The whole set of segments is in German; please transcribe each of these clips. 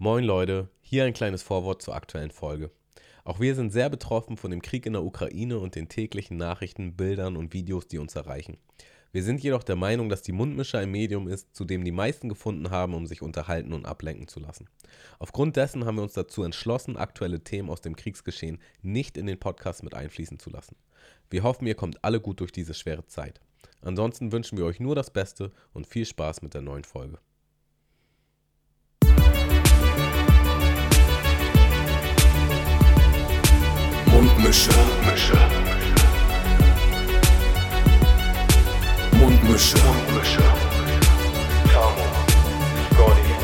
Moin Leute, hier ein kleines Vorwort zur aktuellen Folge. Auch wir sind sehr betroffen von dem Krieg in der Ukraine und den täglichen Nachrichten, Bildern und Videos, die uns erreichen. Wir sind jedoch der Meinung, dass die Mundmische ein Medium ist, zu dem die meisten gefunden haben, um sich unterhalten und ablenken zu lassen. Aufgrund dessen haben wir uns dazu entschlossen, aktuelle Themen aus dem Kriegsgeschehen nicht in den Podcast mit einfließen zu lassen. Wir hoffen, ihr kommt alle gut durch diese schwere Zeit. Ansonsten wünschen wir euch nur das Beste und viel Spaß mit der neuen Folge. Mundmische. Tamo, Scotty.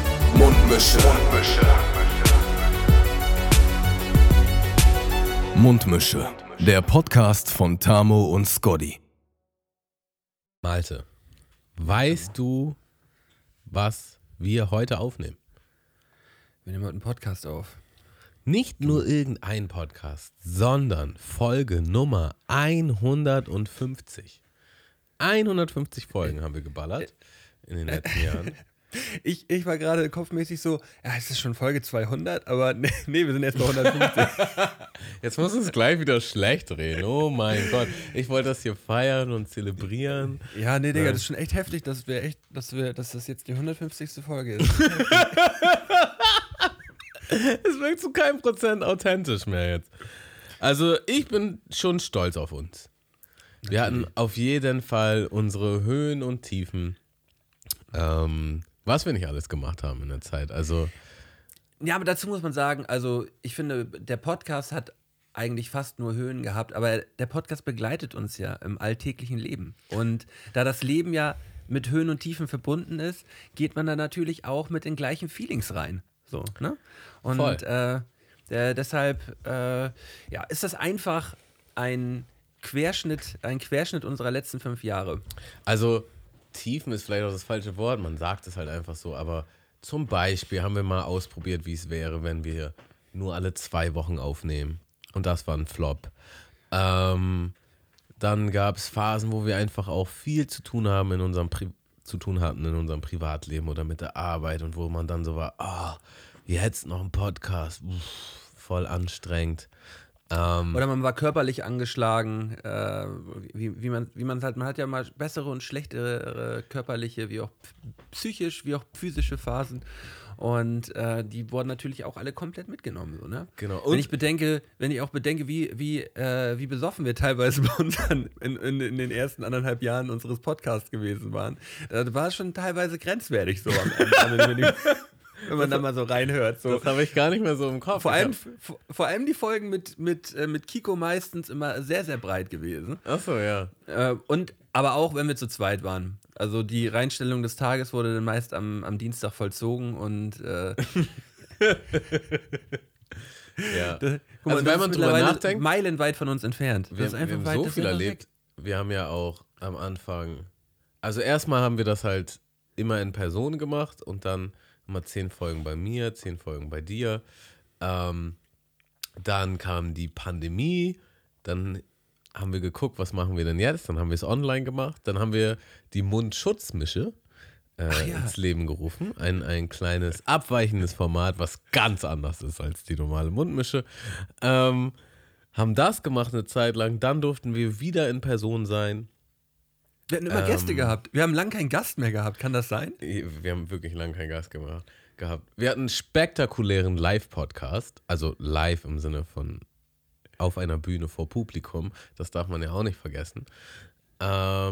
Mundmische. Der Podcast von Tamo und Scotty. Malte, weißt du, was wir heute aufnehmen? Wir nehmen heute einen Podcast auf. Nicht nur irgendein Podcast, sondern Folge Nummer 150. 150 Folgen haben wir geballert in den letzten Jahren. Ich war gerade kopfmäßig so, ja, es ist schon Folge 200, aber nee, wir sind jetzt bei 150. Jetzt muss es gleich wieder schlecht reden. Oh mein Gott. Ich wollte das hier feiern und zelebrieren. Ja, nee, Digga, das ist schon echt heftig, dass das jetzt die 150. Folge ist. Es wirkt zu keinem Prozent authentisch mehr jetzt. Also ich bin schon stolz auf uns. Wir hatten auf jeden Fall unsere Höhen und Tiefen, was wir nicht alles gemacht haben in der Zeit. Also Ja, aber dazu muss man sagen, also ich finde, der Podcast hat eigentlich fast nur Höhen gehabt, aber der Podcast begleitet uns ja im alltäglichen Leben. Und da das Leben ja mit Höhen und Tiefen verbunden ist, geht man da natürlich auch mit den gleichen Feelings rein. So, ne? Und deshalb ist das einfach ein Querschnitt unserer letzten 5 Jahre. Also Tiefen ist vielleicht auch das falsche Wort, man sagt es halt einfach so, aber zum Beispiel haben wir mal ausprobiert, wie es wäre, wenn wir nur alle 2 Wochen aufnehmen. Und das war ein Flop. Dann gab es Phasen, wo wir einfach auch viel zu tun hatten in unserem Privatleben oder mit der Arbeit und wo man dann so war, jetzt noch ein Podcast, voll anstrengend. Oder man war körperlich angeschlagen, wie man halt, man hat ja mal bessere und schlechtere körperliche, wie auch psychisch, wie auch physische Phasen. Und die wurden natürlich auch alle komplett mitgenommen, so, ne? Genau. Und wenn ich auch bedenke, wie besoffen wir teilweise bei uns in den ersten 1,5 Jahren unseres Podcasts gewesen waren, das war schon teilweise grenzwertig so am Ende. Wenn man da mal so reinhört. So. Das habe ich gar nicht mehr so im Kopf. Vor allem die Folgen mit Kiko meistens immer sehr, sehr breit gewesen. Ach so, ja. Aber auch, wenn wir zu zweit waren. Also die Reinstellung des Tages wurde dann meist am Dienstag vollzogen und Ja. Guck mal, Also wenn man drüber nachdenkt, meilenweit von uns entfernt. wir haben so viel erlebt. Wir haben ja auch am Anfang, also erstmal haben wir das halt immer in Person gemacht und dann immer 10 Folgen bei mir, 10 Folgen bei dir. Dann kam die Pandemie, dann haben wir geguckt, was machen wir denn jetzt? Dann haben wir es online gemacht, dann haben wir die Mundschutzmische ins Leben gerufen. Ein kleines, abweichendes Format, was ganz anders ist als die normale Mundmische. Haben das gemacht eine Zeit lang, dann durften wir wieder in Person sein. Wir hatten immer Gäste gehabt. Wir haben lange keinen Gast mehr gehabt. Kann das sein? Wir haben wirklich lange keinen Gast gehabt. Wir hatten einen spektakulären Live-Podcast, also live im Sinne von auf einer Bühne vor Publikum. Das darf man ja auch nicht vergessen. Wir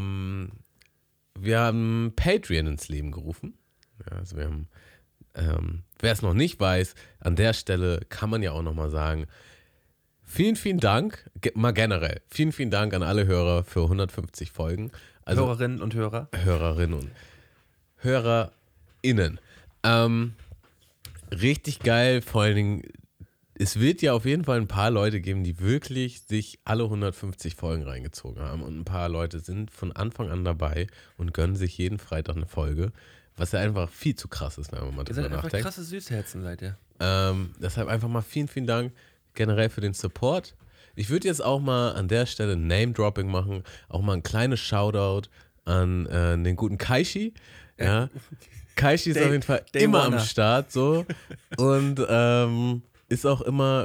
haben Patreon ins Leben gerufen. Ja, also wir haben, wer es noch nicht weiß, an der Stelle kann man ja auch nochmal sagen, vielen, vielen Dank, mal generell, vielen, vielen Dank an alle Hörer für 150 Folgen. Also, Hörerinnen und Hörer. Hörerinnen und HörerInnen. Richtig geil, vor allen Dingen, es wird ja auf jeden Fall ein paar Leute geben, die wirklich sich alle 150 Folgen reingezogen haben und ein paar Leute sind von Anfang an dabei und gönnen sich jeden Freitag eine Folge, was ja einfach viel zu krass ist, wenn man mal drüber nachdenkt. Ihr seid einfach krasse Süßherzen, seid ihr. Deshalb einfach mal vielen, vielen Dank generell für den Support. Ich würde jetzt auch mal an der Stelle Name-Dropping machen, auch mal ein kleines Shoutout an den guten Kaishi. Ja. Kaishi ist auf jeden Fall Day immer Oneer. am Start so und ist auch immer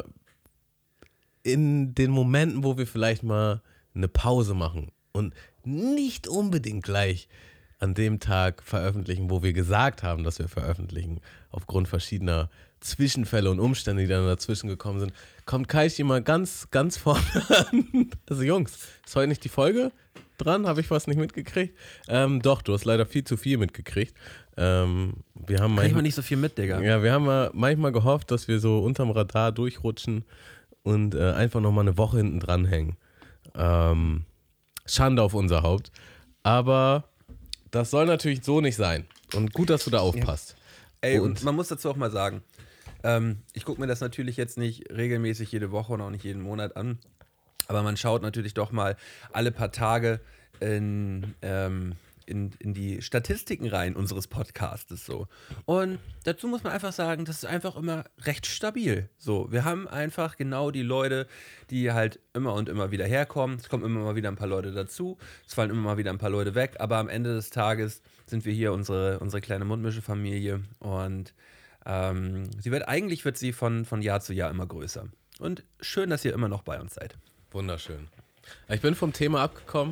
in den Momenten, wo wir vielleicht mal eine Pause machen und nicht unbedingt gleich an dem Tag veröffentlichen, wo wir gesagt haben, dass wir veröffentlichen, aufgrund verschiedener Zwischenfälle und Umstände, die dann dazwischen gekommen sind, kommt Kaishi mal ganz, ganz vorne an. Also Jungs, ist heute nicht die Folge dran? Habe ich was nicht mitgekriegt? Doch, du hast leider viel zu viel mitgekriegt. Wir haben Krieg ich manchmal mal nicht so viel mit, Digga. ja, wir haben mal manchmal gehofft, dass wir so unterm Radar durchrutschen und einfach nochmal eine Woche hinten dranhängen. Schande auf unser Haupt. Aber das soll natürlich so nicht sein. Und gut, dass du da aufpasst. Ey, und man muss dazu auch mal sagen, ich gucke mir das natürlich jetzt nicht regelmäßig jede Woche und auch nicht jeden Monat an, aber man schaut natürlich doch mal alle paar Tage in die Statistiken rein unseres Podcastes so. Und dazu muss man einfach sagen, das ist einfach immer recht stabil. So, wir haben einfach genau die Leute, die halt immer und immer wieder herkommen. Es kommen immer mal wieder ein paar Leute dazu, es fallen immer mal wieder ein paar Leute weg, aber am Ende des Tages sind wir hier unsere kleine Mundmische-Familie und eigentlich wird sie von Jahr zu Jahr immer größer. Und schön, dass ihr immer noch bei uns seid. Wunderschön. Ich bin vom Thema abgekommen.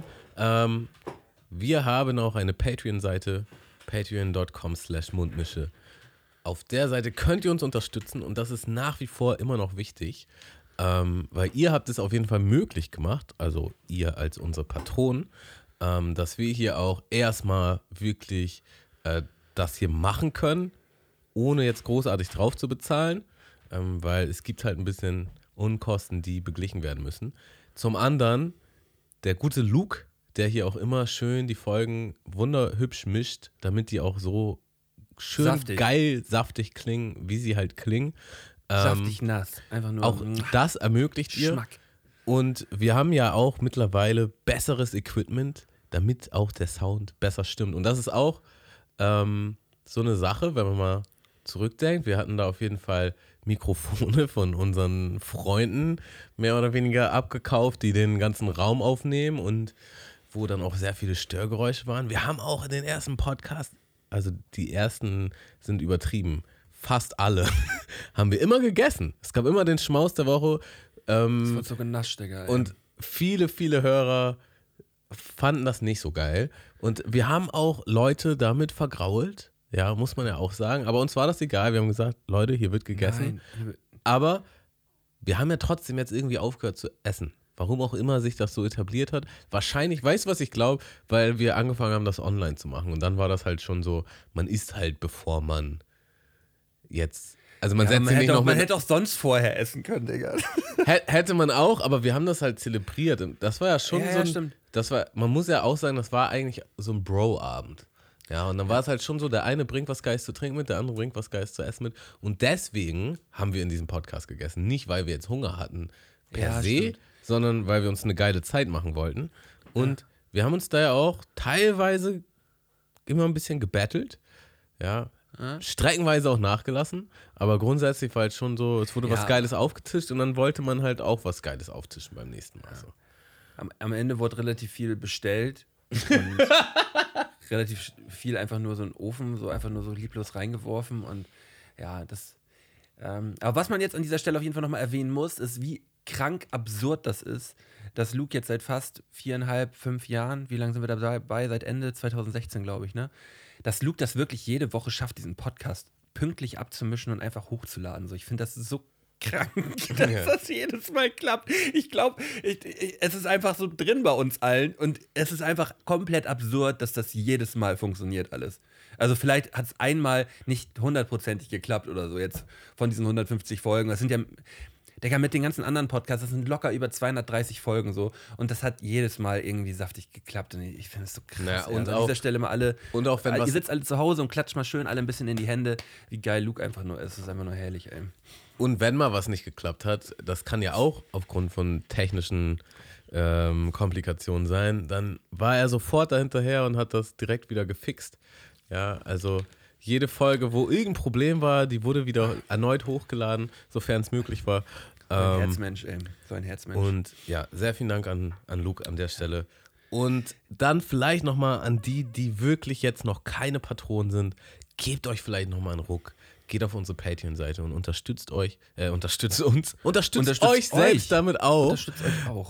Wir haben auch eine Patreon-Seite, patreon.com/Mundmische. Auf der Seite könnt ihr uns unterstützen und das ist nach wie vor immer noch wichtig, weil ihr habt es auf jeden Fall möglich gemacht, also ihr als unsere Patronen, dass wir hier auch erstmal wirklich das hier machen können, ohne jetzt großartig drauf zu bezahlen, weil es gibt halt ein bisschen Unkosten, die beglichen werden müssen. Zum anderen, der gute Luke, der hier auch immer schön die Folgen wunderhübsch mischt, damit die auch so schön Saftig. geil saftig klingen, wie sie halt klingen. Saftig nass. Einfach nur Auch das ermöglicht ihr. Geschmack. Und wir haben ja auch mittlerweile besseres Equipment, damit auch der Sound besser stimmt. Und das ist auch so eine Sache, wenn man mal zurückdenkt. Wir hatten da auf jeden Fall Mikrofone von unseren Freunden mehr oder weniger abgekauft, die den ganzen Raum aufnehmen und wo dann auch sehr viele Störgeräusche waren. Wir haben auch in den ersten Podcasts, also die ersten sind übertrieben, fast alle, haben wir immer gegessen. Es gab immer den Schmaus der Woche. Das wird so genascht, Digga. Ey. Und viele, viele Hörer fanden das nicht so geil. Und wir haben auch Leute damit vergrault. Ja, muss man ja auch sagen. Aber uns war das egal. Wir haben gesagt, Leute, hier wird gegessen. Nein. Aber wir haben ja trotzdem jetzt irgendwie aufgehört zu essen. Warum auch immer sich das so etabliert hat. Wahrscheinlich, weißt du, was ich glaube? Weil wir angefangen haben, das online zu machen. Und dann war das halt schon so, man isst halt, bevor man jetzt... Also man setzt sich nicht noch man mit... hätte auch sonst vorher essen können, Digga. Hätte man auch, aber wir haben das halt zelebriert. Und das war ja schon Ja, so ein... stimmt. Das war, man muss ja auch sagen, das war eigentlich so ein Bro-Abend. Ja, und dann war es halt schon so, der eine bringt was Geiles zu trinken mit, der andere bringt was Geiles zu essen mit. Und deswegen haben wir in diesem Podcast gegessen. Nicht, weil wir jetzt Hunger hatten per Ja, se, stimmt. sondern weil wir uns eine geile Zeit machen wollten. Und wir haben uns da ja auch teilweise immer ein bisschen gebettelt. Ja, streckenweise auch nachgelassen. Aber grundsätzlich war halt schon so, es wurde was Ja. Geiles aufgetischt und dann wollte man halt auch was Geiles auftischen beim nächsten Mal. So. Am Ende wurde relativ viel bestellt und relativ viel einfach nur so in den Ofen, so einfach nur so lieblos reingeworfen und ja, das aber was man jetzt an dieser Stelle auf jeden Fall nochmal erwähnen muss, ist, wie krank absurd das ist, dass Luke jetzt seit fast 4,5, 5 Jahren, wie lange sind wir dabei? Seit Ende 2016, glaube ich, ne? Dass Luke das wirklich jede Woche schafft, diesen Podcast pünktlich abzumischen und einfach hochzuladen. So, ich finde das so krank, dass Ja. das jedes Mal klappt. Ich glaube, es ist einfach so drin bei uns allen und es ist einfach komplett absurd, dass das jedes Mal funktioniert alles. Also vielleicht hat es einmal nicht hundertprozentig geklappt oder so jetzt von diesen 150 Folgen. Das sind ja, Digga, mit den ganzen anderen Podcasts, das sind locker über 230 Folgen so und das hat jedes Mal irgendwie saftig geklappt und ich finde es so krass. Naja, ey. und Also an auch- dieser Stelle mal alle, und auch wenn ihr was- sitzt alle zu Hause und klatscht mal schön alle ein bisschen in die Hände, wie geil Luke einfach nur ist. Das ist einfach nur herrlich, ey. Und wenn mal was nicht geklappt hat, das kann ja auch aufgrund von technischen Komplikationen sein, dann war er sofort dahinterher und hat das direkt wieder gefixt. Ja, also jede Folge, wo irgendein Problem war, die wurde wieder erneut hochgeladen, sofern es möglich war. So ein Herzmensch, ey. So ein Herzmensch. Und ja, sehr vielen Dank an Luke an der Stelle. Und dann vielleicht nochmal an die, die wirklich jetzt noch keine Patronen sind. gebt euch vielleicht nochmal einen Ruck. Geht auf unsere Patreon-Seite und unterstützt uns. Unterstützt euch selbst damit auch. Unterstützt euch auch.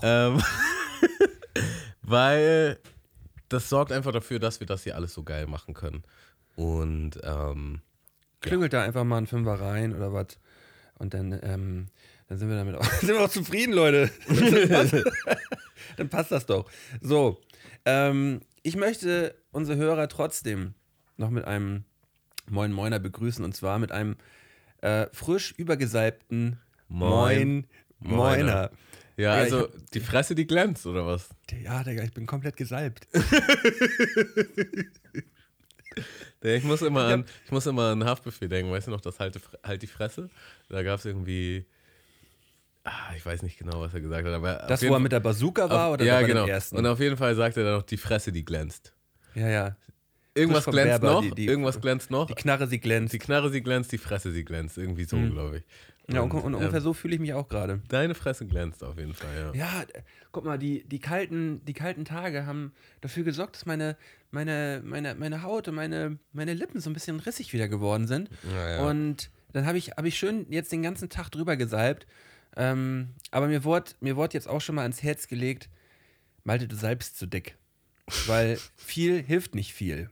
Weil das sorgt einfach dafür, dass wir das hier alles so geil machen können. Und Klüngelt da einfach mal einen Fünfer rein oder was. Und dann sind wir damit sind wir auch zufrieden, Leute. Dann passt das doch. So, ich möchte unsere Hörer trotzdem noch mit einem Moin Moiner begrüßen. Und zwar mit einem frisch übergesalbten Moin Moiner. Ja, also die Fresse, die glänzt, oder was? Ja, Digga, ich bin komplett gesalbt. Ich muss immer an Haftbefehl denken, weißt du noch, das halt die Fresse? Da gab es irgendwie, ich weiß nicht genau, was er gesagt hat. Aber das, wo er mit der Bazooka war oder ja, bei genau. dem ersten? Und auf jeden Fall sagt er dann noch, die Fresse, die glänzt. Ja. Irgendwas glänzt noch, irgendwas glänzt noch. Die Knarre, sie glänzt. Die Knarre, sie glänzt, die Fresse, sie glänzt. Irgendwie so, glaube ich. Ja, und ungefähr so fühle ich mich auch gerade. Deine Fresse glänzt auf jeden Fall, ja. Ja, guck mal, die kalten Tage haben dafür gesorgt, dass meine Haut und meine Lippen so ein bisschen rissig wieder geworden sind. Ja. Und dann habe ich schön jetzt den ganzen Tag drüber gesalbt. Aber mir wurde jetzt auch schon mal ans Herz gelegt, Malte, du salbst zu dick. Weil viel hilft nicht viel.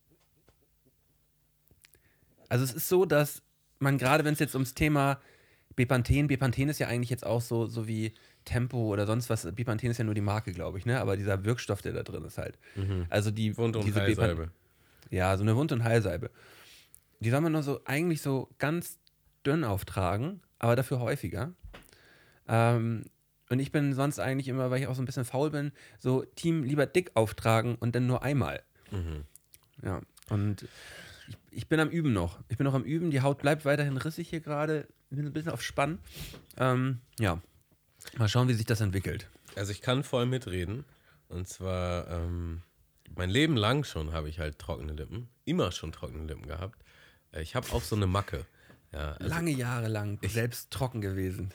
Also es ist so, dass man gerade, wenn es jetzt ums Thema Bepanthen ist ja eigentlich jetzt auch so wie Tempo oder sonst was. Bepanthen ist ja nur die Marke, glaube ich, ne? Aber dieser Wirkstoff, der da drin ist halt. Also die Wund- und Heilsalbe. Ja, so eine Wund- und Heilsalbe. Die soll man nur so eigentlich so ganz dünn auftragen, aber dafür häufiger. Und ich bin sonst eigentlich immer, weil ich auch so ein bisschen faul bin, so Team lieber dick auftragen und dann nur einmal. Ja, und ich bin am Üben noch. Ich bin noch am Üben. Die Haut bleibt weiterhin rissig hier gerade. Ich bin ein bisschen auf Spann. Ja, mal schauen, wie sich das entwickelt. Also ich kann voll mitreden. Und zwar, mein Leben lang schon habe ich halt trockene Lippen. Immer schon trockene Lippen gehabt. Ich habe auch so eine Macke. Ja, also Lange Jahre lang selbst trocken gewesen.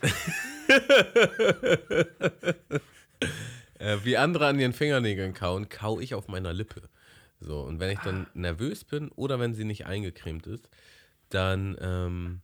Wie andere an ihren Fingernägeln kauen, kau ich auf meiner Lippe. So, und wenn ich dann nervös bin oder wenn sie nicht eingecremt ist, dann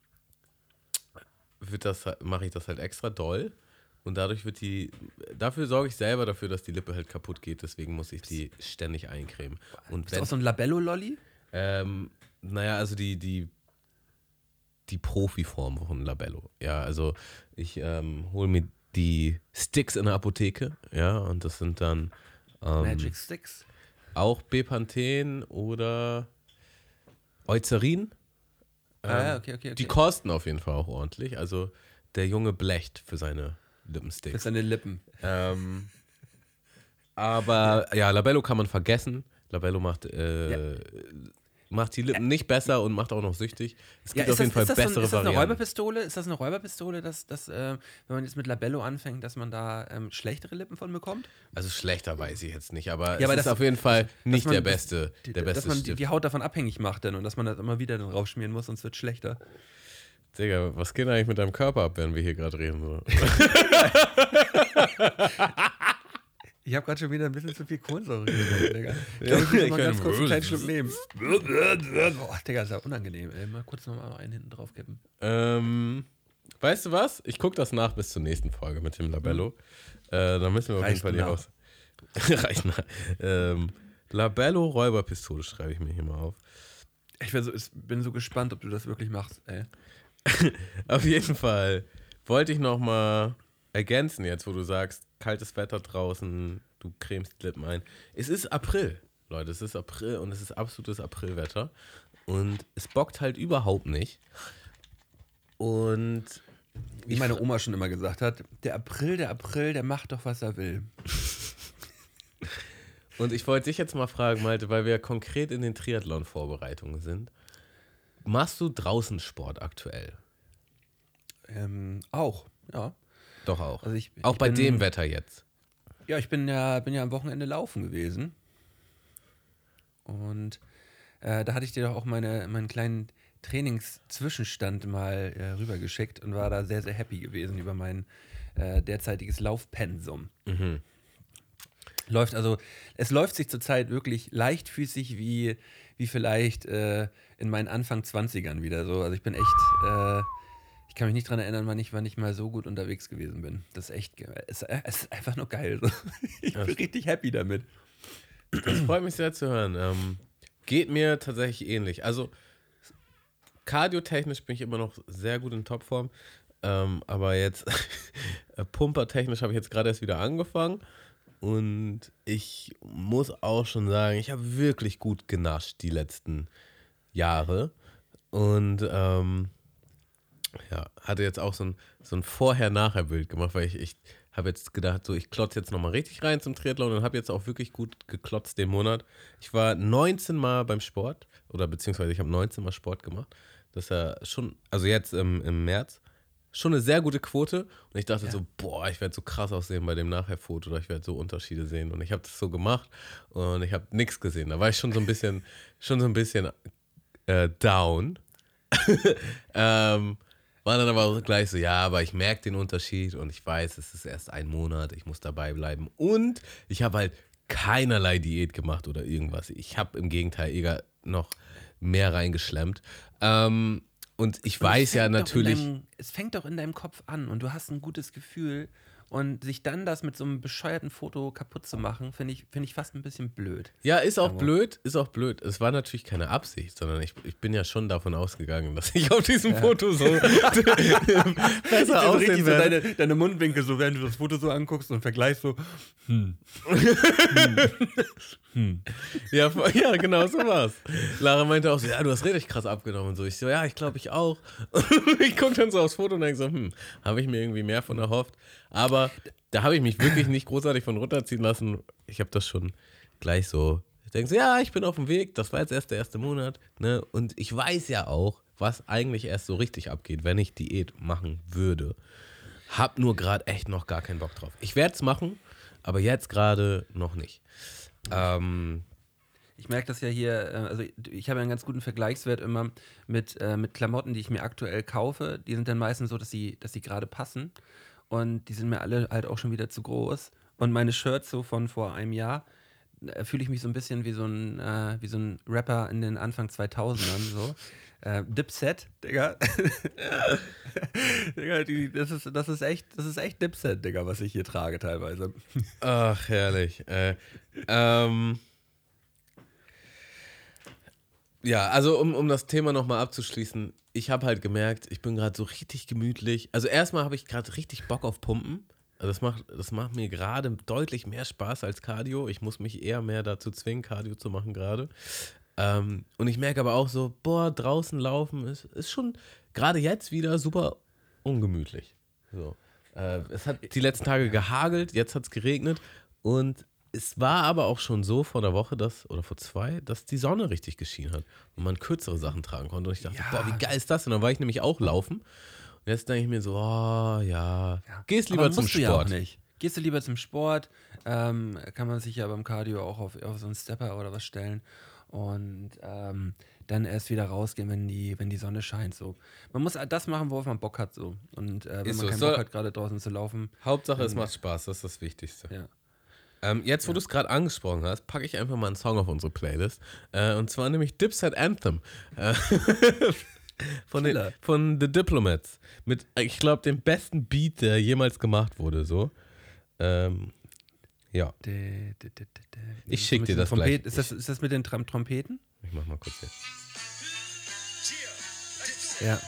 mache ich das halt extra doll. Und dadurch dafür sorge ich selber dafür, dass die Lippe halt kaputt geht. Deswegen muss ich die ständig eincremen. Und Ist das auch so ein Labello-Lolli? Naja, also die Profi-Form von Labello. Ja, also ich hole mir die Sticks in der Apotheke, ja, und das sind dann Magic Sticks? auch Bepanthen oder Eucerin. Okay. Die kosten auf jeden Fall auch ordentlich. Also der Junge blecht für seine Lippensticks. Für seine Lippen. Aber ja, Labello kann man vergessen. Labello macht die Lippen nicht besser und macht auch noch süchtig. Es gibt auf jeden Fall bessere Varianten. Ist das eine Räuberpistole, dass wenn man jetzt mit Labello anfängt, dass man da schlechtere Lippen von bekommt? Also schlechter weiß ich jetzt nicht, aber Ja, es ist auf jeden Fall nicht man der beste dass man Stift. die Haut davon abhängig macht dann und dass man das immer wieder dann raufschmieren muss, sonst wird es schlechter. Digga, was geht eigentlich mit deinem Körper ab, während wir hier gerade reden? So? Ich habe gerade schon wieder ein bisschen zu viel Kohlensäure getrunken, Digga. Ich glaube, ich muss mal ganz kurz einen kleinen Schluck nehmen. Boah, Digga, ist ja unangenehm. Ey, mal kurz nochmal einen hinten drauf kippen. Weißt du was? Ich gucke das nach bis zur nächsten Folge mit dem Labello. Dann müssen wir auf jeden Fall die Haus. Reicht nach. Labello Räuberpistole schreibe ich mir hier mal auf. Ich bin so gespannt, ob du das wirklich machst, ey. Auf jeden Fall wollte ich nochmal ergänzen jetzt, wo du sagst, kaltes Wetter draußen, du cremst die Lippen ein. Es ist April, Leute, es ist April und es ist absolutes Aprilwetter und es bockt halt überhaupt nicht. Und wie meine Oma schon immer gesagt hat, der April, der macht doch, was er will. Und ich wollte dich jetzt mal fragen, Malte, weil wir konkret in den Triathlon-Vorbereitungen sind. Machst du draußen Sport aktuell? Auch, ja. Doch auch. Also auch bei dem Wetter jetzt. Ja, ich bin ja am Wochenende laufen gewesen. Und da hatte ich dir doch auch meinen kleinen Trainingszwischenstand mal rübergeschickt und war da sehr, sehr happy gewesen über mein derzeitiges Laufpensum. Es läuft sich zurzeit wirklich leichtfüßig wie wie vielleicht in meinen Anfang 20ern wieder so. Also ich bin echt, ich kann mich nicht dran erinnern, wann ich mal so gut unterwegs gewesen bin. Das ist echt, es ist einfach nur geil. So. Ich bin richtig happy damit. Das freut mich sehr zu hören. Geht mir tatsächlich ähnlich. Also kardiotechnisch bin ich immer noch sehr gut in Topform, aber jetzt pumpertechnisch habe ich jetzt gerade erst wieder angefangen und ich muss auch schon sagen, ich habe wirklich gut genascht die letzten Jahre und hatte jetzt auch so ein Vorher-Nachher-Bild gemacht, weil ich habe jetzt gedacht, so ich klotze jetzt nochmal richtig rein zum Triathlon und habe jetzt auch wirklich gut geklotzt den Monat. Ich war 19 Mal beim Sport oder beziehungsweise ich habe 19 Mal Sport gemacht. Das ist ja schon, also jetzt im März, schon eine sehr gute Quote. Und ich dachte so, boah, ich werde so krass aussehen bei dem Nachher-Foto oder ich werde so Unterschiede sehen. Und ich habe das so gemacht und ich habe nichts gesehen. Da war ich schon so ein bisschen down. War dann aber auch gleich so, ja, aber ich merke den Unterschied und ich weiß, es ist erst ein Monat, ich muss dabei bleiben. Und ich habe halt keinerlei Diät gemacht oder irgendwas. Ich habe im Gegenteil eher noch mehr reingeschlemmt. Und ich weiß ja natürlich. Es fängt doch in deinem Kopf an und du hast ein gutes Gefühl. Und sich dann das mit so einem bescheuerten Foto kaputt zu machen, finde ich fast ein bisschen blöd. Ja, ist auch blöd. Es war natürlich keine Absicht, sondern ich bin ja schon davon ausgegangen, dass ich auf diesem Foto so besser aussehen werde. So deine Mundwinkel, so während du das Foto so anguckst und vergleichst so, Ja, genau so war's. Lara meinte auch so, ja, du hast richtig krass abgenommen und so. Ich so, ja, ich glaube ich auch. Und ich gucke dann so aufs Foto und denke so, habe ich mir irgendwie mehr von erhofft. Aber da habe ich mich wirklich nicht großartig von runterziehen lassen. Ich habe das schon gleich so, ich denke so, ja, ich bin auf dem Weg. Das war jetzt erst der erste Monat. Ne? Und ich weiß ja auch, was eigentlich erst so richtig abgeht, wenn ich Diät machen würde. Hab nur gerade echt noch gar keinen Bock drauf. Ich werde es machen, aber jetzt gerade noch nicht. Ich merke das ja hier, also ich habe ja einen ganz guten Vergleichswert immer mit Klamotten, die ich mir aktuell kaufe. Die sind dann meistens so, dass sie gerade passen. Und die sind mir alle halt auch schon wieder zu groß. Und meine Shirts so von vor einem Jahr, fühle ich mich so ein bisschen wie so ein Rapper in den Anfang 2000ern so. Dipset, Digga. Digga, das ist echt Dipset, Digga, was ich hier trage teilweise. Ach, herrlich. Ja, also um das Thema nochmal abzuschließen, ich habe halt gemerkt, ich bin gerade so richtig gemütlich. Also erstmal habe ich gerade richtig Bock auf Pumpen. Also das macht mir gerade deutlich mehr Spaß als Cardio. Ich muss mich eher mehr dazu zwingen, Cardio zu machen gerade. Und ich merke aber auch so, boah, draußen laufen ist schon gerade jetzt wieder super ungemütlich. So. Es hat die letzten Tage gehagelt, jetzt hat es geregnet und es war aber auch schon so vor einer Woche, oder vor 2, dass die Sonne richtig geschienen hat und man kürzere Sachen tragen konnte. Und ich dachte, boah, wie geil ist das? Und dann war ich nämlich auch laufen. Und jetzt denke ich mir so, oh ja, gehst lieber zum Sport. Ja auch nicht. Gehst du lieber zum Sport, kann man sich ja beim Cardio auch auf so einen Stepper oder was stellen und dann erst wieder rausgehen, wenn die Sonne scheint. So. Man muss das machen, worauf man Bock hat. So. Und wenn man keinen Bock hat, gerade draußen zu laufen. Hauptsache, es macht Spaß, das ist das Wichtigste. Ja. Jetzt, wo du es gerade angesprochen hast, packe ich einfach mal einen Song auf unsere Playlist. Und zwar nämlich Dipset Anthem. Von The Diplomats. Mit, ich glaube, dem besten Beat, der jemals gemacht wurde. So. Ja. Ich schicke dir das gleich. Ist das mit den Trompeten? Ich mach mal kurz hier. Ja.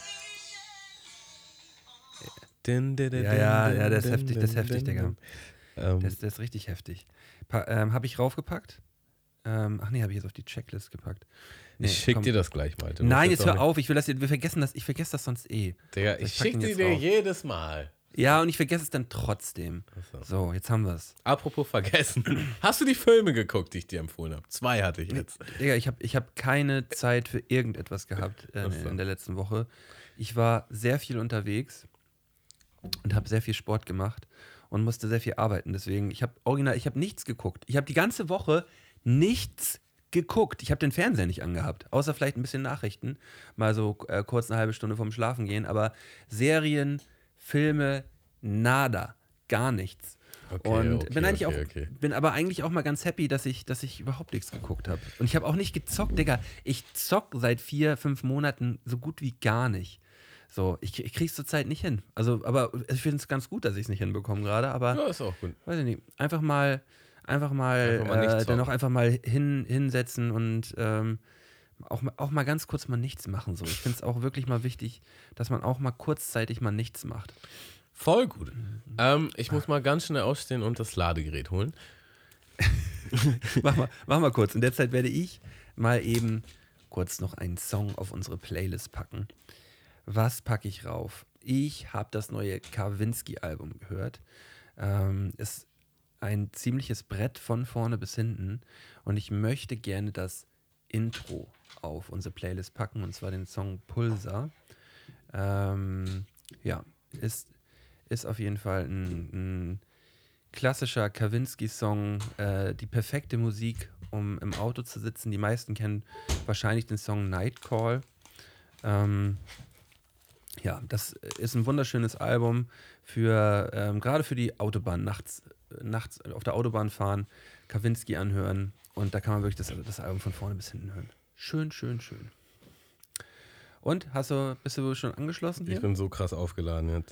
Ja, das ist heftig, Digga. Das ist richtig heftig. Habe ich raufgepackt? Ach nee, habe ich jetzt auf die Checklist gepackt. Nee, ich schicke dir das gleich mal. Nein, jetzt hör auf, ich vergesse das sonst eh. Digga, ich schicke dir jedes Mal. Ja, und ich vergesse es dann trotzdem. So, jetzt haben wir es. Apropos vergessen. Hast du die Filme geguckt, die ich dir empfohlen habe? 2 hatte ich jetzt. Digga, ich hab keine Zeit für irgendetwas gehabt in der letzten Woche. Ich war sehr viel unterwegs und habe sehr viel Sport gemacht und musste sehr viel arbeiten. Deswegen, ich habe nichts geguckt. Ich habe die ganze Woche nichts geguckt. Ich habe den Fernseher nicht angehabt. Außer vielleicht ein bisschen Nachrichten. Mal so kurz eine halbe Stunde vorm Schlafen gehen. Aber Serien, Filme, nada. Gar nichts. Und bin aber eigentlich auch mal ganz happy, dass ich überhaupt nichts geguckt habe. Und ich habe auch nicht gezockt, Digga. Ich zock seit 4-5 Monaten so gut wie gar nicht. So, ich krieg's zur Zeit nicht hin. Also, aber ich finde es ganz gut, dass ich es nicht hinbekomme gerade, aber Ja, ist auch gut. weiß ich nicht. Einfach mal dann auch einfach mal hinsetzen und auch mal ganz kurz mal nichts machen. So. Ich finde es auch wirklich mal wichtig, dass man auch mal kurzzeitig mal nichts macht. Voll gut. Ich muss mal ganz schnell aufstehen und das Ladegerät holen. Mach mal kurz. In der Zeit werde ich mal eben kurz noch einen Song auf unsere Playlist packen. Was packe ich rauf? Ich habe das neue Kavinsky-Album gehört. Ist ein ziemliches Brett von vorne bis hinten. Und ich möchte gerne das Intro auf unsere Playlist packen. Und zwar den Song Pulsar. Ja, ist auf jeden Fall ein klassischer Kavinsky-Song, die perfekte Musik, um im Auto zu sitzen. Die meisten kennen wahrscheinlich den Song Nightcall. Ja, das ist ein wunderschönes Album für gerade für die Autobahn, nachts auf der Autobahn fahren, Kavinsky anhören und da kann man wirklich das Album von vorne bis hinten hören. Schön, schön, schön. Und, bist du schon angeschlossen hier? Ich bin so krass aufgeladen jetzt.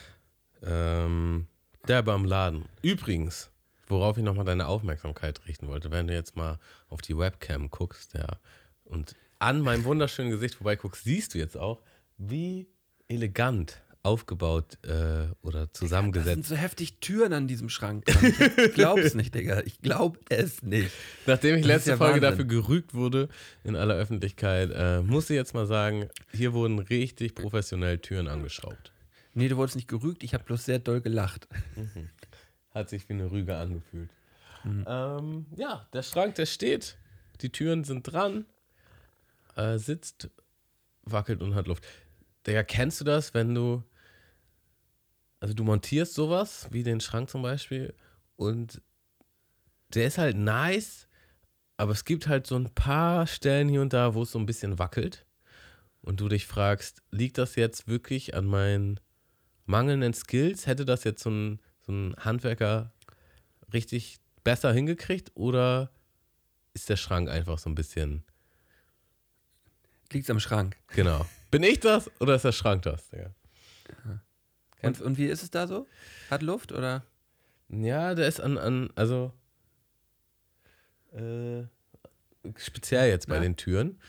Der beim Laden. Übrigens, worauf ich nochmal deine Aufmerksamkeit richten wollte, wenn du jetzt mal auf die Webcam guckst, ja, und an meinem wunderschönen Gesicht vorbeiguckst, siehst du jetzt auch, wie elegant aufgebaut oder zusammengesetzt. Da sind so heftig Türen an diesem Schrank dran. Ich glaub's nicht, Digga. Ich glaub es nicht. Nachdem ich letzte Folge dafür gerügt wurde in aller Öffentlichkeit, muss ich jetzt mal sagen, hier wurden richtig professionell Türen angeschraubt. Nee, du wurdest nicht gerügt, ich habe bloß sehr doll gelacht. Hat sich wie eine Rüge angefühlt. Ja, der Schrank, der steht. Die Türen sind dran. Sitzt, wackelt und hat Luft. Digga, kennst du das, wenn du montierst sowas, wie den Schrank zum Beispiel, und der ist halt nice, aber es gibt halt so ein paar Stellen hier und da, wo es so ein bisschen wackelt und du dich fragst, liegt das jetzt wirklich an meinen mangelnden Skills? Hätte das jetzt so ein Handwerker richtig besser hingekriegt oder ist der Schrank einfach so ein bisschen... Liegt's am Schrank. Genau. Bin ich das oder ist der Schrank das? Ja. Und wie ist es da so? Hat Luft oder? Ja, der ist speziell jetzt bei den Türen.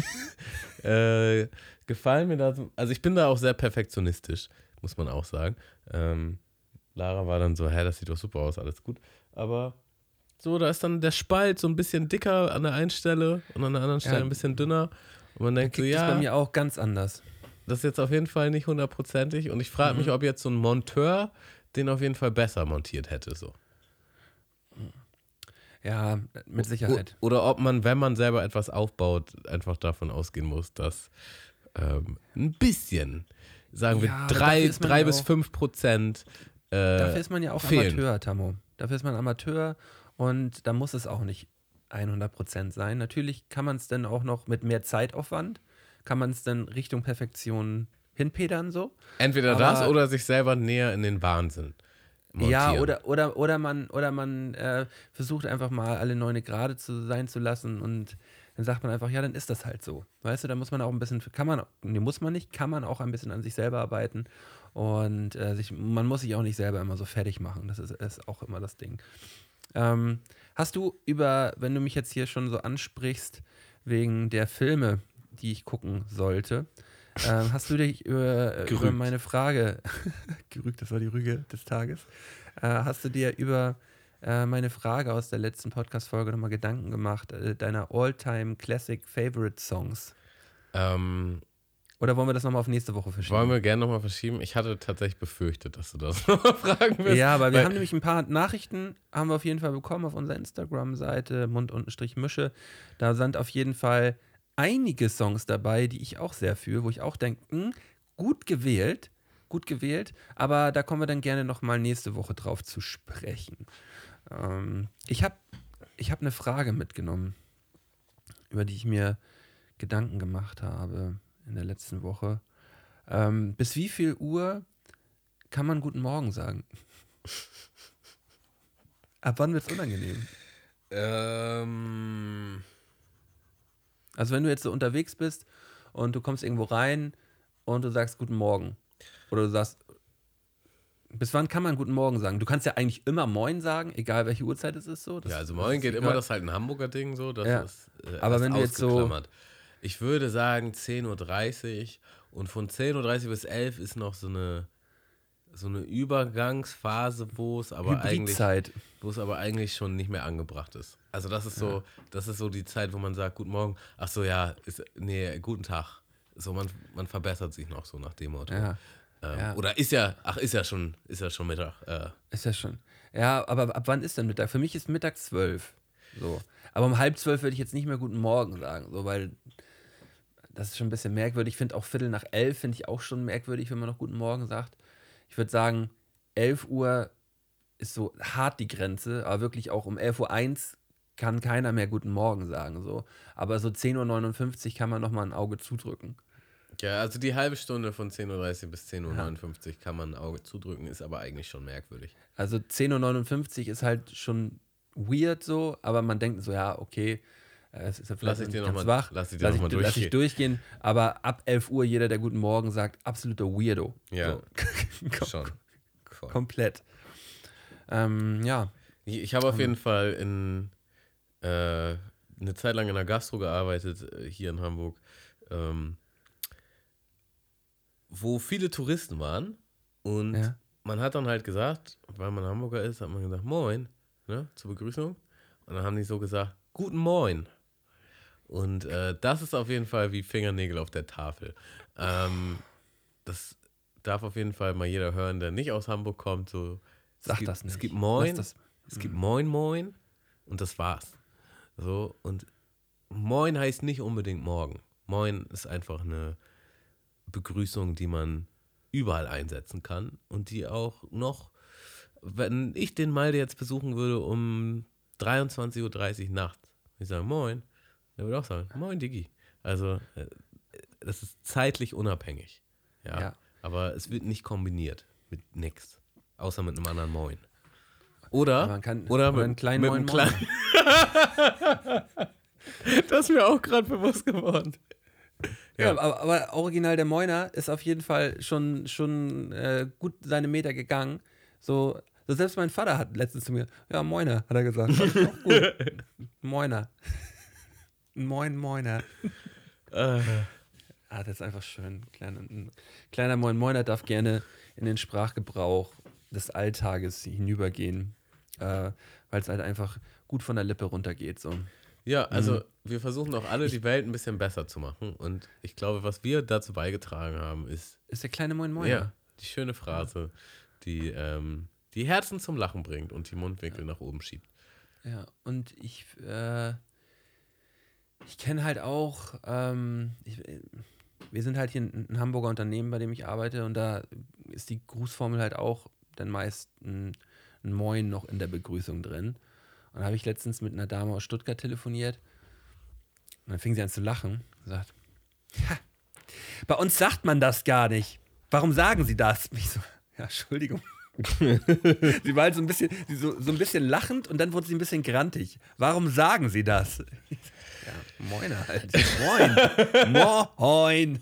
Gefallen mir da, also ich bin da auch sehr perfektionistisch, muss man auch sagen. Lara war dann so, das sieht doch super aus, alles gut. Aber so, da ist dann der Spalt so ein bisschen dicker an der einen Stelle und an der anderen Stelle ein bisschen dünner. Und man denkt so, ja. Das ist bei mir auch ganz anders. Das ist jetzt auf jeden Fall nicht 100%ig und ich frage mich, ob jetzt so ein Monteur den auf jeden Fall besser montiert hätte. So. Ja, mit Sicherheit. Oder ob man, wenn man selber etwas aufbaut, einfach davon ausgehen muss, dass ein bisschen, sagen wir 3 bis 5%. Dafür ist man ja auch fehlen. Amateur, Tammo. Dafür ist man Amateur und da muss es auch nicht 100% sein. Natürlich kann man es dann auch noch mit mehr Zeitaufwand, kann man es dann Richtung Perfektion hinpedern so. Entweder das oder sich selber näher in den Wahnsinn montieren. Ja, oder man versucht einfach mal alle Neune gerade sein zu lassen und dann sagt man einfach, ja, dann ist das halt so. Weißt du, da muss man auch ein bisschen, kann man auch ein bisschen an sich selber arbeiten und man muss sich auch nicht selber immer so fertig machen. Das ist auch immer das Ding. Hast du wenn du mich jetzt hier schon so ansprichst, wegen der Filme, die ich gucken sollte, hast du dich über meine Frage, gerügt, das war die Rüge des Tages, hast du dir über meine Frage aus der letzten Podcast-Folge nochmal Gedanken gemacht, deiner All-Time Classic Favorite Songs? Oder wollen wir das nochmal auf nächste Woche verschieben? Wollen wir gerne nochmal verschieben. Ich hatte tatsächlich befürchtet, dass du das nochmal fragen wirst. Ja, aber wir haben nämlich ein paar Nachrichten, haben wir auf jeden Fall bekommen auf unserer Instagram-Seite, Mund-Mische. Da sind auf jeden Fall einige Songs dabei, die ich auch sehr fühle, wo ich auch denke, gut gewählt, aber da kommen wir dann gerne nochmal nächste Woche drauf zu sprechen. Ich hab eine Frage mitgenommen, über die ich mir Gedanken gemacht habe in der letzten Woche. Bis wie viel Uhr kann man Guten Morgen sagen? Ab wann wird es unangenehm? Also wenn du jetzt so unterwegs bist und du kommst irgendwo rein und du sagst Guten Morgen. Oder du sagst, bis wann kann man Guten Morgen sagen? Du kannst ja eigentlich immer Moin sagen, egal welche Uhrzeit es ist. So. Ja, also Moin geht immer, das ist halt ein Hamburger Ding so, das Ja. ist Aber wenn du jetzt so, ausgeklammert. Ich würde sagen 10:30 Uhr und von 10:30 Uhr bis 11 Uhr ist noch so eine Übergangsphase, wo es aber Hybridzeit. eigentlich schon nicht mehr angebracht ist. Also das ist so die Zeit, wo man sagt, guten Morgen, ach so, ja, guten Tag. So, man verbessert sich noch so nach dem Motto. Ja. Ja. Oder ist ja schon Mittag. Ist ja schon. Ja, aber ab wann ist denn Mittag? Für mich ist Mittag 12. So. Aber um 11:30 würde ich jetzt nicht mehr Guten Morgen sagen, so, weil das ist schon ein bisschen merkwürdig. Ich finde auch 10:45 finde ich auch schon merkwürdig, wenn man noch Guten Morgen sagt. Ich würde sagen, 11 Uhr ist so hart die Grenze, aber wirklich auch um 11:01 Uhr kann keiner mehr Guten Morgen sagen. So. Aber so 10:59 Uhr kann man nochmal ein Auge zudrücken. Ja, also die halbe Stunde von 10:30 Uhr bis 10:59 Uhr kann man ein Auge zudrücken, ist aber eigentlich schon merkwürdig. Also 10:59 Uhr ist halt schon weird so, aber man denkt so, ja, okay, es ist ja vielleicht nicht ganz wach, lass ich durchgehen, aber ab 11 Uhr jeder, der Guten Morgen sagt, absoluter Weirdo. Ja, so. schon. Komplett. Ja. Ich habe auf jeden Fall eine Zeit lang in der Gastro gearbeitet, hier in Hamburg, wo viele Touristen waren und man hat dann halt gesagt, weil man Hamburger ist, hat man gesagt, Moin, ne, zur Begrüßung. Und dann haben die so gesagt, Guten Moin. Und das ist auf jeden Fall wie Fingernägel auf der Tafel. Das darf auf jeden Fall mal jeder hören, der nicht aus Hamburg kommt. So, das nicht. Es gibt Moin, es gibt Moin Moin und das war's. So, und Moin heißt nicht unbedingt morgen. Moin ist einfach eine Begrüßung, die man überall einsetzen kann und die auch noch, wenn ich den Malte jetzt besuchen würde um 23:30 Uhr nachts, ich sage Moin, der würde auch sagen, Moin Diggi. Also das ist zeitlich unabhängig. Ja. Aber es wird nicht kombiniert mit nix, außer mit einem anderen Moin. Oder mit einem kleinen Moin Moin. Das ist mir auch gerade bewusst geworden. Ja, aber original der Moiner ist auf jeden Fall schon gut seine Meter gegangen. So selbst mein Vater hat letztens zu mir, ja, Moiner, hat er gesagt. Auch gut. Moiner. Moiner. Das ist einfach schön. Ein kleiner Moiner darf gerne in den Sprachgebrauch des Alltages hinübergehen, weil es halt einfach gut von der Lippe runtergeht. So. Ja, also wir versuchen auch alle, die Welt ein bisschen besser zu machen. Und ich glaube, was wir dazu beigetragen haben, ist der kleine Moiner. Ja, die schöne Phrase, die die Herzen zum Lachen bringt und die Mundwinkel nach oben schiebt. Ja, und ich kenne halt auch, wir sind halt hier ein Hamburger Unternehmen, bei dem ich arbeite, und da ist die Grußformel halt auch dann meist ein Moin noch in der Begrüßung drin. Und da habe ich letztens mit einer Dame aus Stuttgart telefoniert und dann fing sie an zu lachen und sagt, ja, bei uns sagt man das gar nicht. Warum sagen Sie das? Ich so, ja, Entschuldigung. Sie war halt so ein bisschen lachend und dann wurde sie ein bisschen grantig. Warum sagen Sie das? Ja, Moiner halt. Moin. Moin.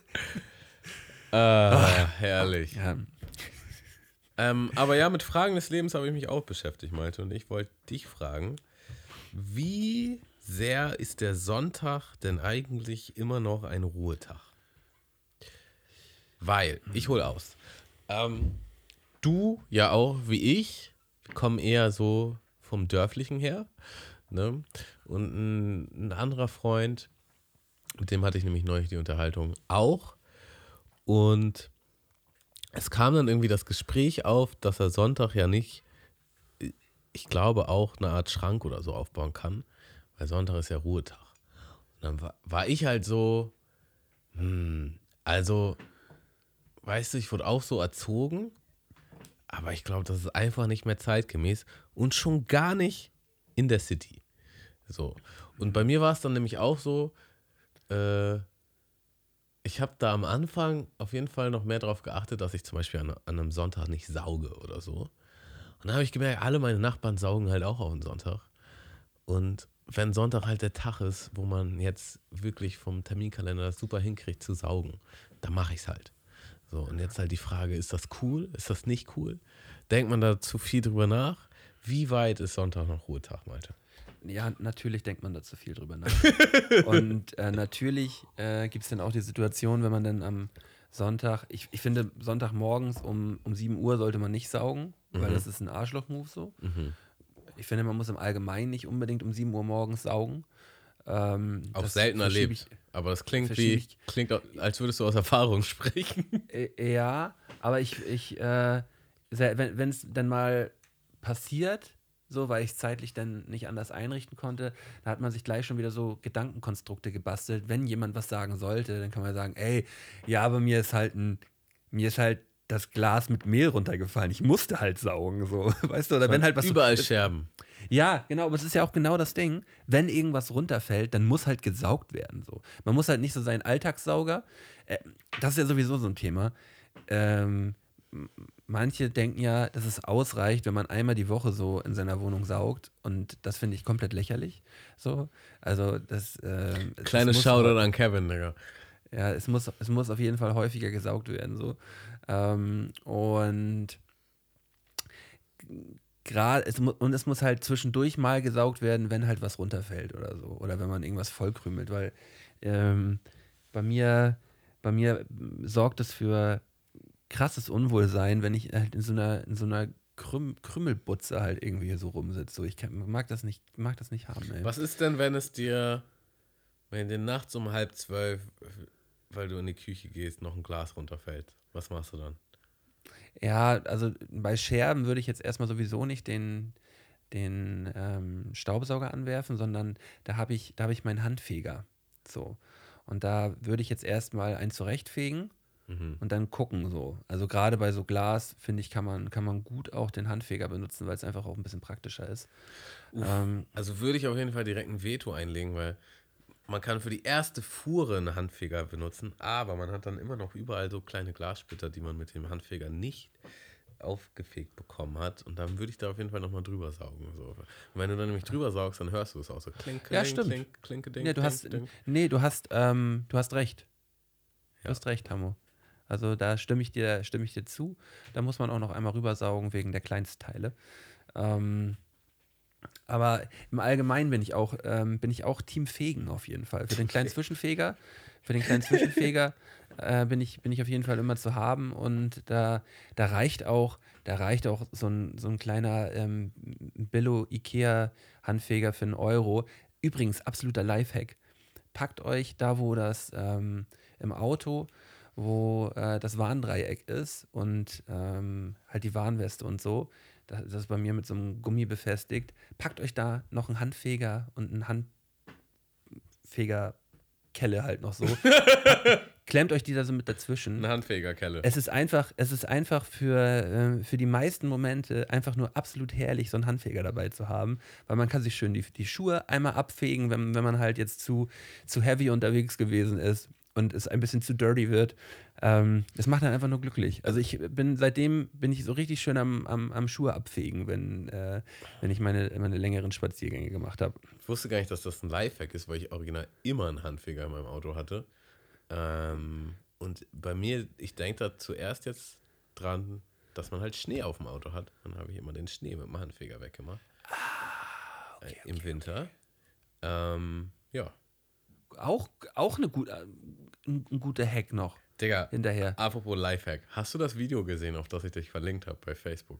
Herrlich. Ja. Aber ja, mit Fragen des Lebens habe ich mich auch beschäftigt, Malte. Und ich wollte dich fragen, wie sehr ist der Sonntag denn eigentlich immer noch ein Ruhetag? Weil, ich hole aus. Du ja auch, wie ich, kommen eher so vom Dörflichen her. Ne? Und ein anderer Freund, mit dem hatte ich nämlich neulich die Unterhaltung auch. Und es kam dann irgendwie das Gespräch auf, dass er Sonntag ja nicht, ich glaube, auch eine Art Schrank oder so aufbauen kann, weil Sonntag ist ja Ruhetag. Und dann war ich halt so, also, weißt du, ich wurde auch so erzogen, aber ich glaube, das ist einfach nicht mehr zeitgemäß und schon gar nicht in der City. So. Und bei mir war es dann nämlich auch so, ich habe da am Anfang auf jeden Fall noch mehr drauf geachtet, dass ich zum Beispiel an einem Sonntag nicht sauge oder so. Und dann habe ich gemerkt, alle meine Nachbarn saugen halt auch auf den Sonntag. Und wenn Sonntag halt der Tag ist, wo man jetzt wirklich vom Terminkalender das super hinkriegt zu saugen, dann mache ich es halt. So, und jetzt halt die Frage, ist das cool? Ist das nicht cool? Denkt man da zu viel drüber nach? Wie weit ist Sonntag noch Ruhetag, Malte? Ja, natürlich denkt man da zu viel drüber nach. Und natürlich gibt es dann auch die Situation, wenn man dann am Sonntag, ich finde, Sonntagmorgens um 7 Uhr sollte man nicht saugen, weil das ist ein Arschloch-Move so. Ich finde, man muss im Allgemeinen nicht unbedingt um 7 Uhr morgens saugen. Auch selten erlebt. Aber das klingt als würdest du aus Erfahrung sprechen. Ja, aber wenn es dann mal passiert, so, weil ich es zeitlich dann nicht anders einrichten konnte, da hat man sich gleich schon wieder so Gedankenkonstrukte gebastelt. Wenn jemand was sagen sollte, dann kann man sagen, ey, ja, aber mir ist halt das Glas mit Mehl runtergefallen. Ich musste halt saugen, so, weißt du, oder wenn halt was überall Scherben. Ja, genau, aber es ist ja auch genau das Ding, wenn irgendwas runterfällt, dann muss halt gesaugt werden, so. Man muss halt nicht so sein Alltagssauger, das ist ja sowieso so ein Thema. Manche denken ja, dass es ausreicht, wenn man einmal die Woche so in seiner Wohnung saugt, und das finde ich komplett lächerlich, so. Also das Kleines Shoutout an Kevin, Digga. Ja, es muss auf jeden Fall häufiger gesaugt werden, so. Und es muss halt zwischendurch mal gesaugt werden, wenn halt was runterfällt oder so. Oder wenn man irgendwas vollkrümelt, weil bei mir sorgt es für krasses Unwohlsein, wenn ich halt in so einer Krümmelbutze halt irgendwie so rumsitze. So, ich mag das nicht haben, ey. Was ist denn, wenn dir nachts um 11:30, weil du in die Küche gehst, noch ein Glas runterfällt? Was machst du dann? Ja, also bei Scherben würde ich jetzt erstmal sowieso nicht den Staubsauger anwerfen, sondern da habe ich meinen Handfeger. So. Und da würde ich jetzt erstmal einen zurechtfegen und dann gucken so. Also gerade bei so Glas, finde ich, kann man gut auch den Handfeger benutzen, weil es einfach auch ein bisschen praktischer ist. Also würde ich auf jeden Fall direkt ein Veto einlegen, weil man kann für die erste Fuhre einen Handfeger benutzen, aber man hat dann immer noch überall so kleine Glassplitter, die man mit dem Handfeger nicht aufgefegt bekommen hat. Und dann würde ich da auf jeden Fall nochmal drüber saugen. So. Und wenn du dann nämlich drüber saugst, dann hörst du es auch so. Klink, Ja, stimmt. klink, klinke, ding, Ja, du hast recht. Du hast recht, Hamo. Also da stimme ich dir zu. Da muss man auch noch einmal rübersaugen wegen der Kleinstteile. Aber im Allgemeinen bin ich auch Team Fegen auf jeden Fall. Für den kleinen Zwischenfeger bin ich auf jeden Fall immer zu haben, und da reicht auch so ein kleiner Billo-Ikea-Handfeger für 1 Euro. Übrigens, absoluter Lifehack. Packt euch da, wo das im Auto, wo das Warndreieck ist und halt die Warnweste und so, das ist bei mir mit so einem Gummi befestigt. Packt euch da noch einen Handfeger und einen Handfegerkelle halt noch so. Klemmt euch die da so mit dazwischen. Eine Handfegerkelle. Es ist einfach für die meisten Momente einfach nur absolut herrlich, so einen Handfeger dabei zu haben, weil man kann sich schön die Schuhe einmal abfegen, wenn man halt jetzt zu heavy unterwegs gewesen ist und es ein bisschen zu dirty wird. Das macht dann einfach nur glücklich. Also seitdem bin ich so richtig schön am Schuhe abfegen, wenn ich meine längeren Spaziergänge gemacht habe. Ich wusste gar nicht, dass das ein Lifehack ist, weil ich original immer einen Handfeger in meinem Auto hatte. Und bei mir, ich denke da zuerst jetzt dran, dass man halt Schnee auf dem Auto hat. Dann habe ich immer den Schnee mit dem Handfeger weggemacht. Okay, im Winter. Ja. Auch ein guter Hack noch. Digga, hinterher. Apropos Lifehack. Hast du das Video gesehen, auf das ich dich verlinkt habe bei Facebook?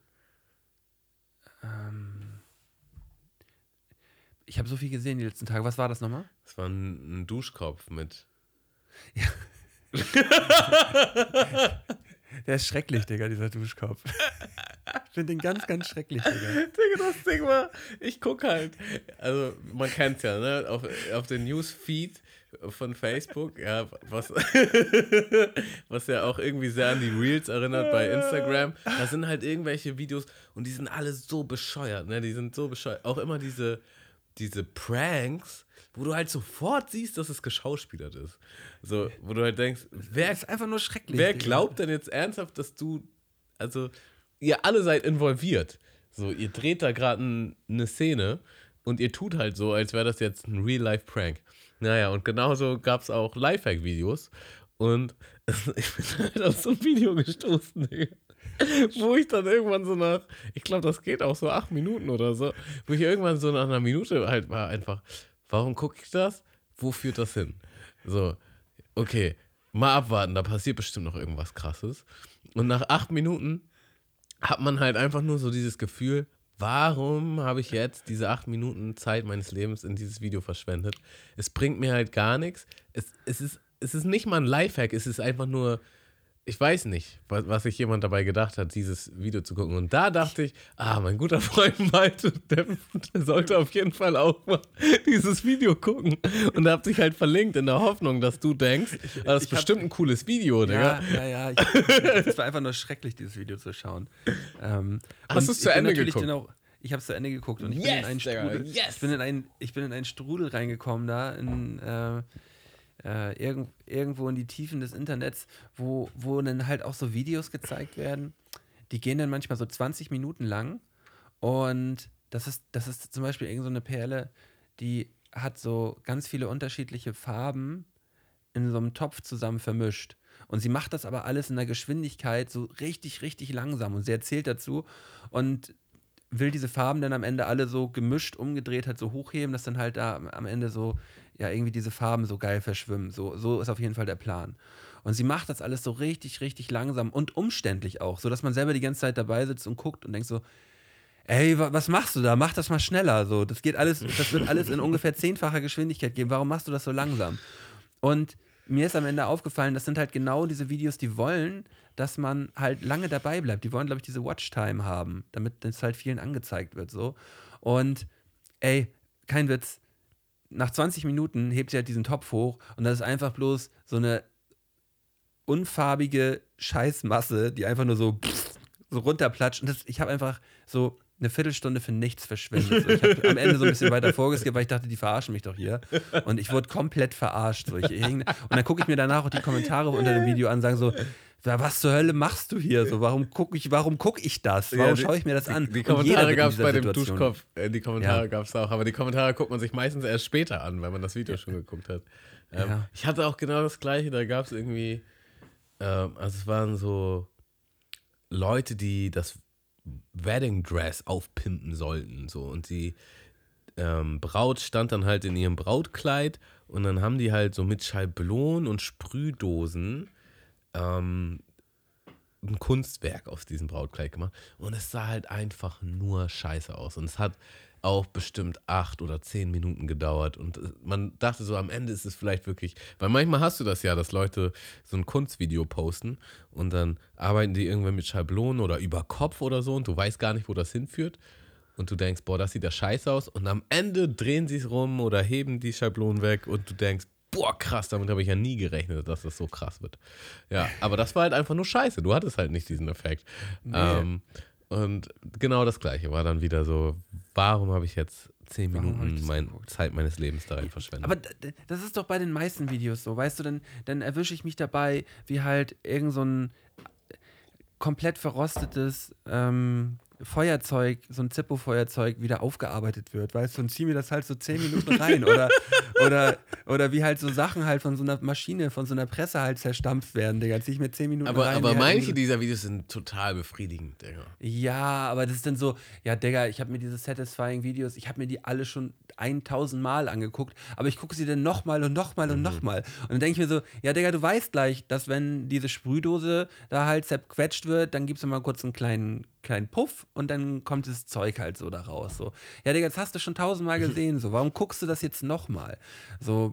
Ich habe so viel gesehen die letzten Tage. Was war das nochmal? Das war ein Duschkopf mit... Ja. Der ist schrecklich, Digga, dieser Duschkopf. Ich finde den ganz, ganz schrecklich, Digga. Digga, das Ding war, ich gucke halt, also man kennt's ja, ne, auf den Newsfeed von Facebook, ja, was ja auch irgendwie sehr an die Reels erinnert bei Instagram, da sind halt irgendwelche Videos und die sind alle so bescheuert, ne, die sind so bescheuert, auch immer diese Pranks, wo du halt sofort siehst, dass es geschauspielert ist. So, wo du halt denkst, wer ist einfach nur schrecklich. Wer glaubt denn jetzt ernsthaft, dass ihr alle seid involviert? So, ihr dreht da gerade eine Szene und ihr tut halt so, als wäre das jetzt ein Real-Life-Prank. Naja, und genauso gab es auch Lifehack-Videos. Und ich bin halt auf so ein Video gestoßen, Digga. Wo ich dann irgendwann so ich glaube, das geht auch so 8 Minuten oder so, wo ich irgendwann so nach einer Minute halt war einfach, warum gucke ich das? Wo führt das hin? So, okay, mal abwarten, da passiert bestimmt noch irgendwas Krasses. Und nach 8 Minuten hat man halt einfach nur so dieses Gefühl, warum habe ich jetzt diese 8 Minuten Zeit meines Lebens in dieses Video verschwendet? Es bringt mir halt gar nichts. Es ist nicht mal ein Lifehack, es ist einfach nur, ich weiß nicht, was sich jemand dabei gedacht hat, dieses Video zu gucken. Und da dachte ich, mein guter Freund Malte, der sollte auf jeden Fall auch mal dieses Video gucken. Und er hat sich halt verlinkt in der Hoffnung, dass du denkst, das ist bestimmt ein cooles Video, Digga. Ja. Es war einfach nur schrecklich, dieses Video zu schauen. Hast du es zu Ende geguckt? Ich habe es zu Ende geguckt und ich bin in einen Strudel reingekommen da in irgendwo in die Tiefen des Internets, wo dann halt auch so Videos gezeigt werden, die gehen dann manchmal so 20 Minuten lang und das ist zum Beispiel irgend so eine Perle, die hat so ganz viele unterschiedliche Farben in so einem Topf zusammen vermischt. Und sie macht das aber alles in der Geschwindigkeit so richtig, richtig langsam und sie erzählt dazu und will diese Farben dann am Ende alle so gemischt, umgedreht halt so hochheben, dass dann halt da am Ende so, ja, irgendwie diese Farben so geil verschwimmen. So ist auf jeden Fall der Plan. Und sie macht das alles so richtig, richtig langsam und umständlich auch, sodass man selber die ganze Zeit dabei sitzt und guckt und denkt so, ey, was machst du da? Mach das mal schneller. So, das wird alles in ungefähr 10-facher Geschwindigkeit gehen. Warum machst du das so langsam? Und mir ist am Ende aufgefallen, das sind halt genau diese Videos, die wollen, dass man halt lange dabei bleibt. Die wollen, glaube ich, diese Watchtime haben, damit das halt vielen angezeigt wird. So. Und ey, kein Witz, nach 20 Minuten hebt sie halt diesen Topf hoch und das ist einfach bloß so eine unfarbige Scheißmasse, die einfach nur so runterplatscht. Und ich habe einfach so eine Viertelstunde für nichts verschwendet. So, ich habe am Ende so ein bisschen weiter vorgeskippt, weil ich dachte, die verarschen mich doch hier. Und ich wurde komplett verarscht. So. Und dann gucke ich mir danach auch die Kommentare unter dem Video an und sage so, was zur Hölle machst du hier? So, warum guck ich das? Warum schaue ich mir das an? Die Kommentare gab es bei dem Duschkopf. Die Kommentare gab es auch. Aber die Kommentare guckt man sich meistens erst später an, weil man das Video schon geguckt hat. Ich hatte auch genau das Gleiche. Da gab es irgendwie, also es waren so Leute, die das Wedding Dress aufpimpen sollten. So. Und die Braut stand dann halt in ihrem Brautkleid und dann haben die halt so mit Schablonen und Sprühdosen ein Kunstwerk aus diesem Brautkleid gemacht und es sah halt einfach nur scheiße aus und es hat auch bestimmt 8 oder 10 Minuten gedauert und man dachte so, am Ende ist es vielleicht wirklich, weil manchmal hast du das ja, dass Leute so ein Kunstvideo posten und dann arbeiten die irgendwann mit Schablonen oder über Kopf oder so und du weißt gar nicht, wo das hinführt und du denkst, boah, das sieht ja scheiße aus und am Ende drehen sie es rum oder heben die Schablonen weg und du denkst, boah, krass, damit habe ich ja nie gerechnet, dass das so krass wird. Ja, aber das war halt einfach nur scheiße. Du hattest halt nicht diesen Effekt. Nee. Und genau das Gleiche war dann wieder so, warum habe ich jetzt 10 Minuten Zeit meines Lebens darin verschwendet? Aber das ist doch bei den meisten Videos so, weißt du, dann erwische ich mich dabei, wie halt irgend so ein komplett verrostetes Feuerzeug, so ein Zippo-Feuerzeug wieder aufgearbeitet wird, weißt du, und zieh mir das halt so 10 Minuten rein oder wie halt so Sachen halt von so einer Maschine, von so einer Presse halt zerstampft werden, Digga, zieh ich mir 10 Minuten rein. Aber manche dieser Videos sind total befriedigend, Digga. Ja, aber das ist dann so, ja, Digga, ich habe mir diese satisfying Videos, ich habe mir die alle schon 1000 Mal angeguckt, aber ich gucke sie dann nochmal und nochmal und nochmal. Und dann denke ich mir so, ja, Digga, du weißt gleich, dass wenn diese Sprühdose da halt zerquetscht wird, dann gibst du mal kurz einen kleinen Puff und dann kommt das Zeug halt so da raus. So. Ja, Digga, das hast du schon 1000-mal gesehen. So. Warum guckst du das jetzt nochmal? So,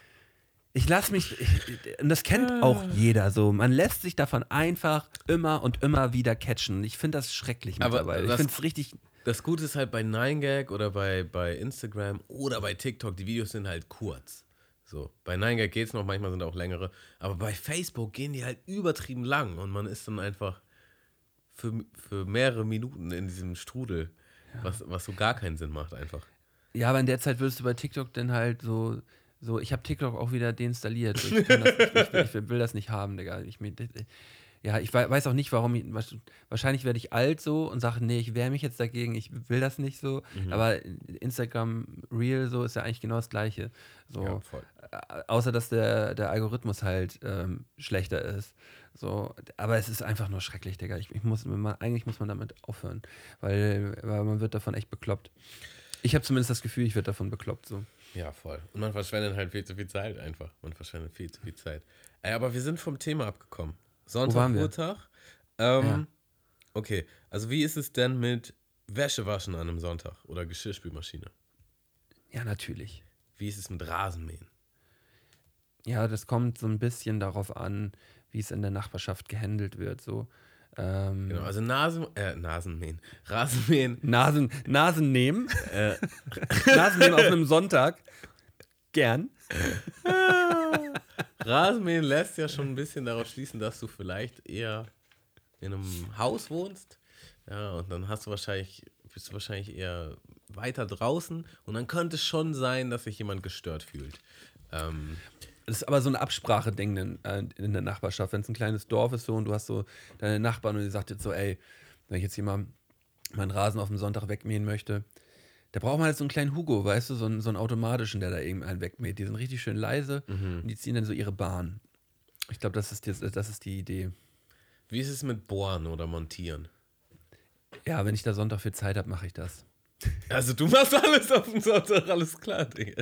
und das kennt auch jeder so. Man lässt sich davon einfach immer und immer wieder catchen. Ich finde das schrecklich mittlerweile. Ich finde es richtig. Das Gute ist halt bei 9gag oder bei Instagram oder bei TikTok, die Videos sind halt kurz. So, bei 9gag geht's noch, manchmal sind auch längere. Aber bei Facebook gehen die halt übertrieben lang und man ist dann einfach für mehrere Minuten in diesem Strudel, was so gar keinen Sinn macht einfach. Ja, aber in der Zeit würdest du bei TikTok dann halt so ich habe TikTok auch wieder deinstalliert. Ich will das nicht haben, Digga. ja, ich weiß auch nicht, warum. Wahrscheinlich werde ich alt so und sage, nee, ich wehre mich jetzt dagegen, ich will das nicht so. Aber Instagram Reel so ist ja eigentlich genau das Gleiche. So, Ja, voll. außer dass der Algorithmus halt schlechter ist. So, aber es ist einfach nur schrecklich, Digga. Eigentlich muss man damit aufhören, weil man wird davon echt bekloppt. Ich habe zumindest das Gefühl, ich werde davon bekloppt. So. Ja, voll. Und man verschwendet halt viel zu viel Zeit einfach. Man verschwendet viel zu viel Zeit. Ey, aber wir sind vom Thema abgekommen. waren Sonntag, wir? Urtag. Ja. Okay, also wie ist es denn mit Wäsche waschen an einem Sonntag oder Geschirrspülmaschine? Ja, natürlich. Wie ist es mit Rasenmähen? Ja, das kommt so ein bisschen darauf an, wie es in der Nachbarschaft gehandelt wird. So. Genau, also Nasenmähen. Rasenmähen. Nasen nehmen. Nasen nehmen auf einem Sonntag. Gern. Rasenmähen lässt ja schon ein bisschen darauf schließen, dass du vielleicht eher in einem Haus wohnst. Ja, und dann bist du wahrscheinlich eher weiter draußen. Und dann könnte es schon sein, dass sich jemand gestört fühlt. Das ist aber so ein Absprache-Ding in der Nachbarschaft. Wenn es ein kleines Dorf ist so und du hast so deine Nachbarn und die sagt jetzt so, ey, wenn ich jetzt jemand meinen Rasen auf dem Sonntag wegmähen möchte, da braucht man halt so einen kleinen Hugo, weißt du, so einen automatischen, der da eben einen wegmäht. Die sind richtig schön leise und die ziehen dann so ihre Bahn. Ich glaube, das ist die Idee. Wie ist es mit Bohren oder Montieren? Ja, wenn ich da Sonntag viel Zeit habe, mache ich das. Also du machst alles auf dem Sonntag, alles klar, Digga.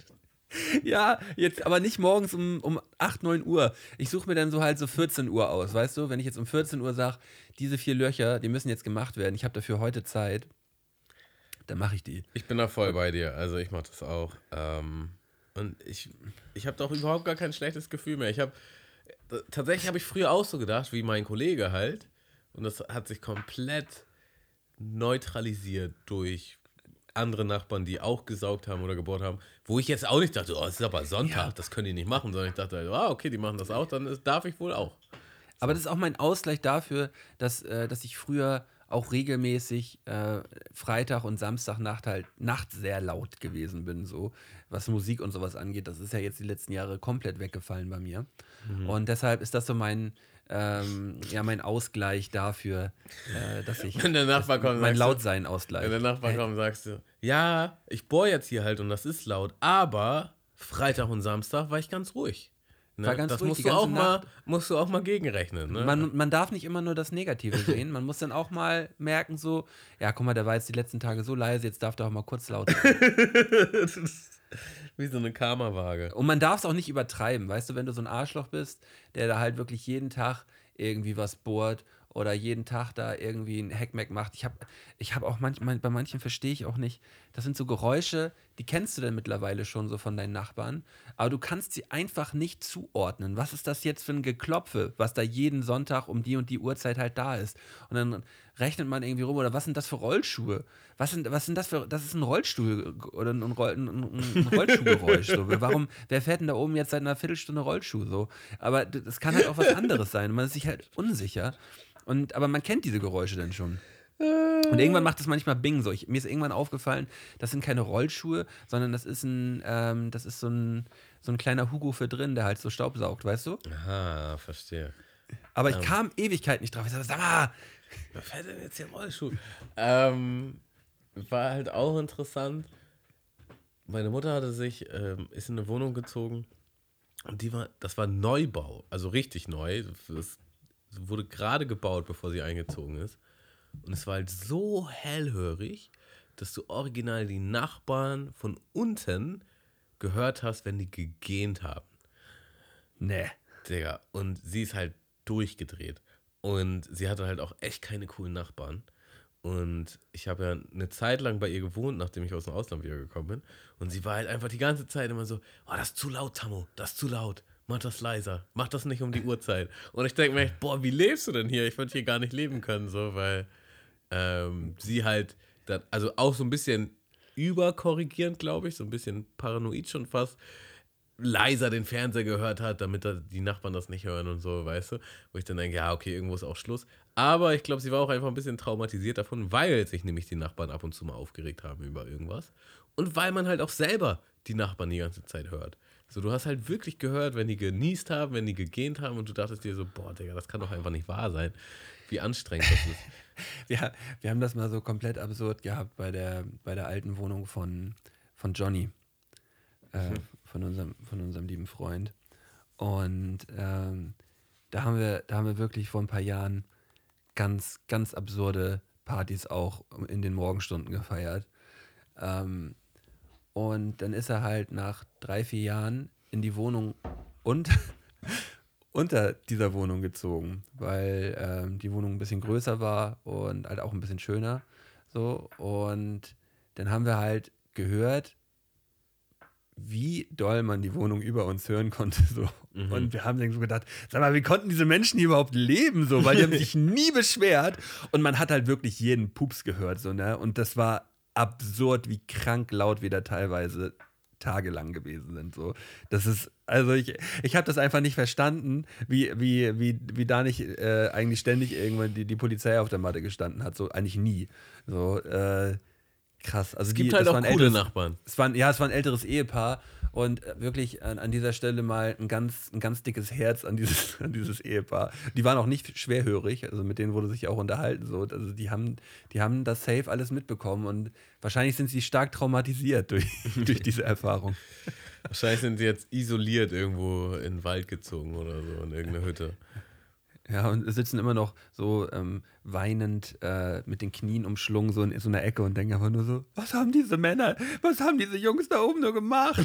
Ja, jetzt aber nicht morgens um 8, 9 Uhr. Ich suche mir dann so halt so 14 Uhr aus, weißt du? Wenn ich jetzt um 14 Uhr sage, diese 4 Löcher, die müssen jetzt gemacht werden, ich habe dafür heute Zeit, dann mache ich die. Ich bin da voll bei dir, also ich mache das auch. Und ich habe da auch überhaupt gar kein schlechtes Gefühl mehr. Tatsächlich habe ich früher auch so gedacht, wie mein Kollege halt. Und das hat sich komplett neutralisiert durch andere Nachbarn, die auch gesaugt haben oder gebohrt haben, wo ich jetzt auch nicht dachte, oh, es ist aber Sonntag, das können die nicht machen, sondern ich dachte halt, okay, die machen das auch, dann darf ich wohl auch. Aber das ist auch mein Ausgleich dafür, dass ich früher auch regelmäßig Freitag und Samstagnacht halt nachts sehr laut gewesen bin, so was Musik und sowas angeht. Das ist ja jetzt die letzten Jahre komplett weggefallen bei mir. Und deshalb ist das so mein Ausgleich dafür, dass ich Wenn der Nachbar kommt, mein Lautsein ausgleicht. Wenn der Nachbar kommt, sagst du, ja, ich bohre jetzt hier halt und das ist laut, aber Freitag und Samstag war ich ganz ruhig. Ne? War ganz das ruhig, musst du auch mal gegenrechnen. Ne? Man darf nicht immer nur das Negative sehen. Man muss dann auch mal merken, so, ja, guck mal, der war jetzt die letzten Tage so leise, jetzt darf der auch mal kurz laut sein. Das ist wie so eine Karma-Waage. Und man darf es auch nicht übertreiben, weißt du, wenn du so ein Arschloch bist, der da halt wirklich jeden Tag irgendwie was bohrt oder jeden Tag da irgendwie ein Hackmack macht. Ich hab auch bei manchen verstehe ich auch nicht. Das sind so Geräusche, die kennst du denn mittlerweile schon so von deinen Nachbarn, aber du kannst sie einfach nicht zuordnen. Was ist das jetzt für ein Geklopfe, was da jeden Sonntag um die und die Uhrzeit halt da ist? Und dann rechnet man irgendwie rum, oder was sind das für Rollschuhe? Was sind das für, das ist ein Rollstuhl oder ein Rollschuhgeräusch. So. Wer fährt denn da oben jetzt seit einer Viertelstunde Rollschuh? So? Aber das kann halt auch was anderes sein. Man ist sich halt unsicher. Aber man kennt diese Geräusche dann schon. Und irgendwann macht es manchmal Bing so. Mir ist irgendwann aufgefallen, das sind keine Rollschuhe, sondern das ist so ein kleiner Hugo für drin, der halt so Staubsaugt, weißt du? Aha, verstehe. Aber ich kam Ewigkeit nicht drauf. Ich sagte, sag mal, Wer fährt denn jetzt hier im Rollschuh? War halt auch interessant. Meine Mutter ist in eine Wohnung gezogen und das war Neubau, also richtig neu. Das wurde gerade gebaut, bevor sie eingezogen ist. Und es war halt so hellhörig, dass du original die Nachbarn von unten gehört hast, wenn die gegähnt haben. nee. Digga, und sie ist halt durchgedreht. Und sie hatte halt auch echt keine coolen Nachbarn. Und ich habe ja eine Zeit lang bei ihr gewohnt, nachdem ich aus dem Ausland wiedergekommen bin. Und sie war halt einfach die ganze Zeit immer so, oh, das ist zu laut, Tammo, das ist zu laut. Mach das leiser, mach das nicht um die Uhrzeit. Und ich denke mir echt, boah, wie lebst du denn hier? Ich würde hier gar nicht leben können, so, weil sie halt, also auch so ein bisschen überkorrigierend, glaube ich, so ein bisschen paranoid schon fast, leiser den Fernseher gehört hat, damit die Nachbarn das nicht hören und so, weißt du? Wo ich dann denke, ja, okay, irgendwo ist auch Schluss. Aber ich glaube, sie war auch einfach ein bisschen traumatisiert davon, weil sich nämlich die Nachbarn ab und zu mal aufgeregt haben über irgendwas. Und weil man halt auch selber die Nachbarn die ganze Zeit hört. So, du hast halt wirklich gehört, wenn die genießt haben, wenn die gegähnt haben und du dachtest dir so, boah, Digga, das kann doch einfach nicht wahr sein, wie anstrengend das ist. Wir haben das mal so komplett absurd gehabt bei der alten Wohnung von Johnny, von unserem lieben Freund. Und da haben wir wirklich vor ein paar Jahren ganz, ganz absurde Partys auch in den Morgenstunden gefeiert. Und dann ist er halt nach 3-4 Jahren in die Wohnung unter dieser Wohnung gezogen, weil die Wohnung ein bisschen größer war und halt auch ein bisschen schöner. So. Und dann haben wir halt gehört, wie doll man die Wohnung über uns hören konnte. So. Und wir haben dann so gedacht, sag mal, wie konnten diese Menschen hier überhaupt leben? So? Weil die haben sich nie beschwert. Und man hat halt wirklich jeden Pups gehört. So, ne? Und das war absurd, wie krank laut wir da teilweise tagelang gewesen sind. So. Das ist, also ich habe das einfach nicht verstanden, wie da nicht eigentlich ständig irgendwann die Polizei auf der Matte gestanden hat. So eigentlich nie. So, krass. Also Es gibt halt auch coole Nachbarn. Es war ein älteres Ehepaar und wirklich an dieser Stelle mal ein ganz dickes Herz an dieses Ehepaar. Die waren auch nicht schwerhörig, also mit denen wurde sich auch unterhalten. So. Also die haben das safe alles mitbekommen und wahrscheinlich sind sie stark traumatisiert durch diese Erfahrung. Wahrscheinlich sind sie jetzt isoliert irgendwo in den Wald gezogen oder so, in irgendeine Hütte. Ja, und sitzen immer noch so weinend mit den Knien umschlungen, so in so einer Ecke und denken einfach nur so, was haben diese Männer, was haben diese Jungs da oben nur gemacht?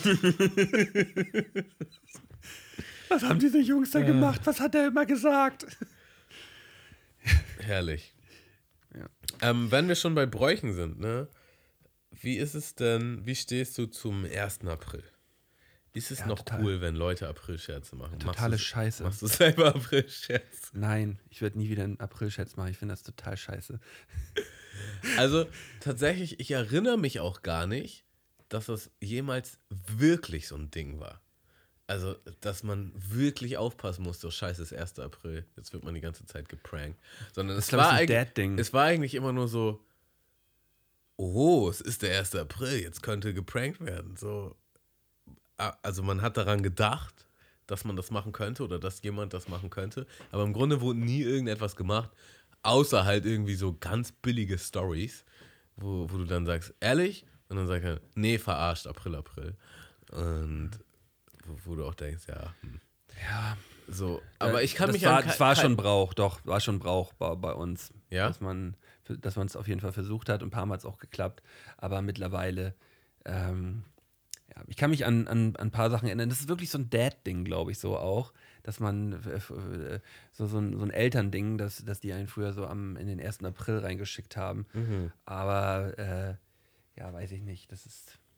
Was haben diese Jungs da gemacht? Was hat er immer gesagt? Herrlich. Ja. Wenn wir schon bei Bräuchen sind, ne? Wie stehst du zum 1. April? Ist es noch total. cool, wenn Leute April-Scherze machen? Totale Scheiße. Machst du selber April-Scherze? Nein, ich werde nie wieder einen April-Scherz machen. Ich finde das total scheiße. Also tatsächlich, ich erinnere mich auch gar nicht, dass das jemals wirklich so ein Ding war. Also, dass man wirklich aufpassen muss, so scheiße, ist 1. April, jetzt wird man die ganze Zeit geprankt. Sondern es war eigentlich immer nur so, oh, es ist der 1. April, jetzt könnte geprankt werden. So. Also man hat daran gedacht, dass man das machen könnte oder dass jemand das machen könnte, aber im Grunde wurde nie irgendetwas gemacht, außer halt irgendwie so ganz billige Stories, wo du dann sagst, ehrlich? Und dann sagt er, nee, verarscht, April. Und wo du auch denkst, ja. Ja. So, aber ich kann das mich das war schon Brauch bei uns. Ja? Dass man es auf jeden Fall versucht hat und ein paar Mal hat es auch geklappt, aber mittlerweile ich kann mich an ein paar Sachen erinnern. Das ist wirklich so ein Dad-Ding, glaube ich, so auch, dass man so ein Elternding, dass die einen früher so in den 1. April reingeschickt haben. Aber weiß ich nicht. Das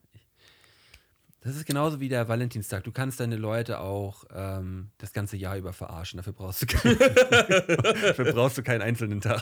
ist genauso wie der Valentinstag. Du kannst deine Leute auch das ganze Jahr über verarschen. Dafür brauchst du keinen einzelnen Tag.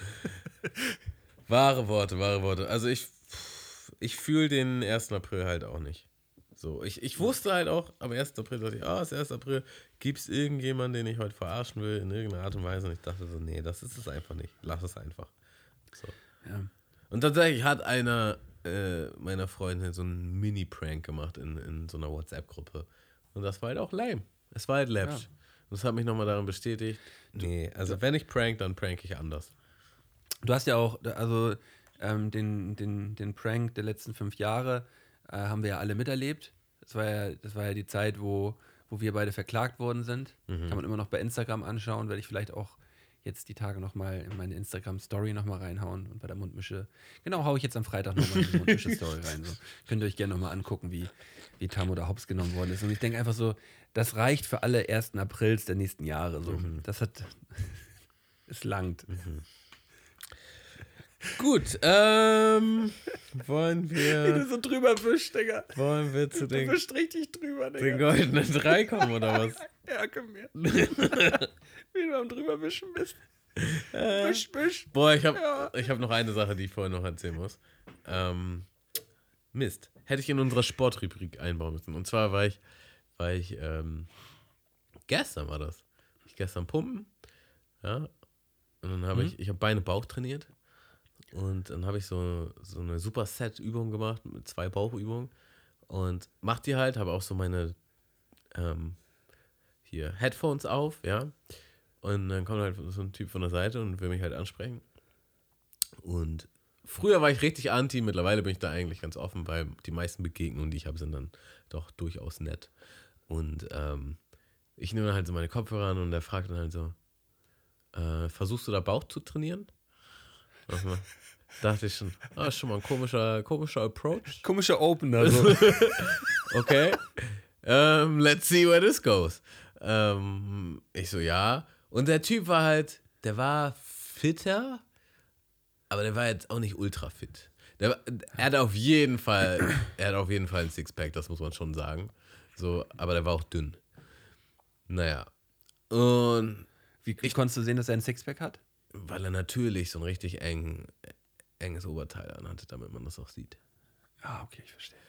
Wahre Worte. Also ich fühle den 1. April halt auch nicht. So, ich wusste halt auch am 1. April, dass es ist 1. April, gibt es irgendjemanden, den ich heute verarschen will, in irgendeiner Art und Weise. Und ich dachte so, nee, das ist es einfach nicht. Lass es einfach. So. Ja. Und tatsächlich hat einer meiner Freunde so einen Mini-Prank gemacht in so einer WhatsApp-Gruppe. Und das war halt auch lame. Es war halt läppisch. Ja. Und das hat mich nochmal darin bestätigt, nee, also wenn ich prank, dann prank ich anders. Du hast ja auch, also den Prank der letzten 5 Jahre haben wir ja alle miterlebt. Das war ja die Zeit, wo wir beide verklagt worden sind. Kann man immer noch bei Instagram anschauen, werde ich vielleicht auch jetzt die Tage nochmal in meine Instagram-Story nochmal reinhauen und bei der Mundmische. Genau, haue ich jetzt am Freitag nochmal in die Mundmische-Story rein. So. Könnt ihr euch gerne nochmal angucken, wie Tamo da hops genommen worden ist. Und ich denke einfach so, das reicht für alle 1. Aprils der nächsten Jahre. So. Es langt. Gut, wollen wir. Wie du so drüber wischst, Digga. Wollen wir zu Du wischst richtig drüber, Digga. den goldenen 3 kommen, oder was? Ja, komm her. Wie du am drüberwischen bist. Wisch. Boah, ich hab noch eine Sache, die ich vorher noch erzählen muss. Mist. Hätte ich in unserer Sportrubrik einbauen müssen. Und zwar war ich gestern war das. Gestern pumpen. Ja. Und dann habe ich habe Beine, Bauch trainiert. Und dann habe ich so eine Superset-Übung gemacht mit 2 Bauchübungen. Und mach die halt, habe auch so meine hier Headphones auf, ja. Und dann kommt halt so ein Typ von der Seite und will mich halt ansprechen. Und früher war ich richtig anti, mittlerweile bin ich da eigentlich ganz offen, weil die meisten Begegnungen, die ich habe, sind dann doch durchaus nett. Und ich nehme dann halt so meine Kopfhörer an und der fragt dann halt so, versuchst du da Bauch zu trainieren? Manchmal dachte ich schon, ist schon mal ein komischer Approach. Komischer Opener. So. Okay, let's see where this goes. Ich so, ja. Und der Typ war halt, der war fitter, aber der war jetzt auch nicht ultra fit. Er hat auf jeden Fall ein Sixpack, das muss man schon sagen. So, aber der war auch dünn. Naja. Und Wie konntest du sehen, dass er ein Sixpack hat? weil er natürlich so ein richtig enges Oberteil anhatte, damit man das auch sieht. Ah, okay, ich verstehe.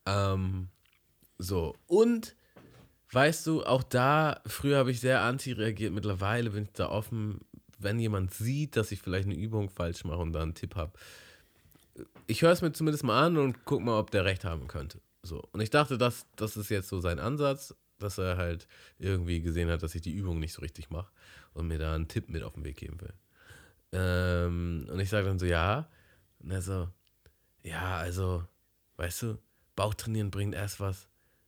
So, und weißt du, auch da, früher habe ich sehr anti reagiert, mittlerweile bin ich da offen, wenn jemand sieht, dass ich vielleicht eine Übung falsch mache und da einen Tipp habe. Ich höre es mir zumindest mal an und guck mal, ob der recht haben könnte. So. Und ich dachte, das ist jetzt so sein Ansatz, dass er halt irgendwie gesehen hat, dass ich die Übung nicht so richtig mache und mir da einen Tipp mit auf den Weg geben will. Und ich sage dann so, ja. Und er so, ja, also, weißt du, Bauchtrainieren bringt erst was.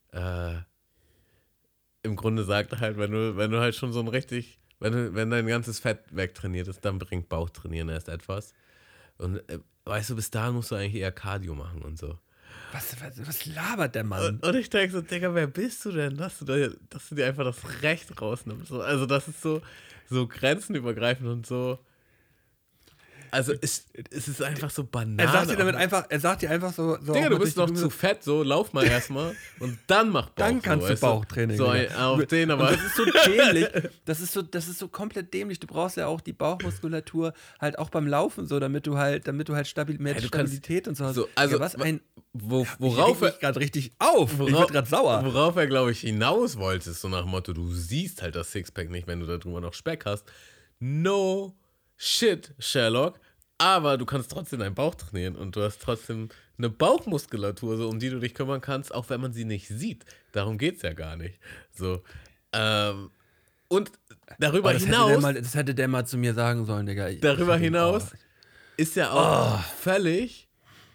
Im Grunde sagt er halt, wenn du halt schon so ein richtig, wenn dein ganzes Fett wegtrainiert ist, dann bringt Bauchtrainieren erst etwas. Und weißt du, bis dahin musst du eigentlich eher Cardio machen und so. Was labert der Mann? Und ich denke so, Digga, wer bist du denn, dass du dir einfach das Recht rausnimmst? So, also das ist so grenzenübergreifend und so. Also es ist einfach so banal. Er sagt dir einfach so Digga, du bist noch zu fett, so lauf mal erstmal und dann mach Bauch. Dann kannst du Bauchtraining. So auf den, aber das ist so dämlich. Das ist so komplett dämlich. Du brauchst ja auch die Bauchmuskulatur halt auch beim Laufen so, damit du halt Stabilität und so hast. So, also ja, worauf er gerade richtig auf. Ich bin gerade sauer. Worauf er, glaube ich, hinaus wollte, ist so nach dem Motto, du siehst halt das Sixpack nicht, wenn du da drüber noch Speck hast. No shit, Sherlock. Aber du kannst trotzdem deinen Bauch trainieren und du hast trotzdem eine Bauchmuskulatur, so, um die du dich kümmern kannst, auch wenn man sie nicht sieht. Darum geht es ja gar nicht. So, und darüber hinaus... Das hätte der mal zu mir sagen sollen, Digga. Darüber hinaus ist ja auch völlig...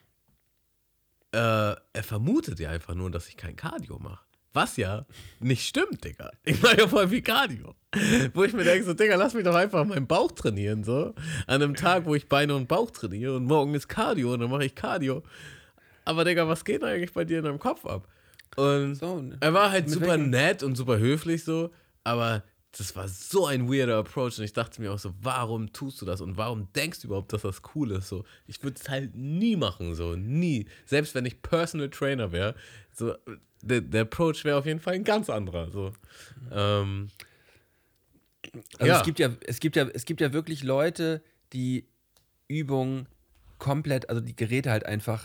er vermutet ja einfach nur, dass ich kein Cardio mache. Was ja nicht stimmt, Digga. Ich mache ja voll viel Cardio. Wo ich mir denke, so, Digga, lass mich doch einfach meinen Bauch trainieren, so. An einem Tag, wo ich Beine und Bauch trainiere und morgen ist Cardio und dann mache ich Cardio. Aber, Digga, was geht eigentlich bei dir in deinem Kopf ab? Und so, er war halt super nett und super höflich so, aber das war so ein weirder Approach und ich dachte mir auch so, warum tust du das und warum denkst du überhaupt, dass das cool ist? So, ich würde es halt nie machen, so, nie. Selbst wenn ich Personal Trainer wäre, so, der Approach wäre auf jeden Fall ein ganz anderer, so. Also ja. es gibt ja wirklich Leute, die Übungen komplett, also die Geräte halt einfach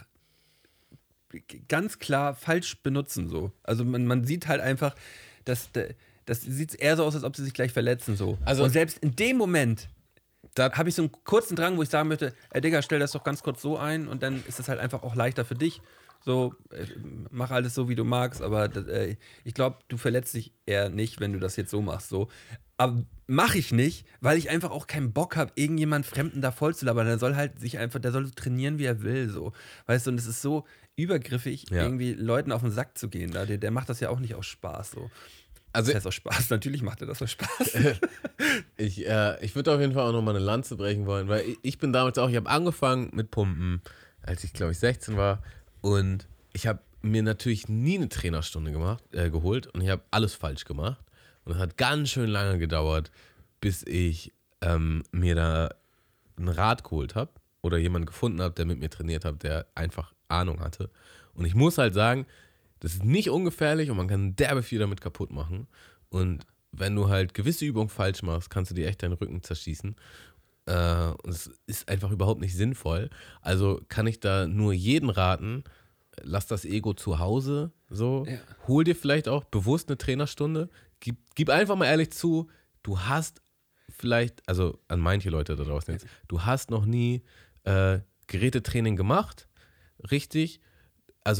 ganz klar falsch benutzen, so. Also man sieht halt einfach, das sieht eher so aus, als ob sie sich gleich verletzen, so. Also, und selbst in dem Moment habe ich so einen kurzen Drang, wo ich sagen möchte, Digga, stell das doch ganz kurz so ein und dann ist das halt einfach auch leichter für dich. So, mach alles so, wie du magst, aber ich glaube, du verletzt dich eher nicht, wenn du das jetzt so machst, so. Aber mache ich nicht, weil ich einfach auch keinen Bock habe, irgendjemand Fremden da voll zu labern. Der soll trainieren, wie er will, so. Weißt du, und es ist so übergriffig, irgendwie Leuten auf den Sack zu gehen. Der macht das ja auch nicht aus Spaß, so. Also, das heißt aus Spaß, natürlich macht er das aus Spaß. Ich würde auf jeden Fall auch nochmal eine Lanze brechen wollen, weil ich bin damals auch, ich habe angefangen mit Pumpen, als ich, glaube ich, 16 war. Und ich habe mir natürlich nie eine Trainerstunde geholt und ich habe alles falsch gemacht. Und es hat ganz schön lange gedauert, bis ich mir da einen Rat geholt habe oder jemanden gefunden habe, der mit mir trainiert hat, der einfach Ahnung hatte. Und ich muss halt sagen, das ist nicht ungefährlich und man kann derbe viel damit kaputt machen. Und wenn du halt gewisse Übungen falsch machst, kannst du dir echt deinen Rücken zerschießen. Und es ist einfach überhaupt nicht sinnvoll. Also kann ich da nur jeden raten, lass das Ego zu Hause, so. Ja. Hol dir vielleicht auch bewusst eine Trainerstunde. Gib einfach mal ehrlich zu, du hast vielleicht, also an manche Leute da draußen jetzt, du hast noch nie Gerätetraining gemacht, richtig. Also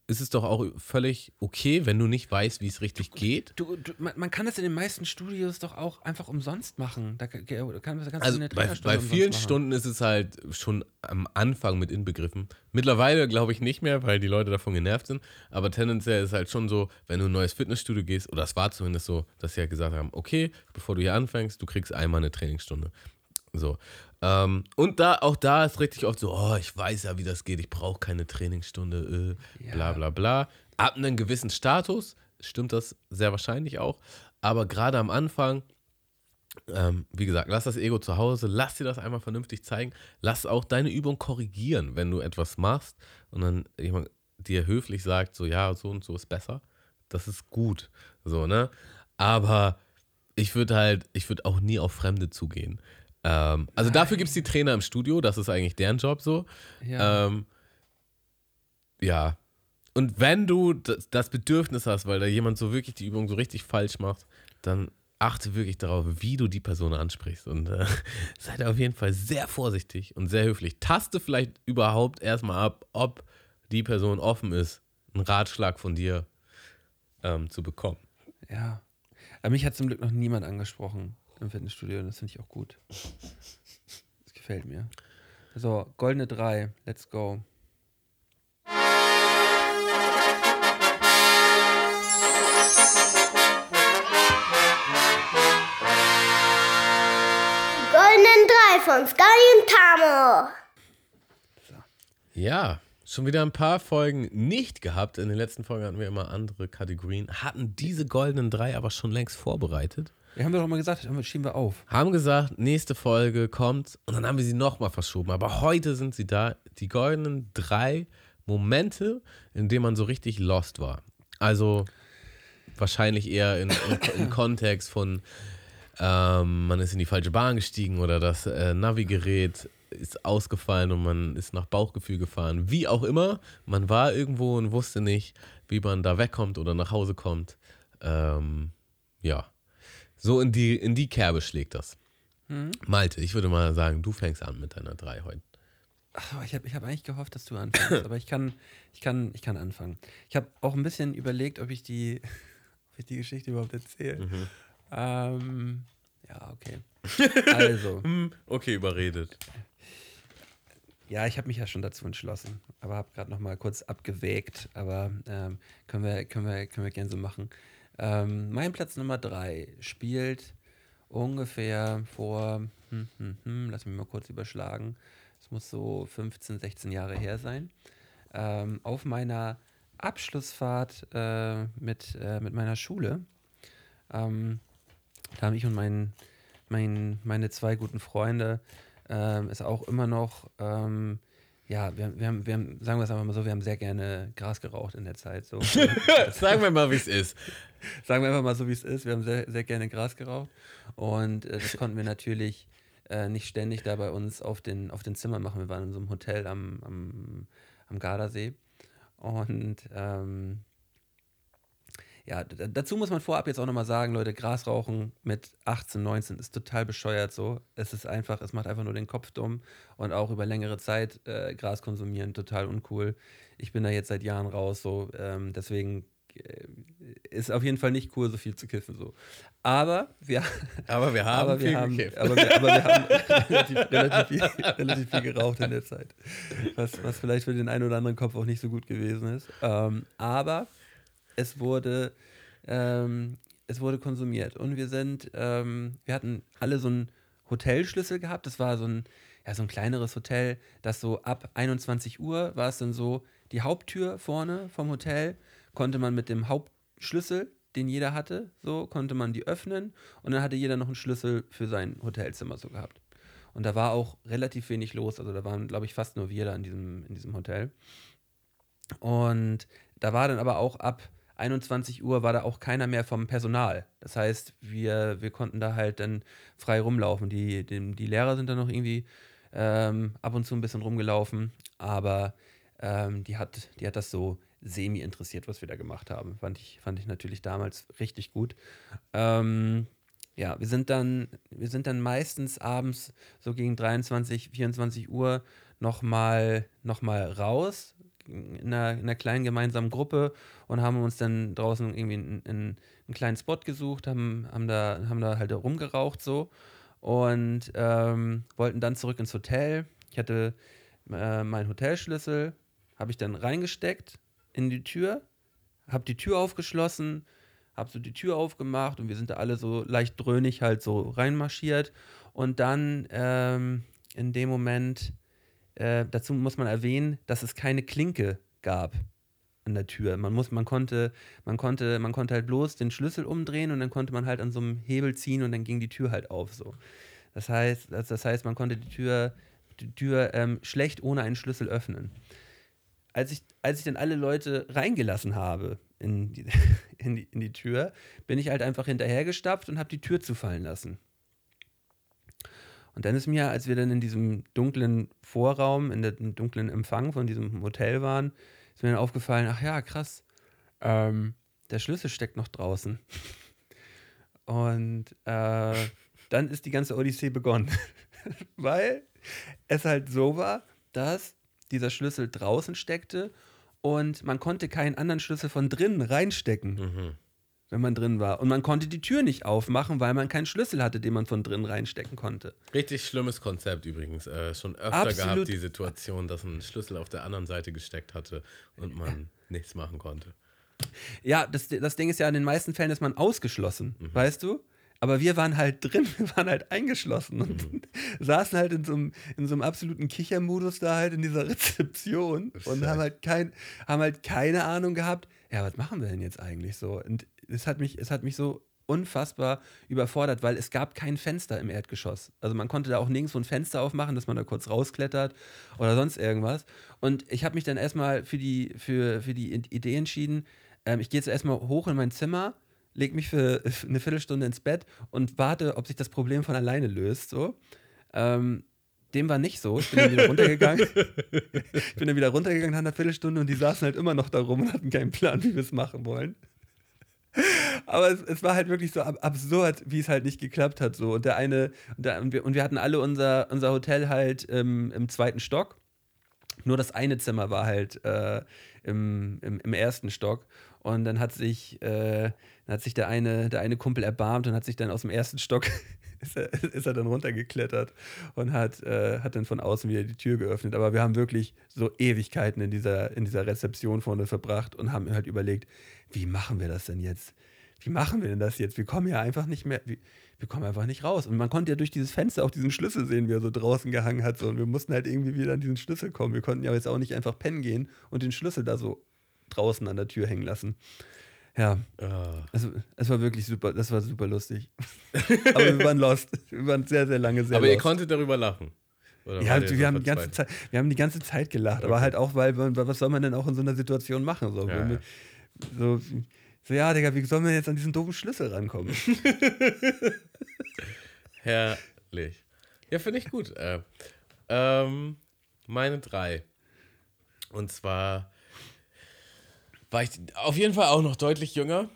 ist es doch auch völlig okay, wenn du nicht weißt, wie es richtig geht. Man kann das in den meisten Studios doch auch einfach umsonst machen. Kannst du Also eine bei Trainerstunde vielen umsonst machen. Stunden ist es halt schon am Anfang mit inbegriffen. Mittlerweile glaube ich nicht mehr, weil die Leute davon genervt sind. Aber tendenziell ist es halt schon so, wenn du in ein neues Fitnessstudio gehst, oder es war zumindest so, dass sie ja gesagt haben, okay, bevor du hier anfängst, du kriegst einmal eine Trainingsstunde. So. Und auch da ist richtig oft so, oh, ich weiß ja, wie das geht, ich brauche keine Trainingsstunde, bla bla bla. Ab einem gewissen Status stimmt das sehr wahrscheinlich auch. Aber gerade am Anfang, wie gesagt, lass das Ego zu Hause, lass dir das einmal vernünftig zeigen, lass auch deine Übung korrigieren, wenn du etwas machst und dann jemand dir höflich sagt, so ja, so und so ist besser. Das ist gut. So, ne? Aber ich würde auch nie auf Fremde zugehen. Also dafür gibt es die Trainer im Studio, das ist eigentlich deren Job so. Ja. Ja. Und wenn du das Bedürfnis hast, weil da jemand so wirklich die Übung so richtig falsch macht, dann achte wirklich darauf, wie du die Person ansprichst. Und seid auf jeden Fall sehr vorsichtig und sehr höflich. Taste vielleicht überhaupt erstmal ab, ob die Person offen ist, einen Ratschlag von dir zu bekommen. Ja. Aber mich hat zum Glück noch niemand angesprochen im Fitnessstudio und das finde ich auch gut. Das gefällt mir. So, goldene 3, let's go. Goldenen 3 von Sky und Tamo. Ja, schon wieder ein paar Folgen nicht gehabt. In den letzten Folgen hatten wir immer andere Kategorien. Hatten diese goldenen 3 aber schon längst vorbereitet. Ja, haben wir doch mal gesagt, schieben wir auf. Haben gesagt, nächste Folge kommt und dann haben wir sie nochmal verschoben. Aber heute sind sie da, die goldenen 3 Momente, in denen man so richtig lost war. Also wahrscheinlich eher im Kontext von man ist in die falsche Bahn gestiegen oder das Navigerät ist ausgefallen und man ist nach Bauchgefühl gefahren. Wie auch immer, man war irgendwo und wusste nicht, wie man da wegkommt oder nach Hause kommt. Ja, so in die Kerbe schlägt das. Malte, ich würde mal sagen, du fängst an mit deiner 3 heute. Ach, ich hab eigentlich gehofft, dass du anfängst, aber ich kann anfangen. Ich habe auch ein bisschen überlegt, ob ich die Geschichte überhaupt erzähle. Ja, okay. Also, Okay, überredet. ja, ich habe mich ja schon dazu entschlossen, aber habe gerade noch mal kurz abgewägt, aber können wir gerne so machen. Mein Platz Nummer 3 spielt ungefähr vor, lass mich mal kurz überschlagen, es muss so 15, 16 Jahre her sein, auf meiner Abschlussfahrt mit meiner Schule. Da haben ich und meine 2 guten Freunde ist auch immer noch, ja, wir haben, sagen wir es einfach mal so, wir haben sehr gerne Gras geraucht in der Zeit. So. Sagen wir mal, wie es ist. Sagen wir einfach mal so, wie es ist. Wir haben sehr, sehr gerne Gras geraucht und das konnten wir natürlich nicht ständig da bei uns auf den Zimmern machen. Wir waren in so einem Hotel am Gardasee und ja, dazu muss man vorab jetzt auch nochmal sagen, Leute, Gras rauchen mit 18, 19 ist total bescheuert so. Es macht einfach nur den Kopf dumm und auch über längere Zeit Gras konsumieren, total uncool. Ich bin da jetzt seit Jahren raus, so, deswegen ist auf jeden Fall nicht cool, so viel zu kiffen, so. Aber wir haben gekifft. wir haben relativ viel geraucht in der Zeit. Was vielleicht für den einen oder anderen Kopf auch nicht so gut gewesen ist. Aber es wurde konsumiert und wir hatten alle so einen Hotelschlüssel gehabt. Das war so ein kleineres Hotel, das so ab 21 Uhr war es dann so, die Haupttür vorne vom Hotel konnte man mit dem Hauptschlüssel, den jeder hatte, so konnte man die öffnen und dann hatte jeder noch einen Schlüssel für sein Hotelzimmer so gehabt. Und da war auch relativ wenig los, also da waren, glaube ich, fast nur wir da in diesem Hotel. Und da war dann aber auch ab 21 Uhr war da auch keiner mehr vom Personal. Das heißt, wir konnten da halt dann frei rumlaufen. Die Lehrer sind dann noch irgendwie ab und zu ein bisschen rumgelaufen, aber die hat das so semi interessiert, was wir da gemacht haben. Fand ich natürlich damals richtig gut. Ja, wir sind dann meistens abends so gegen 23, 24 Uhr noch mal raus in einer kleinen gemeinsamen Gruppe und haben uns dann draußen irgendwie einen kleinen Spot gesucht, haben da halt rumgeraucht so und wollten dann zurück ins Hotel. Ich hatte meinen Hotelschlüssel, habe ich dann reingesteckt in die Tür, habe die Tür aufgeschlossen, habe so die Tür aufgemacht und wir sind da alle so leicht dröhnig halt so reinmarschiert und dann in dem Moment, dazu muss man erwähnen, dass es keine Klinke gab an der Tür. Man konnte halt bloß den Schlüssel umdrehen und dann konnte man halt an so einem Hebel ziehen und dann ging die Tür halt auf so. Das heißt, man konnte die Tür schlecht ohne einen Schlüssel öffnen. Als ich dann alle Leute reingelassen habe in die Tür, bin ich halt einfach hinterhergestapft und habe die Tür zufallen lassen. Und dann ist mir, als wir dann in diesem dunklen Vorraum, im dunklen Empfang von diesem Hotel waren, ist mir dann aufgefallen, ach ja, krass, der Schlüssel steckt noch draußen. Und dann ist die ganze Odyssee begonnen. Weil es halt so war, dass dieser Schlüssel draußen steckte und man konnte keinen anderen Schlüssel von drinnen reinstecken, wenn man drin war. Und man konnte die Tür nicht aufmachen, weil man keinen Schlüssel hatte, den man von drinnen reinstecken konnte. Richtig schlimmes Konzept übrigens. Schon öfter gehabt, die Situation, dass ein Schlüssel auf der anderen Seite gesteckt hatte und man nichts machen konnte. Ja, das Ding ist ja, in den meisten Fällen ist man ausgeschlossen, weißt du? Aber wir waren halt drin, wir waren halt eingeschlossen und saßen halt in so einem absoluten Kichermodus da halt in dieser Rezeption und haben halt keine Ahnung gehabt, ja, was machen wir denn jetzt eigentlich so? Und es hat mich so unfassbar überfordert, weil es gab kein Fenster im Erdgeschoss. Also man konnte da auch nirgendwo ein Fenster aufmachen, dass man da kurz rausklettert oder sonst irgendwas. Und ich habe mich dann erstmal für die Idee entschieden, ich gehe jetzt erstmal hoch in mein Zimmer, leg mich für eine Viertelstunde ins Bett und warte, ob sich das Problem von alleine löst. So. Dem war nicht so. Ich bin dann wieder runtergegangen. Nach einer Viertelstunde und die saßen halt immer noch da rum und hatten keinen Plan, wie wir es machen wollen. Aber es war halt wirklich so absurd, wie es halt nicht geklappt hat. So. Und wir hatten alle unser Hotel halt im 2. Stock. Nur das eine Zimmer war halt im 1. Stock. Und dann hat sich der eine Kumpel erbarmt und hat sich dann aus dem 1. Stock ist er dann runtergeklettert und hat dann von außen wieder die Tür geöffnet. Aber wir haben wirklich so Ewigkeiten in dieser Rezeption vorne verbracht und haben halt überlegt, wie machen wir das denn jetzt? Wie machen wir denn das jetzt? Wir kommen ja einfach nicht mehr, wir kommen einfach nicht raus. Und man konnte ja durch dieses Fenster auch diesen Schlüssel sehen, wie er so draußen gehangen hat. So. Und wir mussten halt irgendwie wieder an diesen Schlüssel kommen. Wir konnten ja jetzt auch nicht einfach pennen gehen und den Schlüssel da so draußen an der Tür hängen lassen. Ja, es war wirklich super, das war super lustig. Aber wir waren lost. Wir waren sehr, sehr lange sehr Aber lost. ihr konntet darüber lachen? Oder ja, wir haben die ganze Zeit gelacht. Okay. Aber halt auch, weil, was soll man denn auch in so einer Situation machen? So, ja. So, ja, Digga, wie soll man jetzt an diesen doofen Schlüssel rankommen? Herrlich. Ja, finde ich gut. Meine 3. Und zwar war ich auf jeden Fall auch noch deutlich jünger.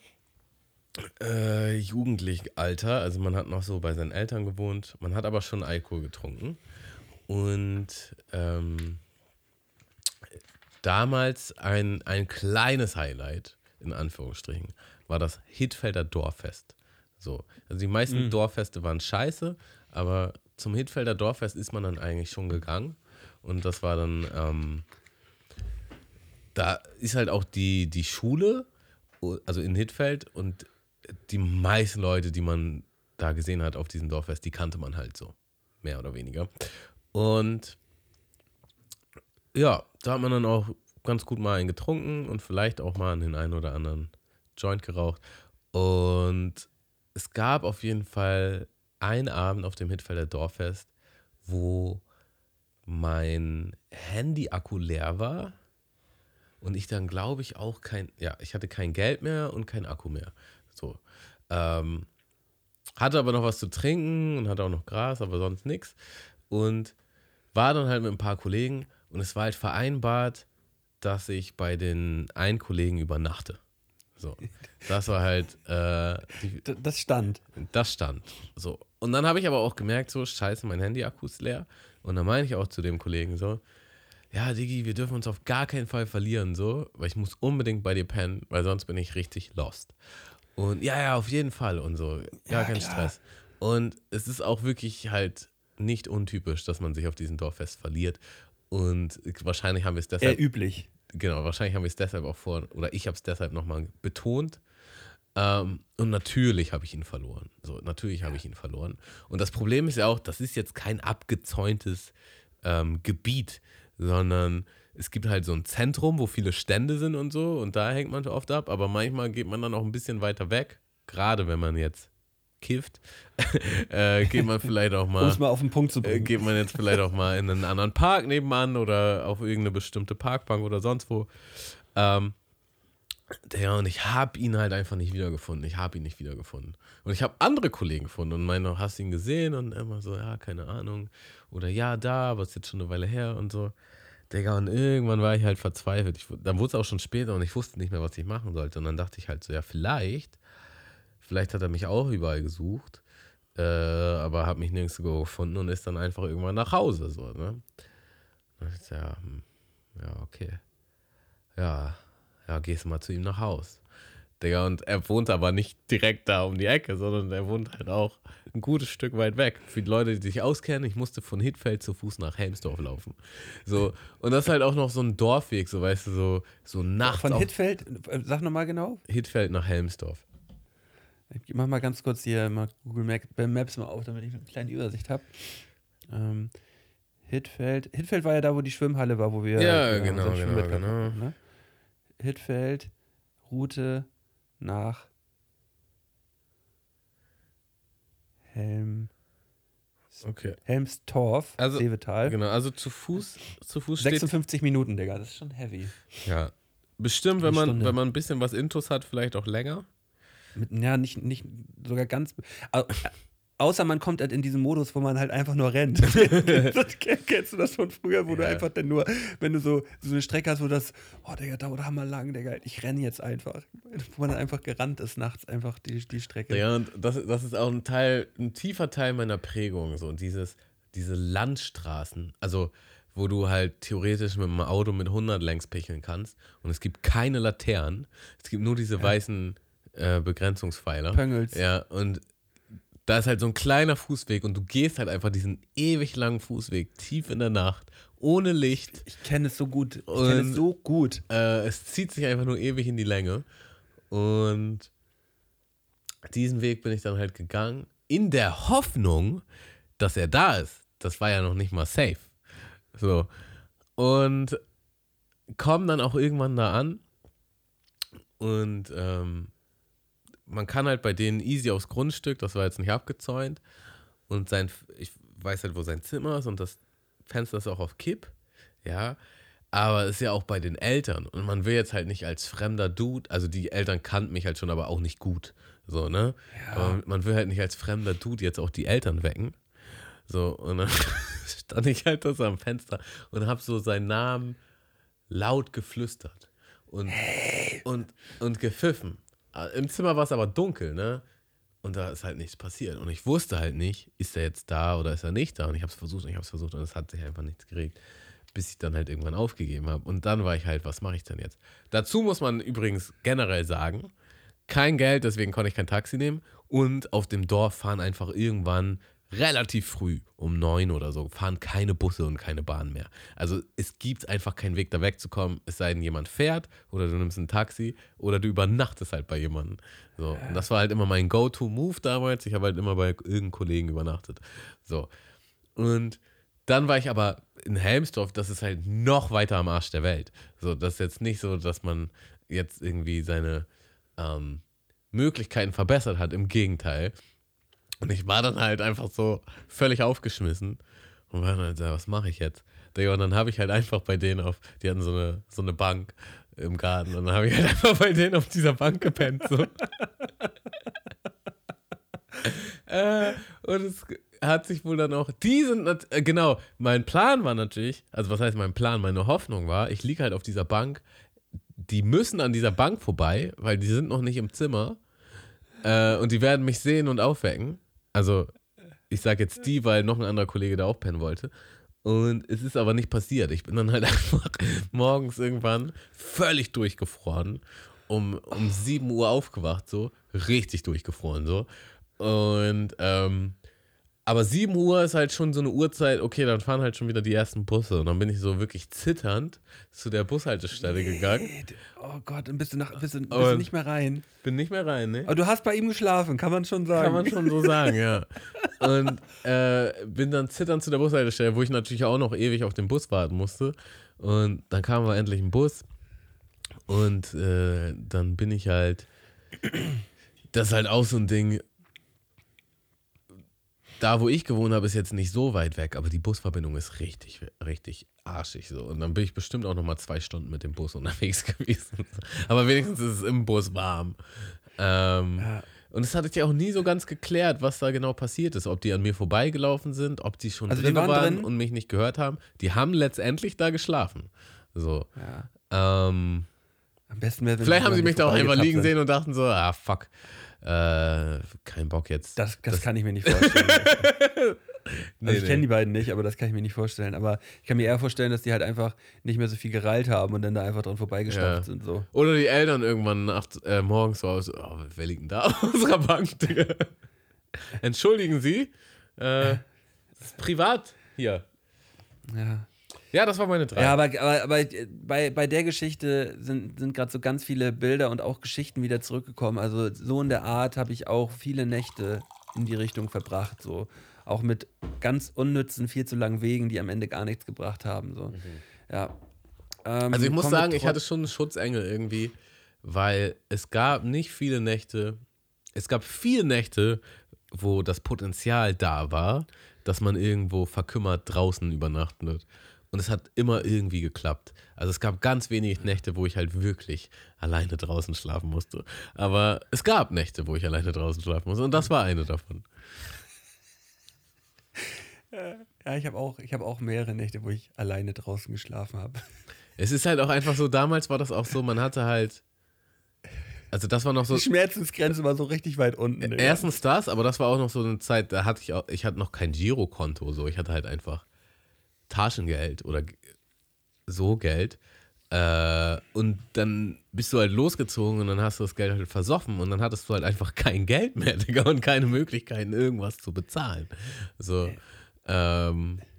Jugendlich Alter. Also man hat noch so bei seinen Eltern gewohnt. Man hat aber schon Alkohol getrunken. Und damals ein kleines Highlight, in Anführungsstrichen, war das Hittfelder Dorffest. So. Also die meisten Dorffeste waren scheiße, aber zum Hittfelder Dorffest ist man dann eigentlich schon gegangen. Und das war dann, da ist halt auch die Schule, also in Hittfeld, und die meisten Leute, die man da gesehen hat auf diesem Dorffest, die kannte man halt so, mehr oder weniger. Und ja, da hat man dann auch ganz gut mal einen getrunken und vielleicht auch mal den einen oder anderen Joint geraucht. Und es gab auf jeden Fall einen Abend auf dem Hittfelder Dorffest, wo mein Handy-Akku leer war und ich dann, glaube ich, auch ich hatte kein Geld mehr und kein Akku mehr. So. Hatte aber noch was zu trinken und hatte auch noch Gras, aber sonst nichts. Und war dann halt mit ein paar Kollegen und es war halt vereinbart, dass ich bei den einen Kollegen übernachte. So, das war halt das stand. So. Und dann habe ich aber auch gemerkt, so, scheiße, mein Handy-Akku ist leer. Und dann meine ich auch zu dem Kollegen so, ja, Diggi, wir dürfen uns auf gar keinen Fall verlieren, so, weil ich muss unbedingt bei dir pennen, weil sonst bin ich richtig lost. Und ja, auf jeden Fall und so, gar kein Stress. Und es ist auch wirklich halt nicht untypisch, dass man sich auf diesem Dorffest verliert. Und wahrscheinlich haben wir es deshalb. Üblich. Genau, wahrscheinlich haben wir es deshalb auch oder ich habe es deshalb nochmal betont. Und natürlich habe ich ihn verloren. So, natürlich habe ich ihn verloren. Und das Problem ist ja auch, das ist jetzt kein abgezäuntes Gebiet, sondern es gibt halt so ein Zentrum, wo viele Stände sind und so. Und da hängt man oft ab. Aber manchmal geht man dann auch ein bisschen weiter weg. Gerade wenn man jetzt kifft, geht man vielleicht auch mal. Um es mal auf den Punkt zu bringen. Geht man jetzt vielleicht auch mal in einen anderen Park nebenan oder auf irgendeine bestimmte Parkbank oder sonst wo. Und ich habe ihn halt einfach nicht wiedergefunden. Und ich habe andere Kollegen gefunden und meine, hast du ihn gesehen? Und immer so, ja, keine Ahnung. Oder ja, da, aber es ist jetzt schon eine Weile her und so. Digga, und irgendwann war ich halt verzweifelt. Dann wurde es auch schon später und ich wusste nicht mehr, was ich machen sollte. Und dann dachte ich halt so, ja, vielleicht hat er mich auch überall gesucht, aber hat mich nirgendwo gefunden und ist dann einfach irgendwann nach Hause. So, ne? Und ich so, ja, okay. Ja, gehst du mal zu ihm nach Haus. Digga, und er wohnt aber nicht direkt da um die Ecke, sondern er wohnt halt auch ein gutes Stück weit weg. Für die Leute, die sich auskennen, ich musste von Hittfeld zu Fuß nach Helmsdorf laufen. So, und das ist halt auch noch so ein Dorfweg, so weißt du, so nachts. Von Hittfeld, sag nochmal genau. Hittfeld nach Helmsdorf. Ich mach mal ganz kurz hier mal Google Maps mal auf, damit ich eine kleine Übersicht habe. Hittfeld war ja da, wo die Schwimmhalle war, wo wir genau. hatten, ne? Hittfeld, Route nach Helmstorf, also, Seevetal. Genau, also zu Fuß 56 Minuten, Digga, das ist schon heavy. Ja, bestimmt, wenn man ein bisschen was Intus hat, vielleicht auch länger. Nicht sogar ganz. Außer man kommt halt in diesen Modus, wo man halt einfach nur rennt. Kennst du das von früher, wo du einfach dann nur, wenn du so eine Strecke hast, wo das, oh Digga, dauert hammer lang, Digga, ich renne jetzt einfach. Wo man dann einfach gerannt ist nachts, einfach die Strecke. Ja, und das ist auch ein tiefer Teil meiner Prägung, so diese Landstraßen, also wo du halt theoretisch mit einem Auto mit 100 längs picheln kannst und es gibt keine Laternen, es gibt nur diese weißen Begrenzungspfeiler. Pöngels. Ja, und da ist halt so ein kleiner Fußweg und du gehst halt einfach diesen ewig langen Fußweg tief in der Nacht, ohne Licht. Ich kenne es so gut. Es zieht sich einfach nur ewig in die Länge. Und diesen Weg bin ich dann halt gegangen, in der Hoffnung, dass er da ist. Das war ja noch nicht mal safe. So. Und komm dann auch irgendwann da an und man kann halt bei denen easy aufs Grundstück, das war jetzt nicht abgezäunt. Und ich weiß halt, wo sein Zimmer ist und das Fenster ist auch auf Kipp. Ja, aber es ist ja auch bei den Eltern. Und man will jetzt halt nicht als fremder Dude, also die Eltern kannten mich halt schon, aber auch nicht gut. So, ne? Ja. Aber man will halt nicht als fremder Dude jetzt auch die Eltern wecken. So, und dann stand ich halt da so am Fenster und hab so seinen Namen laut geflüstert. Und gepfiffen. Im Zimmer war es aber dunkel, ne? Und da ist halt nichts passiert. Und ich wusste halt nicht, ist er jetzt da oder ist er nicht da? Und ich habe es versucht und es hat sich einfach nichts geregt, bis ich dann halt irgendwann aufgegeben habe. Und dann war ich halt, was mache ich denn jetzt? Dazu muss man übrigens generell sagen, kein Geld, deswegen konnte ich kein Taxi nehmen. Und auf dem Dorf fahren einfach irgendwann relativ früh, um 9 oder so, fahren keine Busse und keine Bahn mehr. Also es gibt einfach keinen Weg, da wegzukommen, es sei denn, jemand fährt oder du nimmst ein Taxi oder du übernachtest halt bei jemandem. So. Und das war halt immer mein Go-To-Move damals. Ich habe halt immer bei irgendeinem Kollegen übernachtet. So. Und dann war ich aber in Helmsdorf, das ist halt noch weiter am Arsch der Welt. So, das ist jetzt nicht so, dass man jetzt irgendwie seine Möglichkeiten verbessert hat, im Gegenteil. Und ich war dann halt einfach so völlig aufgeschmissen und war dann halt, was mache ich jetzt? Und dann habe ich halt einfach bei denen die hatten so eine Bank im Garten und dann habe ich halt einfach bei denen auf dieser Bank gepennt. So. Und es hat sich wohl dann auch, genau, mein Plan war natürlich, also was heißt mein Plan, meine Hoffnung war, ich liege halt auf dieser Bank, die müssen an dieser Bank vorbei, weil die sind noch nicht im Zimmer und die werden mich sehen und aufwecken. Also, ich sage jetzt die, weil noch ein anderer Kollege da auch pennen wollte. Und es ist aber nicht passiert. Ich bin dann halt einfach morgens irgendwann völlig durchgefroren, um 7 Uhr aufgewacht, so, richtig durchgefroren, so. Und, aber 7 Uhr ist halt schon so eine Uhrzeit, okay, dann fahren halt schon wieder die ersten Busse. Und dann bin ich so wirklich zitternd zu der Bushaltestelle gegangen. Oh Gott, dann bist du nicht mehr rein. Bin nicht mehr rein, ne? Aber du hast bei ihm geschlafen, kann man schon sagen. Kann man schon so sagen, ja. Und bin dann zitternd zu der Bushaltestelle, wo ich natürlich auch noch ewig auf den Bus warten musste. Und dann kam aber endlich ein Bus. Und dann bin ich halt, das ist halt auch so ein Ding, da wo ich gewohnt habe, ist jetzt nicht so weit weg, aber die Busverbindung ist richtig, richtig arschig so. Und dann bin ich bestimmt auch nochmal 2 Stunden mit dem Bus unterwegs gewesen. Aber wenigstens ist es im Bus warm. Und es hatte ja auch nie so ganz geklärt, was da genau passiert ist. Ob die an mir vorbeigelaufen sind, ob die schon drin waren und mich nicht gehört haben. Die haben letztendlich da geschlafen. So. Ja. Am besten wäre, vielleicht haben sie mich da auch einfach liegen sehen und dachten so, fuck. Kein Bock jetzt. Das kann ich mir nicht vorstellen. Ich kenne die beiden nicht, aber das kann ich mir nicht vorstellen. Aber ich kann mir eher vorstellen, dass die halt einfach nicht mehr so viel gereilt haben und dann da einfach dran vorbeigestapft sind. So. Oder die Eltern irgendwann morgens so aus, wer liegt denn da auf unserer Bank, Digga? Entschuldigen Sie, das ist privat hier. Ja. Ja, das war meine 3. Ja, aber bei der Geschichte sind gerade so ganz viele Bilder und auch Geschichten wieder zurückgekommen. Also so in der Art habe ich auch viele Nächte in die Richtung verbracht. So. Auch mit ganz unnützen, viel zu langen Wegen, die am Ende gar nichts gebracht haben. So. Ja. Also ich muss sagen, ich hatte schon einen Schutzengel irgendwie, weil es gab nicht viele Nächte, es gab 4 Nächte, wo das Potenzial da war, dass man irgendwo verkümmert draußen übernachtet. Und es hat immer irgendwie geklappt. Also es gab ganz wenige Nächte, wo ich halt wirklich alleine draußen schlafen musste. Aber es gab Nächte, wo ich alleine draußen schlafen musste. Und das war eine davon. Ja, ich habe auch mehrere Nächte, wo ich alleine draußen geschlafen habe. Es ist halt auch einfach so, damals war das auch so, man hatte halt, also das war noch so. Die Schmerzensgrenze war so richtig weit unten. Erstens das, aber das war auch noch so eine Zeit, da hatte ich hatte noch kein Girokonto, so. Ich hatte halt einfach Taschengeld oder so Geld. Und dann bist du halt losgezogen und dann hast du das Geld halt versoffen und dann hattest du halt einfach kein Geld mehr, Digga, und keine Möglichkeiten, irgendwas zu bezahlen. So, ja.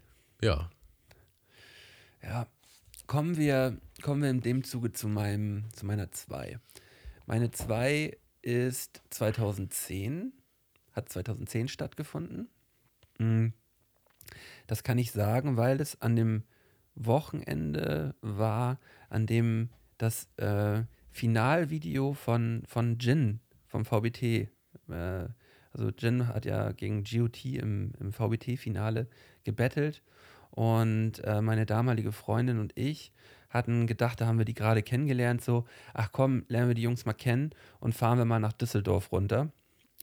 Ja, kommen wir in dem Zuge zu meiner 2. Meine 2 ist 2010, hat 2010 stattgefunden. Das kann ich sagen, weil es an dem Wochenende war, an dem das Finalvideo von Jin vom VBT, also Jin hat ja gegen GOT im VBT-Finale gebettelt und meine damalige Freundin und ich hatten gedacht, da haben wir die gerade kennengelernt, so, ach komm, lernen wir die Jungs mal kennen und fahren wir mal nach Düsseldorf runter,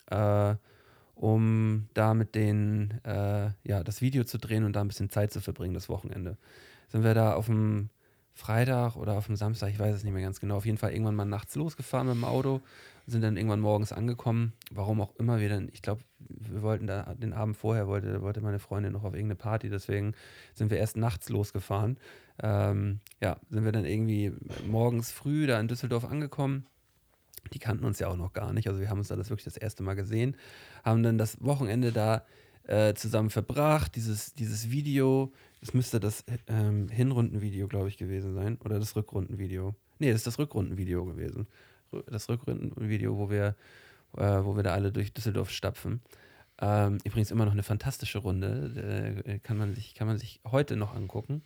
um da mit denen das Video zu drehen und da ein bisschen Zeit zu verbringen, das Wochenende. Sind wir da auf dem Freitag oder auf dem Samstag, ich weiß es nicht mehr ganz genau, auf jeden Fall irgendwann mal nachts losgefahren mit dem Auto, sind dann irgendwann morgens angekommen, warum auch immer wir dann, ich glaube, wir wollten da den Abend vorher, wollte meine Freundin noch auf irgendeine Party, deswegen sind wir erst nachts losgefahren. Sind wir dann irgendwie morgens früh da in Düsseldorf angekommen. Die kannten uns ja auch noch gar nicht, also wir haben uns da das wirklich das erste Mal gesehen, haben dann das Wochenende da zusammen verbracht, dieses Video, das müsste das Hinrundenvideo, glaube ich, gewesen sein, oder das Rückrundenvideo. Nee, das ist das Rückrundenvideo gewesen. Das Rückrundenvideo, wo wir da alle durch Düsseldorf stapfen. Übrigens immer noch eine fantastische Runde, kann man sich heute noch angucken.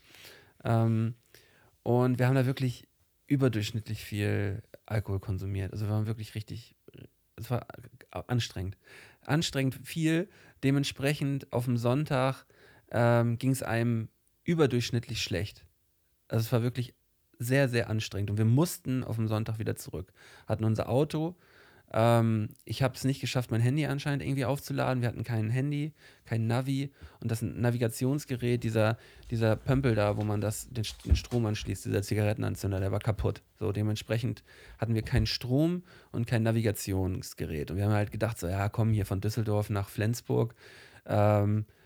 Und wir haben da wirklich überdurchschnittlich viel Alkohol konsumiert. Also wir waren wirklich es war anstrengend. Anstrengend viel. Dementsprechend auf dem Sonntag ging es einem überdurchschnittlich schlecht. Also es war wirklich sehr, sehr anstrengend. Und wir mussten auf dem Sonntag wieder zurück. Hatten unser Auto. Ich habe es nicht geschafft, mein Handy anscheinend irgendwie aufzuladen. Wir hatten kein Handy, kein Navi. Und das Navigationsgerät, dieser Pömpel da, wo man den Strom anschließt, dieser Zigarettenanzünder, der war kaputt. So, dementsprechend hatten wir keinen Strom und kein Navigationsgerät. Und wir haben halt gedacht, so, ja, komm, hier von Düsseldorf nach Flensburg.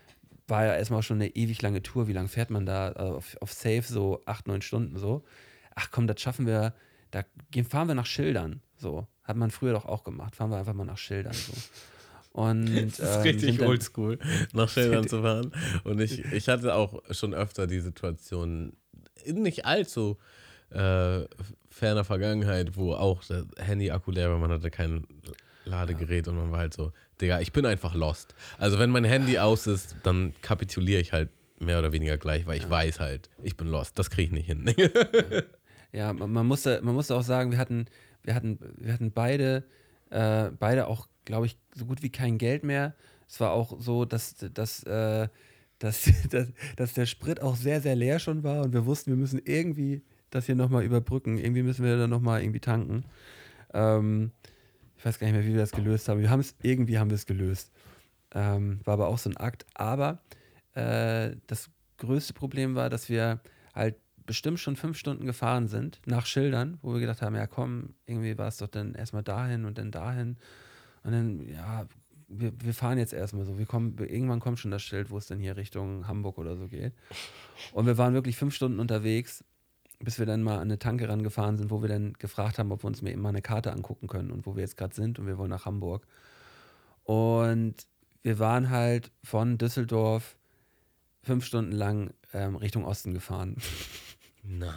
war ja erstmal schon eine ewig lange Tour. Wie lange fährt man da? Also auf Safe so 8, 9 Stunden so. Ach komm, das schaffen wir. Fahren wir nach Schildern. So. Hat man früher doch auch gemacht. Fahren wir einfach mal nach Schildern. So. Und, das ist richtig oldschool, nach Schildern zu fahren. Und ich hatte auch schon öfter die Situation, in nicht allzu ferner Vergangenheit, wo auch das Handy-Akku leer war, man hatte kein Ladegerät und man war halt so, Digga, ich bin einfach lost. Also wenn mein Handy aus ist, dann kapituliere ich halt mehr oder weniger gleich, weil ich weiß halt, ich bin lost. Das kriege ich nicht hin. Ja, man musste auch sagen, wir hatten beide auch, glaube ich, so gut wie kein Geld mehr. Es war auch so, dass der Sprit auch sehr, sehr leer schon war und wir wussten, wir müssen irgendwie das hier nochmal überbrücken. Irgendwie müssen wir dann nochmal irgendwie tanken. Ich weiß gar nicht mehr, wie wir das gelöst haben. Irgendwie haben wir es gelöst. War aber auch so ein Akt. Aber das größte Problem war, dass wir halt bestimmt schon 5 Stunden gefahren sind, nach Schildern, wo wir gedacht haben, ja komm, irgendwie war es doch dann erstmal dahin und dann dahin. Und dann, ja, wir fahren jetzt erstmal so. Irgendwann kommt schon das Schild, wo es dann hier Richtung Hamburg oder so geht. Und wir waren wirklich 5 Stunden unterwegs, bis wir dann mal an eine Tanke rangefahren sind, wo wir dann gefragt haben, ob wir uns mal eine Karte angucken können und wo wir jetzt gerade sind und wir wollen nach Hamburg. Und wir waren halt von Düsseldorf 5 Stunden lang Richtung Osten gefahren. Nein.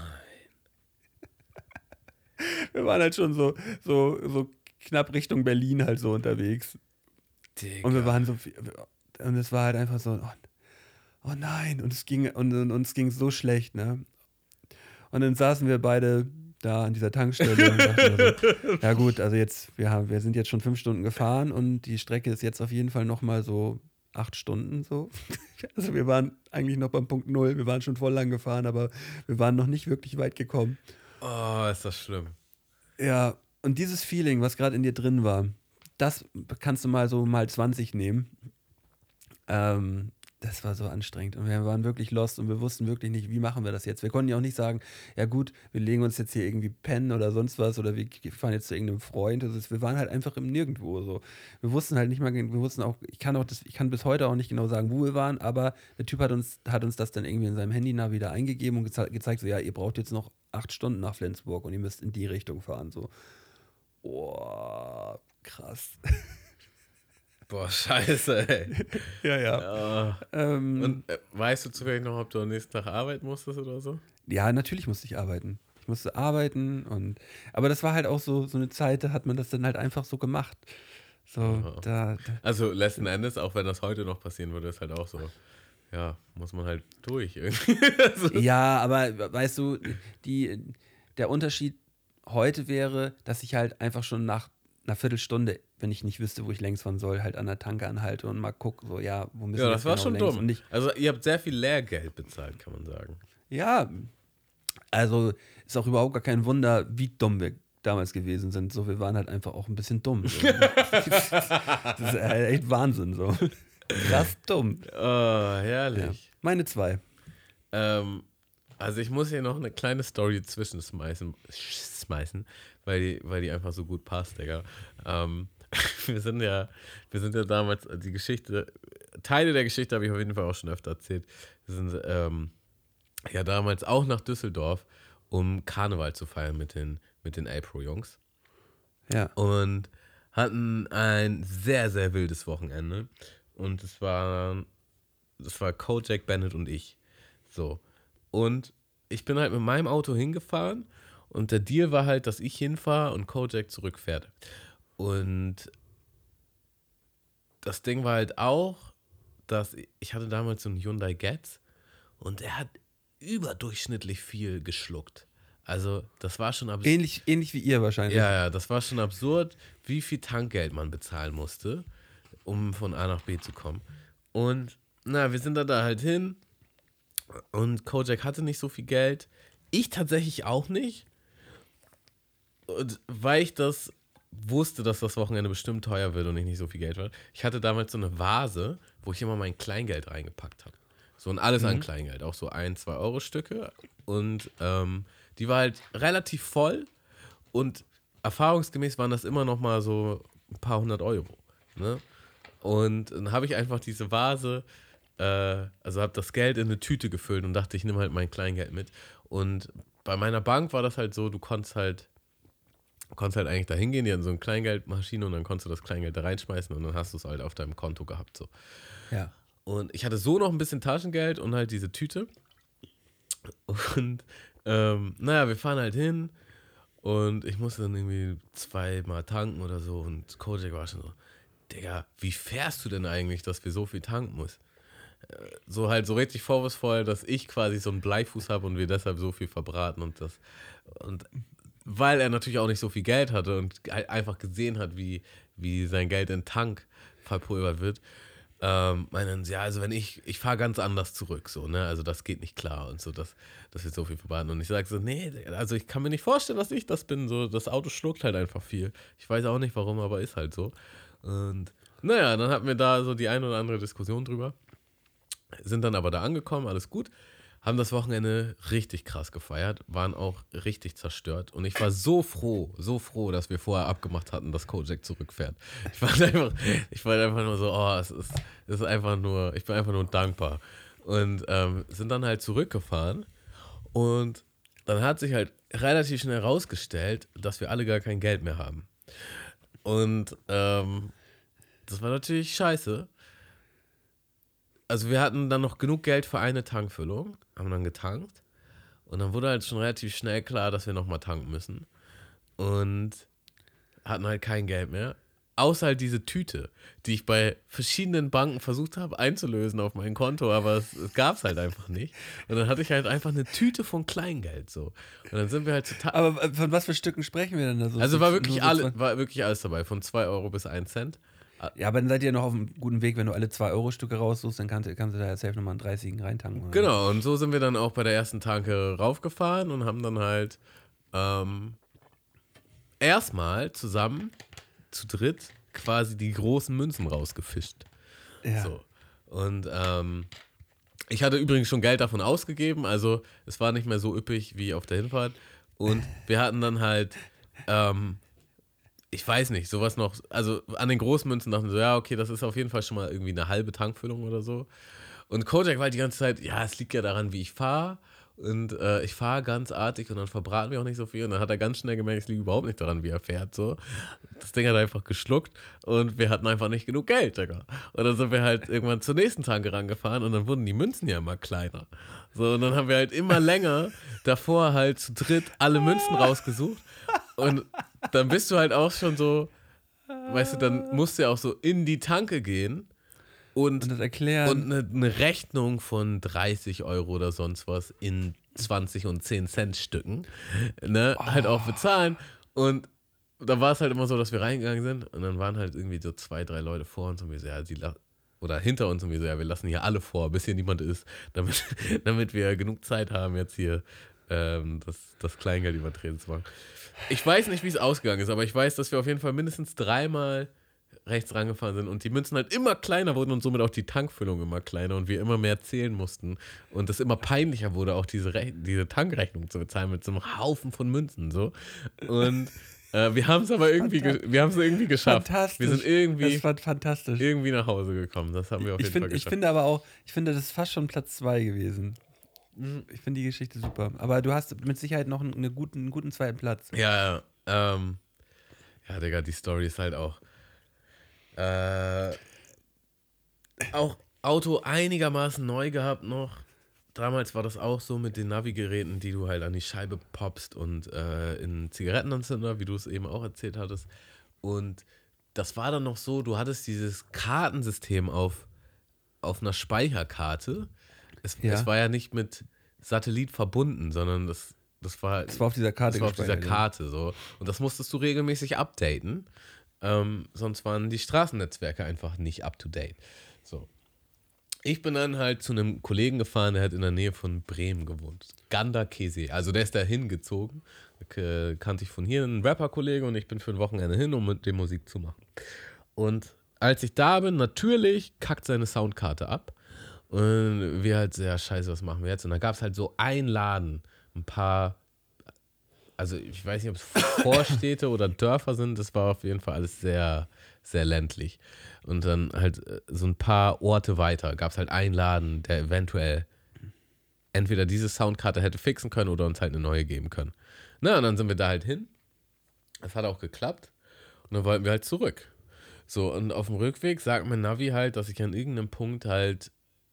Wir waren halt schon so knapp Richtung Berlin halt so unterwegs. Digga. Und wir waren so, und es war halt einfach so, oh nein, und uns ging so schlecht, ne? Und dann saßen wir beide da an dieser Tankstelle und dachten so, ja gut, also jetzt, wir sind jetzt schon 5 Stunden gefahren und die Strecke ist jetzt auf jeden Fall nochmal so 8 Stunden so. Also wir waren eigentlich noch beim Punkt 0, wir waren schon voll lang gefahren, aber wir waren noch nicht wirklich weit gekommen. Oh, ist das schlimm. Ja, und dieses Feeling, was gerade in dir drin war, das kannst du mal 20 nehmen. Das war so anstrengend und wir waren wirklich lost und wir wussten wirklich nicht, wie machen wir das jetzt. Wir konnten ja auch nicht sagen, ja gut, wir legen uns jetzt hier irgendwie pennen oder sonst was oder wir fahren jetzt zu irgendeinem Freund. Also wir waren halt einfach im Nirgendwo so. Wir wussten halt nicht mal, ich kann bis heute auch nicht genau sagen, wo wir waren, aber der Typ hat uns das dann irgendwie in seinem Handy wieder eingegeben und gezeigt, so ja, ihr braucht jetzt noch 8 Stunden nach Flensburg und ihr müsst in die Richtung fahren. So, oh, krass. Boah, scheiße, ey. Ja. Und weißt du zufällig noch, ob du am nächsten Tag arbeiten musstest oder so? Ja, natürlich musste ich arbeiten. Ich musste arbeiten aber das war halt auch so eine Zeit, da hat man das dann halt einfach so gemacht. So, Also letzten Endes, auch wenn das heute noch passieren würde, ist halt auch so, ja, muss man halt durch irgendwie. Ja, aber weißt du, der Unterschied heute wäre, dass ich halt einfach schon nach einer Viertelstunde, wenn ich nicht wüsste, wo ich längs fahren soll, halt an der Tanke anhalte und mal gucke, so, ja, wo müssen wir Ja, das war genau schon längs dumm. und nicht. Also ihr habt sehr viel Lehrgeld bezahlt, kann man sagen. Ja, also ist auch überhaupt gar kein Wunder, wie dumm wir damals gewesen sind. So, wir waren halt einfach auch ein bisschen dumm. So. Das ist halt echt Wahnsinn, so. Krass dumm. Oh, herrlich. Ja. Meine 2. Also ich muss hier noch eine kleine Story zwischenschmeißen, weil die einfach so gut passt, Digga. Wir sind ja damals, die Geschichte, Teile der Geschichte habe ich auf jeden Fall auch schon öfter erzählt. Wir sind ja damals auch nach Düsseldorf, um Karneval zu feiern mit den April-Jungs. Ja. Und hatten ein sehr, sehr wildes Wochenende. Und das war Kojak, Bennett und ich. So. Und ich bin halt mit meinem Auto hingefahren und der Deal war halt, dass ich hinfahre und Kojak zurückfährt. Und das Ding war halt auch, dass ich hatte damals so einen Hyundai Getz und er hat überdurchschnittlich viel geschluckt. Also das war schon absurd. Ähnlich wie ihr wahrscheinlich. Ja, das war schon absurd, wie viel Tankgeld man bezahlen musste, um von A nach B zu kommen. Und wir sind da halt hin und Kojak hatte nicht so viel Geld. Ich tatsächlich auch nicht. Und weil ich das wusste, dass das Wochenende bestimmt teuer wird und ich nicht so viel Geld war. Ich hatte damals so eine Vase, wo ich immer mein Kleingeld reingepackt habe. So und alles an Kleingeld, auch so 1-2 Euro Stücke. Und die war halt relativ voll und erfahrungsgemäß waren das immer noch mal so ein paar 100 Euro. Ne? Und dann habe ich einfach diese Vase also habe das Geld in eine Tüte gefüllt und dachte, ich nehme halt mein Kleingeld mit. Und bei meiner Bank war das halt so, du konntest halt eigentlich da hingehen, die hatten so eine Kleingeldmaschine und dann konntest du das Kleingeld da reinschmeißen und dann hast du es halt auf deinem Konto gehabt. So. Ja. Und ich hatte so noch ein bisschen Taschengeld und halt diese Tüte. Und wir fahren halt hin und ich musste dann irgendwie 2-mal tanken oder so und Kojak war schon so, Digga, wie fährst du denn eigentlich, dass wir so viel tanken müssen? So halt so richtig vorwurfsvoll, dass ich quasi so einen Bleifuß habe und wir deshalb so viel verbraten und weil er natürlich auch nicht so viel Geld hatte und einfach gesehen hat, wie sein Geld in den Tank verpulvert wird, meinen sie, ja, also wenn ich fahre ganz anders zurück, so, ne, also das geht nicht klar und so, dass wir so viel verbraten und ich sage so, nee, also ich kann mir nicht vorstellen, dass ich das bin, so, das Auto schluckt halt einfach viel. Ich weiß auch nicht warum, aber ist halt so. Und naja, dann hatten wir da so die eine oder andere Diskussion drüber. Sind dann aber da angekommen, alles gut. Haben das Wochenende richtig krass gefeiert, waren auch richtig zerstört. Und ich war so froh, dass wir vorher abgemacht hatten, dass Kojak zurückfährt. Ich war einfach nur so, es ist einfach nur, ich bin einfach nur dankbar. Und sind dann halt zurückgefahren. Und dann hat sich halt relativ schnell rausgestellt, dass wir alle gar kein Geld mehr haben. Und das war natürlich scheiße. Also wir hatten dann noch genug Geld für eine Tankfüllung, haben dann getankt und dann wurde halt schon relativ schnell klar, dass wir nochmal tanken müssen und hatten halt kein Geld mehr, außer halt diese Tüte, die ich bei verschiedenen Banken versucht habe einzulösen auf mein Konto, aber es gab es halt einfach nicht und dann hatte ich halt einfach eine Tüte von Kleingeld so und dann sind wir halt Aber von was für Stücken sprechen wir denn da so? Also war wirklich alles dabei, von 2 Euro bis 1 Cent. Ja, aber dann seid ihr noch auf einem guten Weg, wenn du alle 2-Euro-Stücke raussuchst, dann kannst du da ja safe nochmal einen 30 reintanken. Oder? Genau, und so sind wir dann auch bei der ersten Tanke raufgefahren und haben dann halt erstmal zusammen, zu dritt, quasi die großen Münzen rausgefischt. Ja. So. Und ich hatte übrigens schon Geld davon ausgegeben, also es war nicht mehr so üppig wie auf der Hinfahrt. Und wir hatten dann halt ich weiß nicht, sowas noch, also an den Großmünzen dachten wir so, ja, okay, das ist auf jeden Fall schon mal irgendwie eine halbe Tankfüllung oder so. Und Kojak war halt die ganze Zeit, ja, es liegt ja daran, wie ich fahre. Und ich fahre ganz artig und dann verbraten wir auch nicht so viel. Und dann hat er ganz schnell gemerkt, es liegt überhaupt nicht daran, wie er fährt. So. Das Ding hat er einfach geschluckt und wir hatten einfach nicht genug Geld, Digga. Und dann sind wir halt irgendwann zur nächsten Tanke rangefahren und dann wurden die Münzen ja immer kleiner. So, und dann haben wir halt immer länger davor halt zu dritt alle Münzen rausgesucht. Und dann bist du halt auch schon so, weißt du, dann musst du ja auch so in die Tanke gehen und das erklären. Und eine Rechnung von 30 Euro oder sonst was in 20 und 10 Cent Stücken, ne, halt auch bezahlen. Und da war es halt immer so, dass wir reingegangen sind und dann waren halt irgendwie so 2, 3 Leute vor uns und wir so, ja, oder hinter uns und wir so, ja, wir lassen hier alle vor, bis hier niemand ist, damit wir genug Zeit haben, jetzt hier das Kleingeld übertreten zu machen. Ich weiß nicht, wie es ausgegangen ist, aber ich weiß, dass wir auf jeden Fall mindestens 3-mal rechts rangefahren sind und die Münzen halt immer kleiner wurden und somit auch die Tankfüllung immer kleiner und wir immer mehr zählen mussten und es immer peinlicher wurde, auch diese Tankrechnung zu bezahlen mit so einem Haufen von Münzen so. Und wir haben es aber irgendwie, geschafft. Fantastisch. Wir sind das war fantastisch. irgendwie nach Hause gekommen. Das haben wir auf jeden Fall geschafft. Ich finde, das ist fast schon Platz 2 gewesen. Ich finde die Geschichte super. Aber du hast mit Sicherheit noch einen guten zweiten Platz. Ja, Digga, die Story ist halt auch Auto einigermaßen neu gehabt noch. Damals war das auch so mit den Navigeräten, die du halt an die Scheibe poppst und in Zigarettenanzünder, wie du es eben auch erzählt hattest. Und das war dann noch so, du hattest dieses Kartensystem auf einer Speicherkarte. Es war ja nicht mit Satellit verbunden, sondern das war auf dieser Karte. Das war auf dieser Karte so. Und das musstest du regelmäßig updaten. Sonst waren die Straßennetzwerke einfach nicht up to date. So. Ich bin dann halt zu einem Kollegen gefahren, der hat in der Nähe von Bremen gewohnt. Ganderkesee. Also der ist da hingezogen. Kannte ich von hier einen Rapper-Kollege und ich bin für ein Wochenende hin, um mit dem Musik zu machen. Und als ich da bin, natürlich kackt seine Soundkarte ab. Und wir halt, ja, scheiße, was machen wir jetzt? Und dann gab es halt so einen Laden, ein paar, also ich weiß nicht, ob es Vorstädte oder Dörfer sind, das war auf jeden Fall alles sehr, sehr ländlich. Und dann halt so ein paar Orte weiter gab es halt einen Laden, der eventuell entweder diese Soundkarte hätte fixen können oder uns halt eine neue geben können. Na, und dann sind wir da halt hin. Das hat auch geklappt. Und dann wollten wir halt zurück. So, und auf dem Rückweg sagt mein Navi halt, dass ich an irgendeinem Punkt halt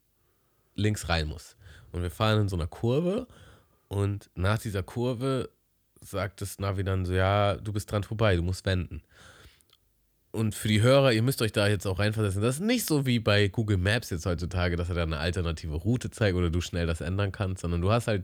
links rein muss. Und wir fahren in so einer Kurve und nach dieser Kurve sagt das Navi dann so, ja, du bist dran vorbei, du musst wenden. Und für die Hörer, ihr müsst euch da jetzt auch reinversetzen, das ist nicht so wie bei Google Maps jetzt heutzutage, dass er da eine alternative Route zeigt oder du schnell das ändern kannst, sondern du hast halt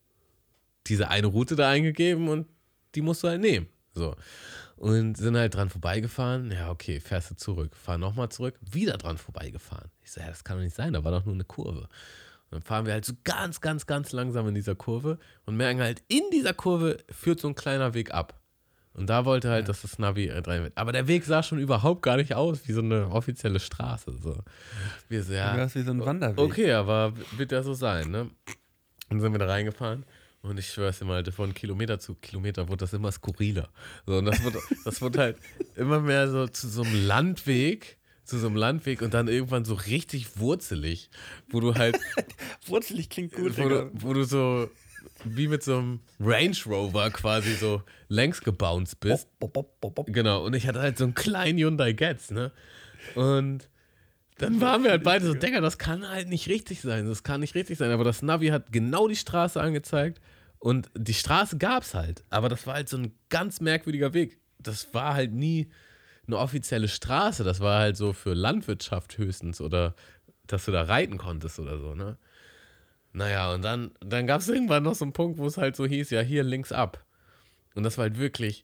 diese eine Route da eingegeben und die musst du halt nehmen. So. Und sind halt dran vorbeigefahren. Ja, okay, fährst du zurück. Fahr nochmal zurück, wieder dran vorbeigefahren. Ich so, ja, das kann doch nicht sein, da war doch nur eine Kurve. Und dann fahren wir halt so ganz, ganz, ganz langsam in dieser Kurve und merken halt, in dieser Kurve führt so ein kleiner Weg ab. Und da wollte halt, dass das Navi rein wird. Aber der Weg sah schon überhaupt gar nicht aus wie so eine offizielle Straße. So. Wir so, ja. Du hast wie so ein Wanderweg. Okay, aber wird ja so sein, ne? Und dann sind wir da reingefahren. Und ich schwör's dir mal, von Kilometer zu Kilometer wurde das immer skurriler. So, und das wurde halt immer mehr so zu so einem Landweg und dann irgendwann so richtig wurzelig, wo du halt, Wurzelig klingt gut, wo du so wie mit so einem Range Rover quasi so längs gebounced bist. Genau, und ich hatte halt so einen kleinen Hyundai Getz, ne? Und dann waren wir halt beide so, Digga, das kann halt nicht richtig sein, aber das Navi hat genau die Straße angezeigt und die Straße gab's halt, aber das war halt so ein ganz merkwürdiger Weg. Das war halt nie eine offizielle Straße, das war halt so für Landwirtschaft höchstens oder dass du da reiten konntest oder so, ne? Naja, und dann gab es irgendwann noch so einen Punkt, wo es halt so hieß, ja, hier links ab. Und das war halt wirklich,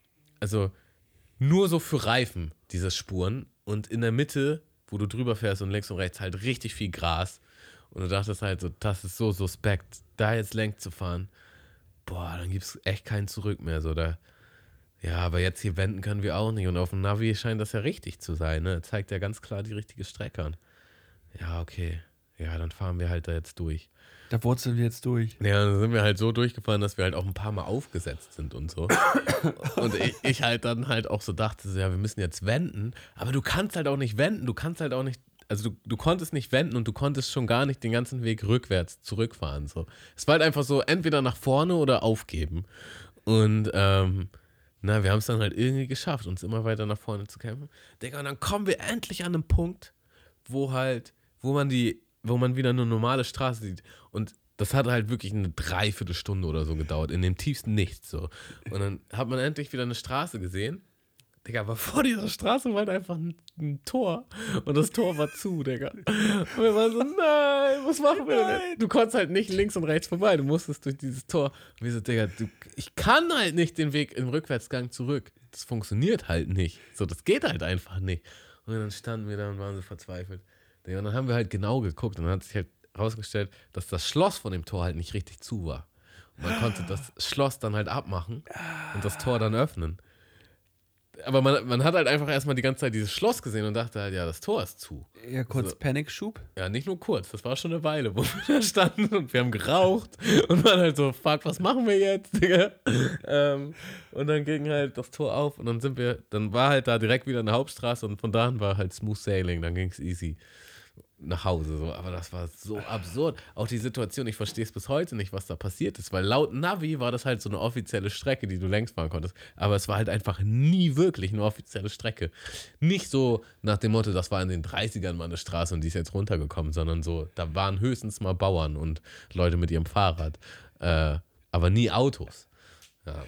also nur so für Reifen, diese Spuren. Und in der Mitte, wo du drüber fährst und links und rechts halt richtig viel Gras. Und du dachtest halt so, das ist so suspekt, da jetzt längs zu fahren. Boah, dann gibt es echt kein Zurück mehr. So, ja, aber jetzt hier wenden können wir auch nicht. Und auf dem Navi scheint das ja richtig zu sein, ne? Zeigt ja ganz klar die richtige Strecke an. Ja, okay. Ja, dann fahren wir halt da jetzt durch. Da wurzeln wir jetzt durch. Ja, dann sind wir halt so durchgefahren, dass wir halt auch ein paar Mal aufgesetzt sind und so. Und ich halt dann halt auch so dachte, so, ja, wir müssen jetzt wenden. Aber du kannst halt auch nicht wenden. Du kannst halt auch nicht, also du konntest nicht wenden und du konntest schon gar nicht den ganzen Weg rückwärts zurückfahren. So. Es war halt einfach so, entweder nach vorne oder aufgeben. Und, wir haben es dann halt irgendwie geschafft, uns immer weiter nach vorne zu kämpfen. Digga, und dann kommen wir endlich an einen Punkt, wo man wieder eine normale Straße sieht. Und das hat halt wirklich eine Dreiviertelstunde oder so gedauert, in dem tiefsten Nichts so. Und dann hat man endlich wieder eine Straße gesehen. Digga, aber vor dieser Straße war halt einfach ein Tor. Und das Tor war zu, Digga. Und wir waren so, nein, was machen wir denn? Du konntest halt nicht links und rechts vorbei, du musstest durch dieses Tor. Und wir so, Digga, ich kann halt nicht den Weg im Rückwärtsgang zurück. Das funktioniert halt nicht. So, das geht halt einfach nicht. Und dann standen wir da und waren so verzweifelt. Und dann haben wir halt genau geguckt und dann hat sich halt herausgestellt, dass das Schloss von dem Tor halt nicht richtig zu war. Und man konnte das Schloss dann halt abmachen und das Tor dann öffnen. Aber man hat halt einfach erstmal die ganze Zeit dieses Schloss gesehen und dachte halt, ja, das Tor ist zu. Ja, kurz Panikschub. Ja, nicht nur kurz, das war schon eine Weile, wo wir da standen und wir haben geraucht und waren halt so, fuck, was machen wir jetzt, Digga? Und dann ging halt das Tor auf und dann war halt da direkt wieder eine Hauptstraße und von da an war halt Smooth Sailing, dann ging es easy nach Hause, so. Aber das war so absurd. Auch die Situation, ich verstehe es bis heute nicht, was da passiert ist, weil laut Navi war das halt so eine offizielle Strecke, die du längs fahren konntest, aber es war halt einfach nie wirklich eine offizielle Strecke. Nicht so nach dem Motto, das war in den 30ern mal eine Straße und die ist jetzt runtergekommen, sondern so, da waren höchstens mal Bauern und Leute mit ihrem Fahrrad, aber nie Autos. Ja.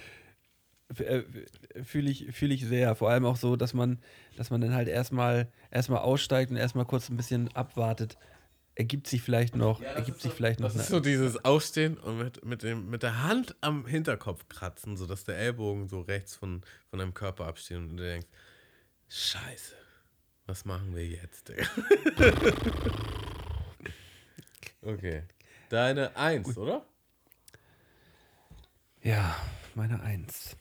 Fühle ich sehr. Vor allem auch so, dass man dann halt erstmal aussteigt und erstmal kurz ein bisschen abwartet. Ergibt sich vielleicht noch. Das ist so dieses Aufstehen und mit der Hand am Hinterkopf kratzen, sodass der Ellbogen so rechts von deinem Körper absteht und du denkst, Scheiße, was machen wir jetzt, Digga? Okay. Deine 1, oder? Ja, meine 1.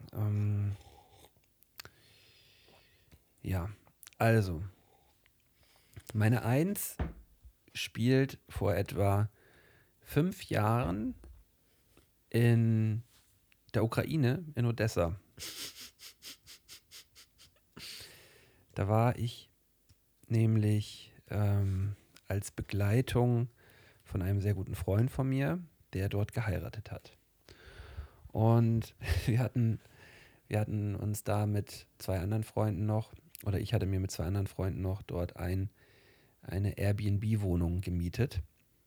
Ja, also, meine 1 spielt vor etwa 5 Jahren in der Ukraine, in Odessa. Da war ich nämlich als Begleitung von einem sehr guten Freund von mir, der dort geheiratet hat. Und wir hatten uns da mit 2 anderen Freunden noch, oder ich hatte mir mit 2 anderen Freunden noch dort eine Airbnb-Wohnung gemietet,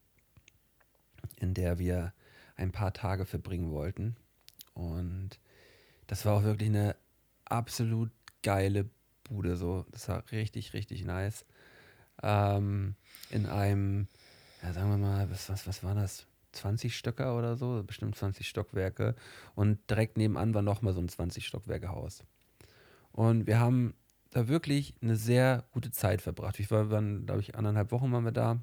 in der wir ein paar Tage verbringen wollten. Und das war auch wirklich eine absolut geile Bude. So. Das war richtig, richtig nice. In einem, ja, sagen wir mal, was war das? 20 Stöcker oder so, bestimmt 20 Stockwerke. Und direkt nebenan war nochmal so ein 20-Stockwerke-Haus. Und wir haben da wirklich eine sehr gute Zeit verbracht. Wir waren, glaube ich, 1,5 Wochen waren wir da.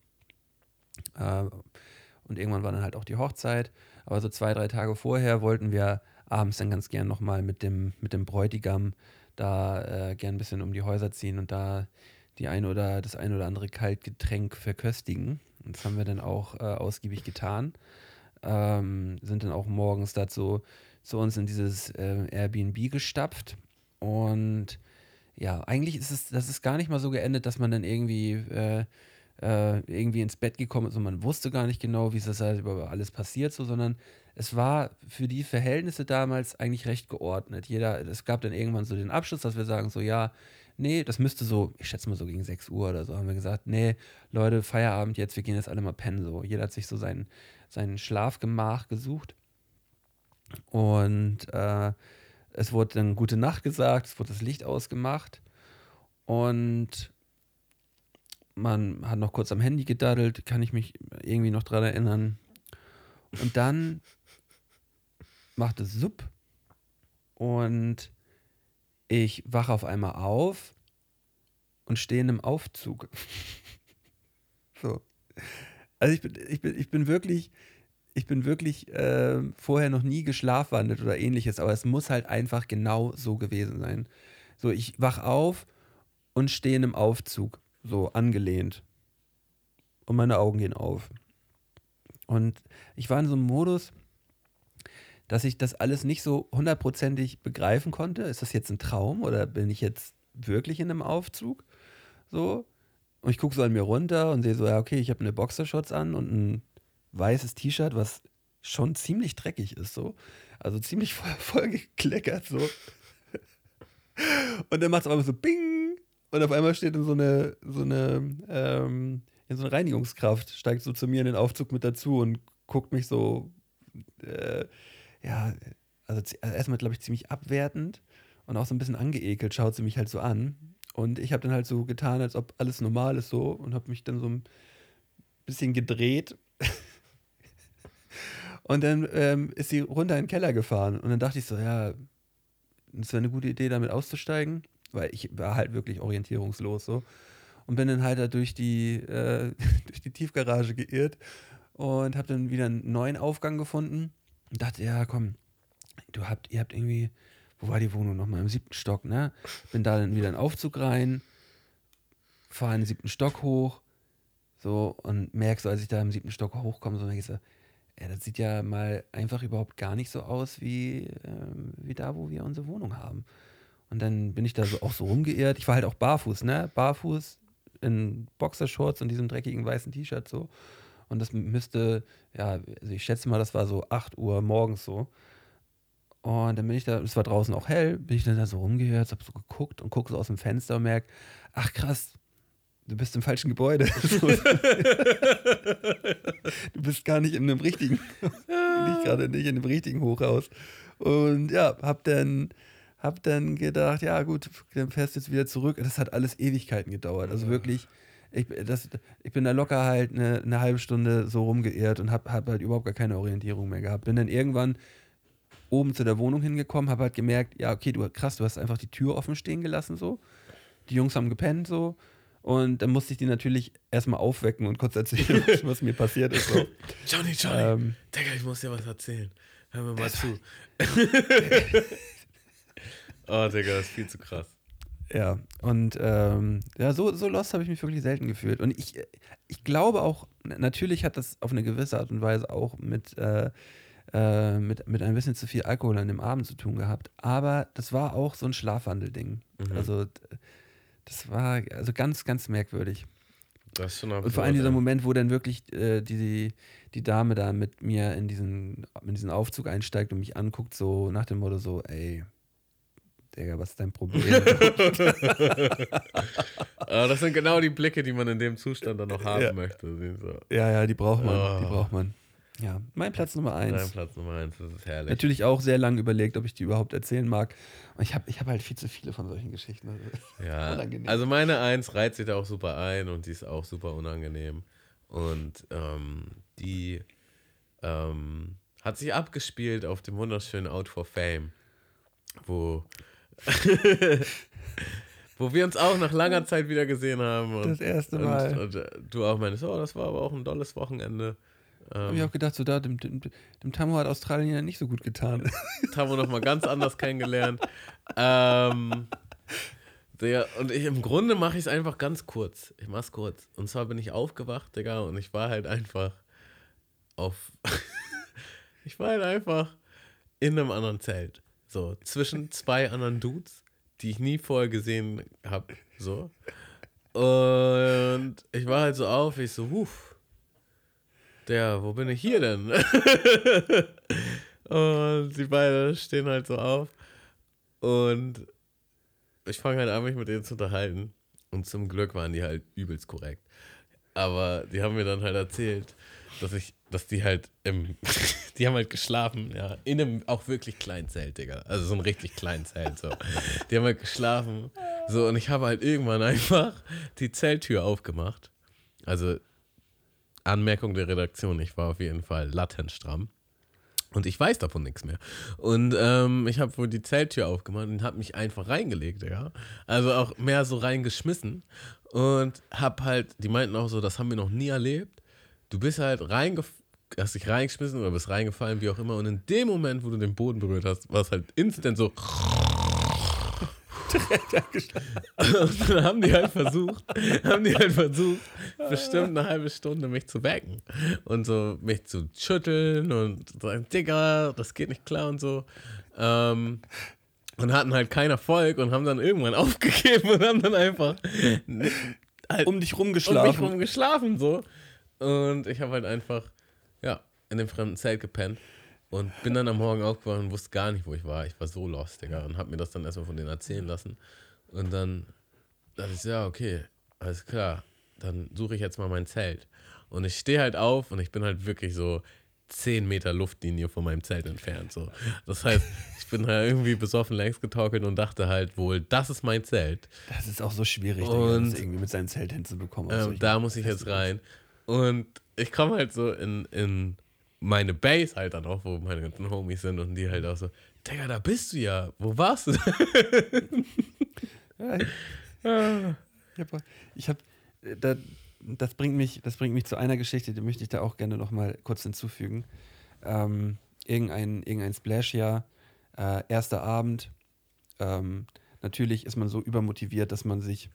Und irgendwann war dann halt auch die Hochzeit. Aber so 2, 3 Tage vorher wollten wir abends dann ganz gern nochmal mit dem Bräutigam da gern ein bisschen um die Häuser ziehen und da das ein oder andere Kaltgetränk verköstigen. Und das haben wir dann auch ausgiebig getan. Sind dann auch morgens dazu zu uns in dieses Airbnb gestapft. Und ja, eigentlich das ist gar nicht mal so geendet, dass man dann irgendwie ins Bett gekommen ist und man wusste gar nicht genau, wie es das halt über alles passiert, so, sondern es war für die Verhältnisse damals eigentlich recht geordnet. Es gab dann irgendwann so den Abschluss, dass wir sagen so, ja, nee, das müsste so, ich schätze mal so gegen 6 Uhr oder so, haben wir gesagt, nee, Leute, Feierabend jetzt, wir gehen jetzt alle mal pennen, so. Jeder hat sich so sein Schlafgemach gesucht und es wurde dann gute Nacht gesagt, es wurde das Licht ausgemacht und man hat noch kurz am Handy gedaddelt, kann ich mich irgendwie noch dran erinnern. Und dann macht es Supp und ich wache auf einmal auf und stehe in einem Aufzug. So. Also ich bin wirklich vorher noch nie geschlafwandelt oder ähnliches, aber es muss halt einfach genau so gewesen sein. So, ich wach auf und stehe in einem Aufzug, so angelehnt. Und meine Augen gehen auf. Und ich war in so einem Modus, dass ich das alles nicht so hundertprozentig begreifen konnte. Ist das jetzt ein Traum oder bin ich jetzt wirklich in einem Aufzug? So. Und ich gucke so an mir runter und sehe so, ja, okay, ich habe eine Boxershorts an und ein weißes T-Shirt, was schon ziemlich dreckig ist, so. Also ziemlich voll gekleckert, so. Und dann macht es auf einmal so Bing! Und auf einmal steht in so eine Reinigungskraft, steigt so zu mir in den Aufzug mit dazu und guckt mich so, also erstmal, glaube ich, ziemlich abwertend und auch so ein bisschen angeekelt, schaut sie mich halt so an. Und ich habe dann halt so getan, als ob alles normal ist so und habe mich dann so ein bisschen gedreht. Und dann ist sie runter in den Keller gefahren. Und dann dachte ich so, ja, das wäre eine gute Idee, damit auszusteigen, weil ich war halt wirklich orientierungslos so. Und bin dann halt da durch die Tiefgarage geirrt und habe dann wieder einen neuen Aufgang gefunden und dachte, ja, komm, ihr habt irgendwie, wo war die Wohnung nochmal? Im 7. Stock, ne? Bin da dann wieder in den Aufzug rein, fahre in den 7. Stock hoch, so, und merke so, als ich da im 7. Stock hochkomme, so, denke ich so, ja, das sieht ja mal einfach überhaupt gar nicht so aus wie da, wo wir unsere Wohnung haben. Und dann bin ich da so auch so rumgeirrt. Ich war halt auch barfuß, ne? Barfuß in Boxershorts und diesem dreckigen weißen T-Shirt so. Und das müsste, ja, also ich schätze mal, das war so 8 Uhr morgens so. Und dann bin ich da, es war draußen auch hell, bin ich dann da so rumgehört, hab so geguckt und gucke so aus dem Fenster und merke, ach krass, du bist im falschen Gebäude. Du bist gar nicht in einem richtigen, nicht in einem richtigen Hochhaus. Und ja, hab dann gedacht, ja gut, dann fährst du jetzt wieder zurück. Das hat alles Ewigkeiten gedauert. Also wirklich, ich bin da locker halt eine halbe Stunde so rumgeirrt und hab halt überhaupt gar keine Orientierung mehr gehabt. Bin dann irgendwann oben zu der Wohnung hingekommen, habe halt gemerkt, ja okay, du hast einfach die Tür offen stehen gelassen so. Die Jungs haben gepennt so. Und dann musste ich die natürlich erstmal aufwecken und kurz erzählen, was mir passiert ist. So. Johnny, Digga, ich muss dir was erzählen. Hör mir mal zu. Oh, Digga, das ist viel zu krass. Ja, und so lost habe ich mich wirklich selten gefühlt. Und ich glaube auch, natürlich hat das auf eine gewisse Art und Weise auch mit ein bisschen zu viel Alkohol an dem Abend zu tun gehabt. Aber das war auch so ein Schlafwandelding. Also Das war also ganz, ganz merkwürdig. Das ist schon Und vor allem dieser Moment, wo dann wirklich die Dame da mit mir in diesen Aufzug einsteigt und mich anguckt, so nach dem Motto so, ey, Digga, was ist dein Problem? Das sind genau die Blicke, die man in dem Zustand dann noch haben möchte. So. Ja, die braucht man. Ja, mein Platz Nummer 1. Mein Platz Nummer 1, das ist herrlich. Natürlich auch sehr lange überlegt, ob ich die überhaupt erzählen mag. Und ich hab halt viel zu viele von solchen Geschichten. Ja, Unangenehm. also meine 1 reiht sich da auch super ein und die ist auch super unangenehm. Und die hat sich abgespielt auf dem wunderschönen Out for Fame, wo wir uns auch nach langer Zeit wieder gesehen haben. Und, das erste Mal. Und du auch meinst, das war aber auch ein tolles Wochenende. Hab ich auch gedacht, so dem Tamo hat Australien ja nicht so gut getan. Tamo noch mal ganz anders kennengelernt. Und im Grunde mache ich es einfach ganz kurz. Ich mach's kurz. Und zwar bin ich aufgewacht, Digga, und ich war halt einfach ich war halt einfach in einem anderen Zelt. So, zwischen 2 anderen Dudes, die ich nie vorher gesehen habe. So. Und ich war halt so auf, ich so, wo bin ich hier denn? Und die beiden stehen halt so auf. Und ich fange halt an, mich mit denen zu unterhalten. Und zum Glück waren die halt übelst korrekt. Aber die haben mir dann halt erzählt, dass die halt die haben halt geschlafen, ja, in einem auch wirklich kleinen Zelt, Digga. Also so ein richtig kleinen Zelt, so. Die haben halt geschlafen, so, und ich habe halt irgendwann einfach die Zelttür aufgemacht. Also, Anmerkung der Redaktion, ich war auf jeden Fall latent stramm. Und ich weiß davon nichts mehr. Und ich habe wohl die Zelttür aufgemacht und habe mich einfach reingelegt, ja. Also auch mehr so reingeschmissen. Und hab halt, die meinten auch so, das haben wir noch nie erlebt. Du bist halt hast dich reingeschmissen oder bist reingefallen, wie auch immer. Und in dem Moment, wo du den Boden berührt hast, war es halt instant so. Und dann haben die halt versucht, bestimmt eine halbe Stunde mich zu wecken und so mich zu schütteln und sagen, Digga, das geht nicht klar und so. Und hatten halt keinen Erfolg und haben dann irgendwann aufgegeben und haben dann einfach halt um dich rumgeschlafen. So. Und ich habe halt einfach, in dem fremden Zelt gepennt. Und bin dann am Morgen aufgewacht und wusste gar nicht, wo ich war. Ich war so lost, Digga. Und hab mir das dann erstmal von denen erzählen lassen. Und dann dachte ich, ja, okay, alles klar. Dann suche ich jetzt mal mein Zelt. Und ich stehe halt auf und ich bin halt wirklich so 10 Meter Luftlinie von meinem Zelt entfernt. So. Das heißt, ich bin halt irgendwie besoffen längs getorkelt und dachte halt wohl, das ist mein Zelt. Das ist auch so schwierig, und das irgendwie mit seinem Zelt hinzubekommen. Da muss ich jetzt rein. Und ich komme halt so in meine Base halt dann auch, wo meine ganzen Homies sind und die halt auch so, Digga, da bist du ja, wo warst du? Das bringt mich zu einer Geschichte, die möchte ich da auch gerne noch mal kurz hinzufügen. Irgendein Splash-Jahr, erster Abend. Natürlich ist man so übermotiviert, dass man sich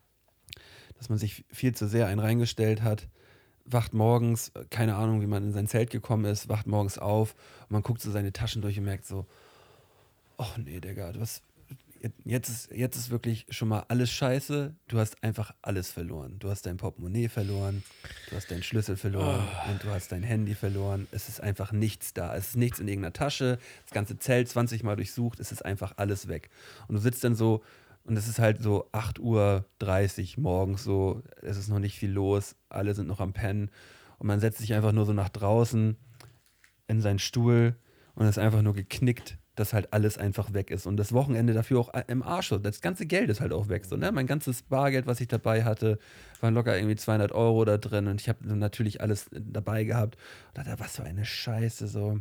viel zu sehr einen reingestellt hat. Wacht morgens, keine Ahnung, wie man in sein Zelt gekommen ist, wacht morgens auf und man guckt so seine Taschen durch und merkt so, ach nee, Digga, jetzt ist wirklich schon mal alles scheiße, du hast einfach alles verloren. Du hast dein Portemonnaie verloren, du hast deinen Schlüssel verloren und du hast dein Handy verloren. Es ist einfach nichts da, es ist nichts in irgendeiner Tasche, das ganze Zelt 20 Mal durchsucht, es ist einfach alles weg. Und du sitzt dann so, und es ist halt so 8:30 Uhr morgens so, es ist noch nicht viel los, alle sind noch am Pennen und man setzt sich einfach nur so nach draußen in seinen Stuhl und ist einfach nur geknickt, dass halt alles einfach weg ist und das Wochenende dafür auch im Arsch. Das ganze Geld ist halt auch weg. So, ne? Mein ganzes Bargeld, was ich dabei hatte, waren locker irgendwie 200 Euro da drin und ich habe natürlich alles dabei gehabt und dachte, was für eine Scheiße so.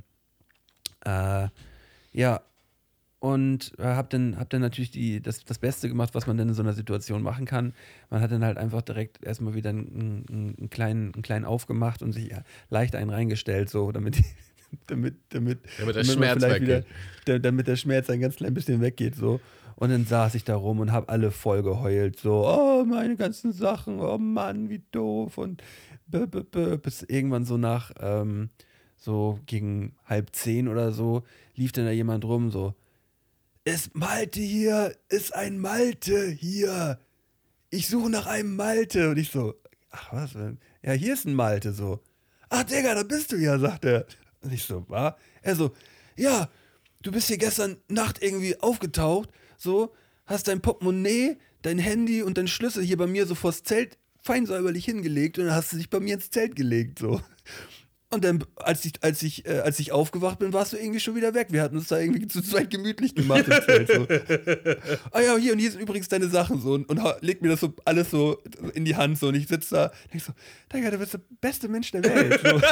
Ja, und hab dann natürlich das Beste gemacht, was man denn in so einer Situation machen kann. Man hat dann halt einfach direkt erstmal wieder einen kleinen aufgemacht und sich leicht einen reingestellt, so damit der Schmerz weggeht. Damit der Schmerz ein ganz klein bisschen weggeht, so. Und dann saß ich da rum und habe alle voll geheult, so, oh, meine ganzen Sachen, oh Mann, wie doof. Und bis irgendwann so nach, so gegen 9:30 oder so, lief dann da jemand rum, so, ist Malte hier? Ist ein Malte hier? ich suche nach einem Malte. Und ich so, ach was denn? Ja, hier ist ein Malte, so. Ach, Digga, da bist du ja, sagt er. Und ich so, was? Er so, ja, du bist hier gestern Nacht irgendwie aufgetaucht, so, hast dein Portemonnaie, dein Handy und dein Schlüssel hier bei mir so vors Zelt fein säuberlich hingelegt und dann hast du dich bei mir ins Zelt gelegt, so. Und dann, als ich aufgewacht bin, warst du irgendwie schon wieder weg. Wir hatten uns da irgendwie zu zweit gemütlich gemacht im Zelt, so. Ah ja, hier, und hier sind übrigens deine Sachen, so. Und legt mir das so alles so in die Hand, so. Und ich sitze da, denk so, Digga, du bist der beste Mensch der Welt, so.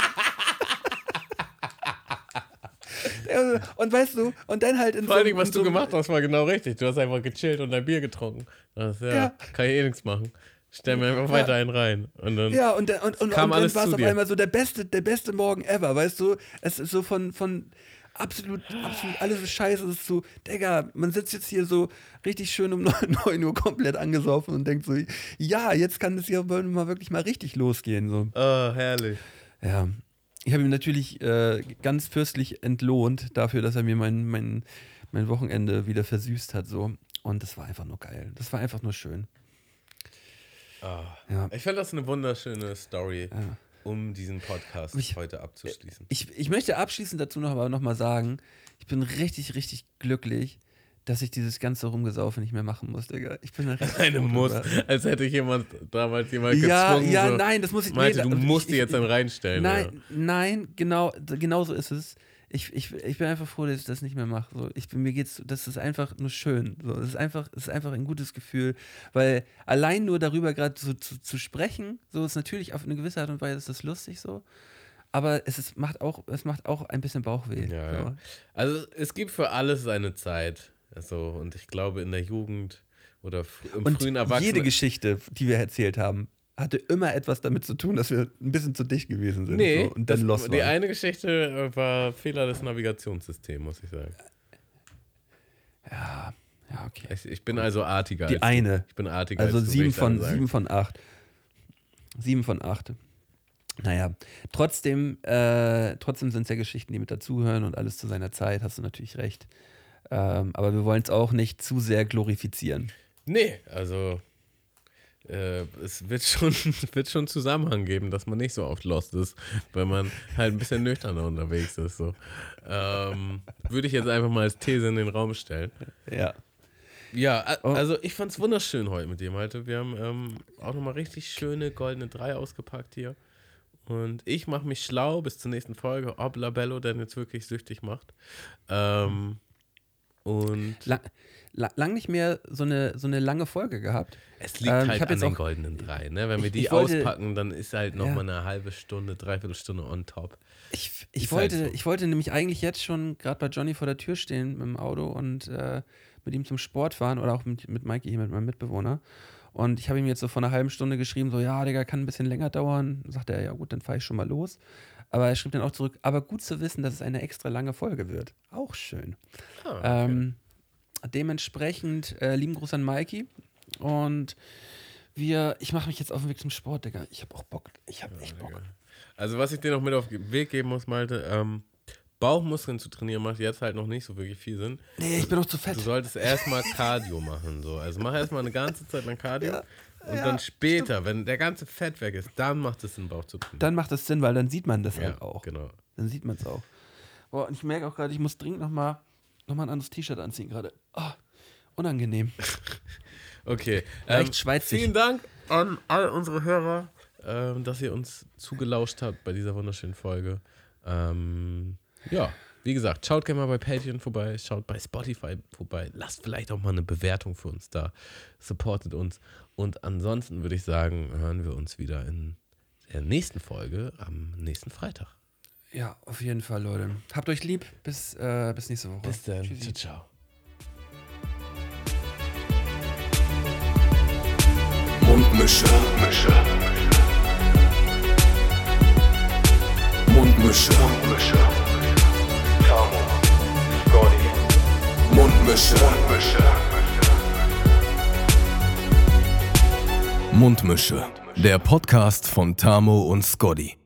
Und weißt du, und dann halt in Vor allem, was du gemacht hast, war genau richtig. Du hast einfach gechillt und dein Bier getrunken. Ja, kann ich nichts machen. Stell mir einfach weiter einen rein. Und dann kam alles dann war es zu auf dir. einmal so der beste Morgen ever, weißt du? Es ist so von absolut alles ist scheiße. Es ist so, Digga, man sitzt jetzt hier so richtig schön um 9 Uhr komplett angesoffen und denkt so, ja, jetzt kann es hier mal wirklich mal richtig losgehen. So. Oh, herrlich. Ja. Ich habe ihn natürlich ganz fürstlich entlohnt dafür, dass er mir mein Wochenende wieder versüßt hat. So. Und das war einfach nur geil. Das war einfach nur schön. Oh. Ja. Ich fand das eine wunderschöne Story, um diesen Podcast heute abzuschließen. Ich möchte abschließend dazu noch mal sagen, ich bin richtig, richtig glücklich, dass ich dieses ganze Rumgesaufe nicht mehr machen muss, Digga. Ich bin da richtig Eine muss, als hätte damals jemand gezwungen. Ja, so, nein, das muss ich meinte, du musst die jetzt dann reinstellen. Nein, genau so ist es. Ich bin einfach froh, dass ich das nicht mehr mache. So, mir geht's, das ist einfach nur schön. So, es ist einfach ein gutes Gefühl, weil allein nur darüber gerade so zu sprechen, so ist natürlich auf eine gewisse Art und Weise ist das lustig so, aber es macht auch ein bisschen Bauchweh. Ja, so. ja. Also es gibt für alles seine Zeit. Also, und ich glaube in der Jugend oder im frühen Erwachsenen. Jede Geschichte, die wir erzählt haben, hatte immer etwas damit zu tun, dass wir ein bisschen zu dicht gewesen sind. Nee, so, und dann lost waren. Die eine Geschichte war Fehler des Navigationssystems, muss ich sagen. Ja, okay. Ich bin also artiger. Die eine. Ich bin artiger also als du, 7 von 8. 7 von 8. Naja, trotzdem sind es ja Geschichten, die mit dazugehören und alles zu seiner Zeit, hast du natürlich recht. Aber wir wollen es auch nicht zu sehr glorifizieren. Nee, also es wird schon Zusammenhang geben, dass man nicht so oft lost ist, weil man halt ein bisschen nüchterner unterwegs ist. So. Würde ich jetzt einfach mal als These in den Raum stellen. Ja. Ja, also ich fand's wunderschön heute mit dir, Malte. Wir haben auch nochmal richtig schöne goldene 3 ausgepackt hier. Und ich mache mich schlau bis zur nächsten Folge, ob Labello denn jetzt wirklich süchtig macht. Und lang nicht mehr so eine lange Folge gehabt. es liegt halt an den goldenen 3, ne? Wenn wir die auspacken, dann ist halt nochmal eine halbe Stunde, 3/4 Stunde on top. Ich wollte nämlich eigentlich jetzt schon gerade bei Johnny vor der Tür stehen mit dem Auto und mit ihm zum Sport fahren oder auch mit Mikey hier, mit meinem Mitbewohner. Und ich habe ihm jetzt so vor einer halben Stunde geschrieben, so, ja, Digga, kann ein bisschen länger dauern. Dann sagt er, ja gut, dann fahre ich schon mal los. Aber er schrieb dann auch zurück, aber gut zu wissen, dass es eine extra lange Folge wird. Auch schön. Okay. Dementsprechend lieben Gruß an Mikey. Und ich mache mich jetzt auf den Weg zum Sport, Digga. Ich habe auch Bock. Ich habe echt Bock. Also was ich dir noch mit auf den Weg geben muss, Malte, Bauchmuskeln zu trainieren macht jetzt halt noch nicht so wirklich viel Sinn. Nee, ich bin doch zu fett. Du solltest erstmal Cardio machen. So. Also mach erstmal eine ganze Zeit lang Cardio und dann später, wenn der ganze Fett weg ist, dann macht es Sinn, Bauch zu trainieren. Dann macht es Sinn, weil dann sieht man das halt Ja, auch. genau. Dann sieht man es auch. Boah, und ich merke auch gerade, ich muss dringend noch mal ein anderes T-Shirt anziehen gerade. Oh, unangenehm. Okay. Leicht schweizig. Vielen Dank an all unsere Hörer, dass ihr uns zugelauscht habt bei dieser wunderschönen Folge. Ja, wie gesagt, schaut gerne mal bei Patreon vorbei, schaut bei Spotify vorbei, lasst vielleicht auch mal eine Bewertung für uns da, supportet uns. Und ansonsten würde ich sagen, hören wir uns wieder in der nächsten Folge am nächsten Freitag. Ja, auf jeden Fall, Leute. Habt euch lieb. Bis nächste Woche. Bis dann. Tschüssi. Ciao. Mundmische. Tamo, Scotty. Mundmische. Der Podcast von Tamo und Scotty.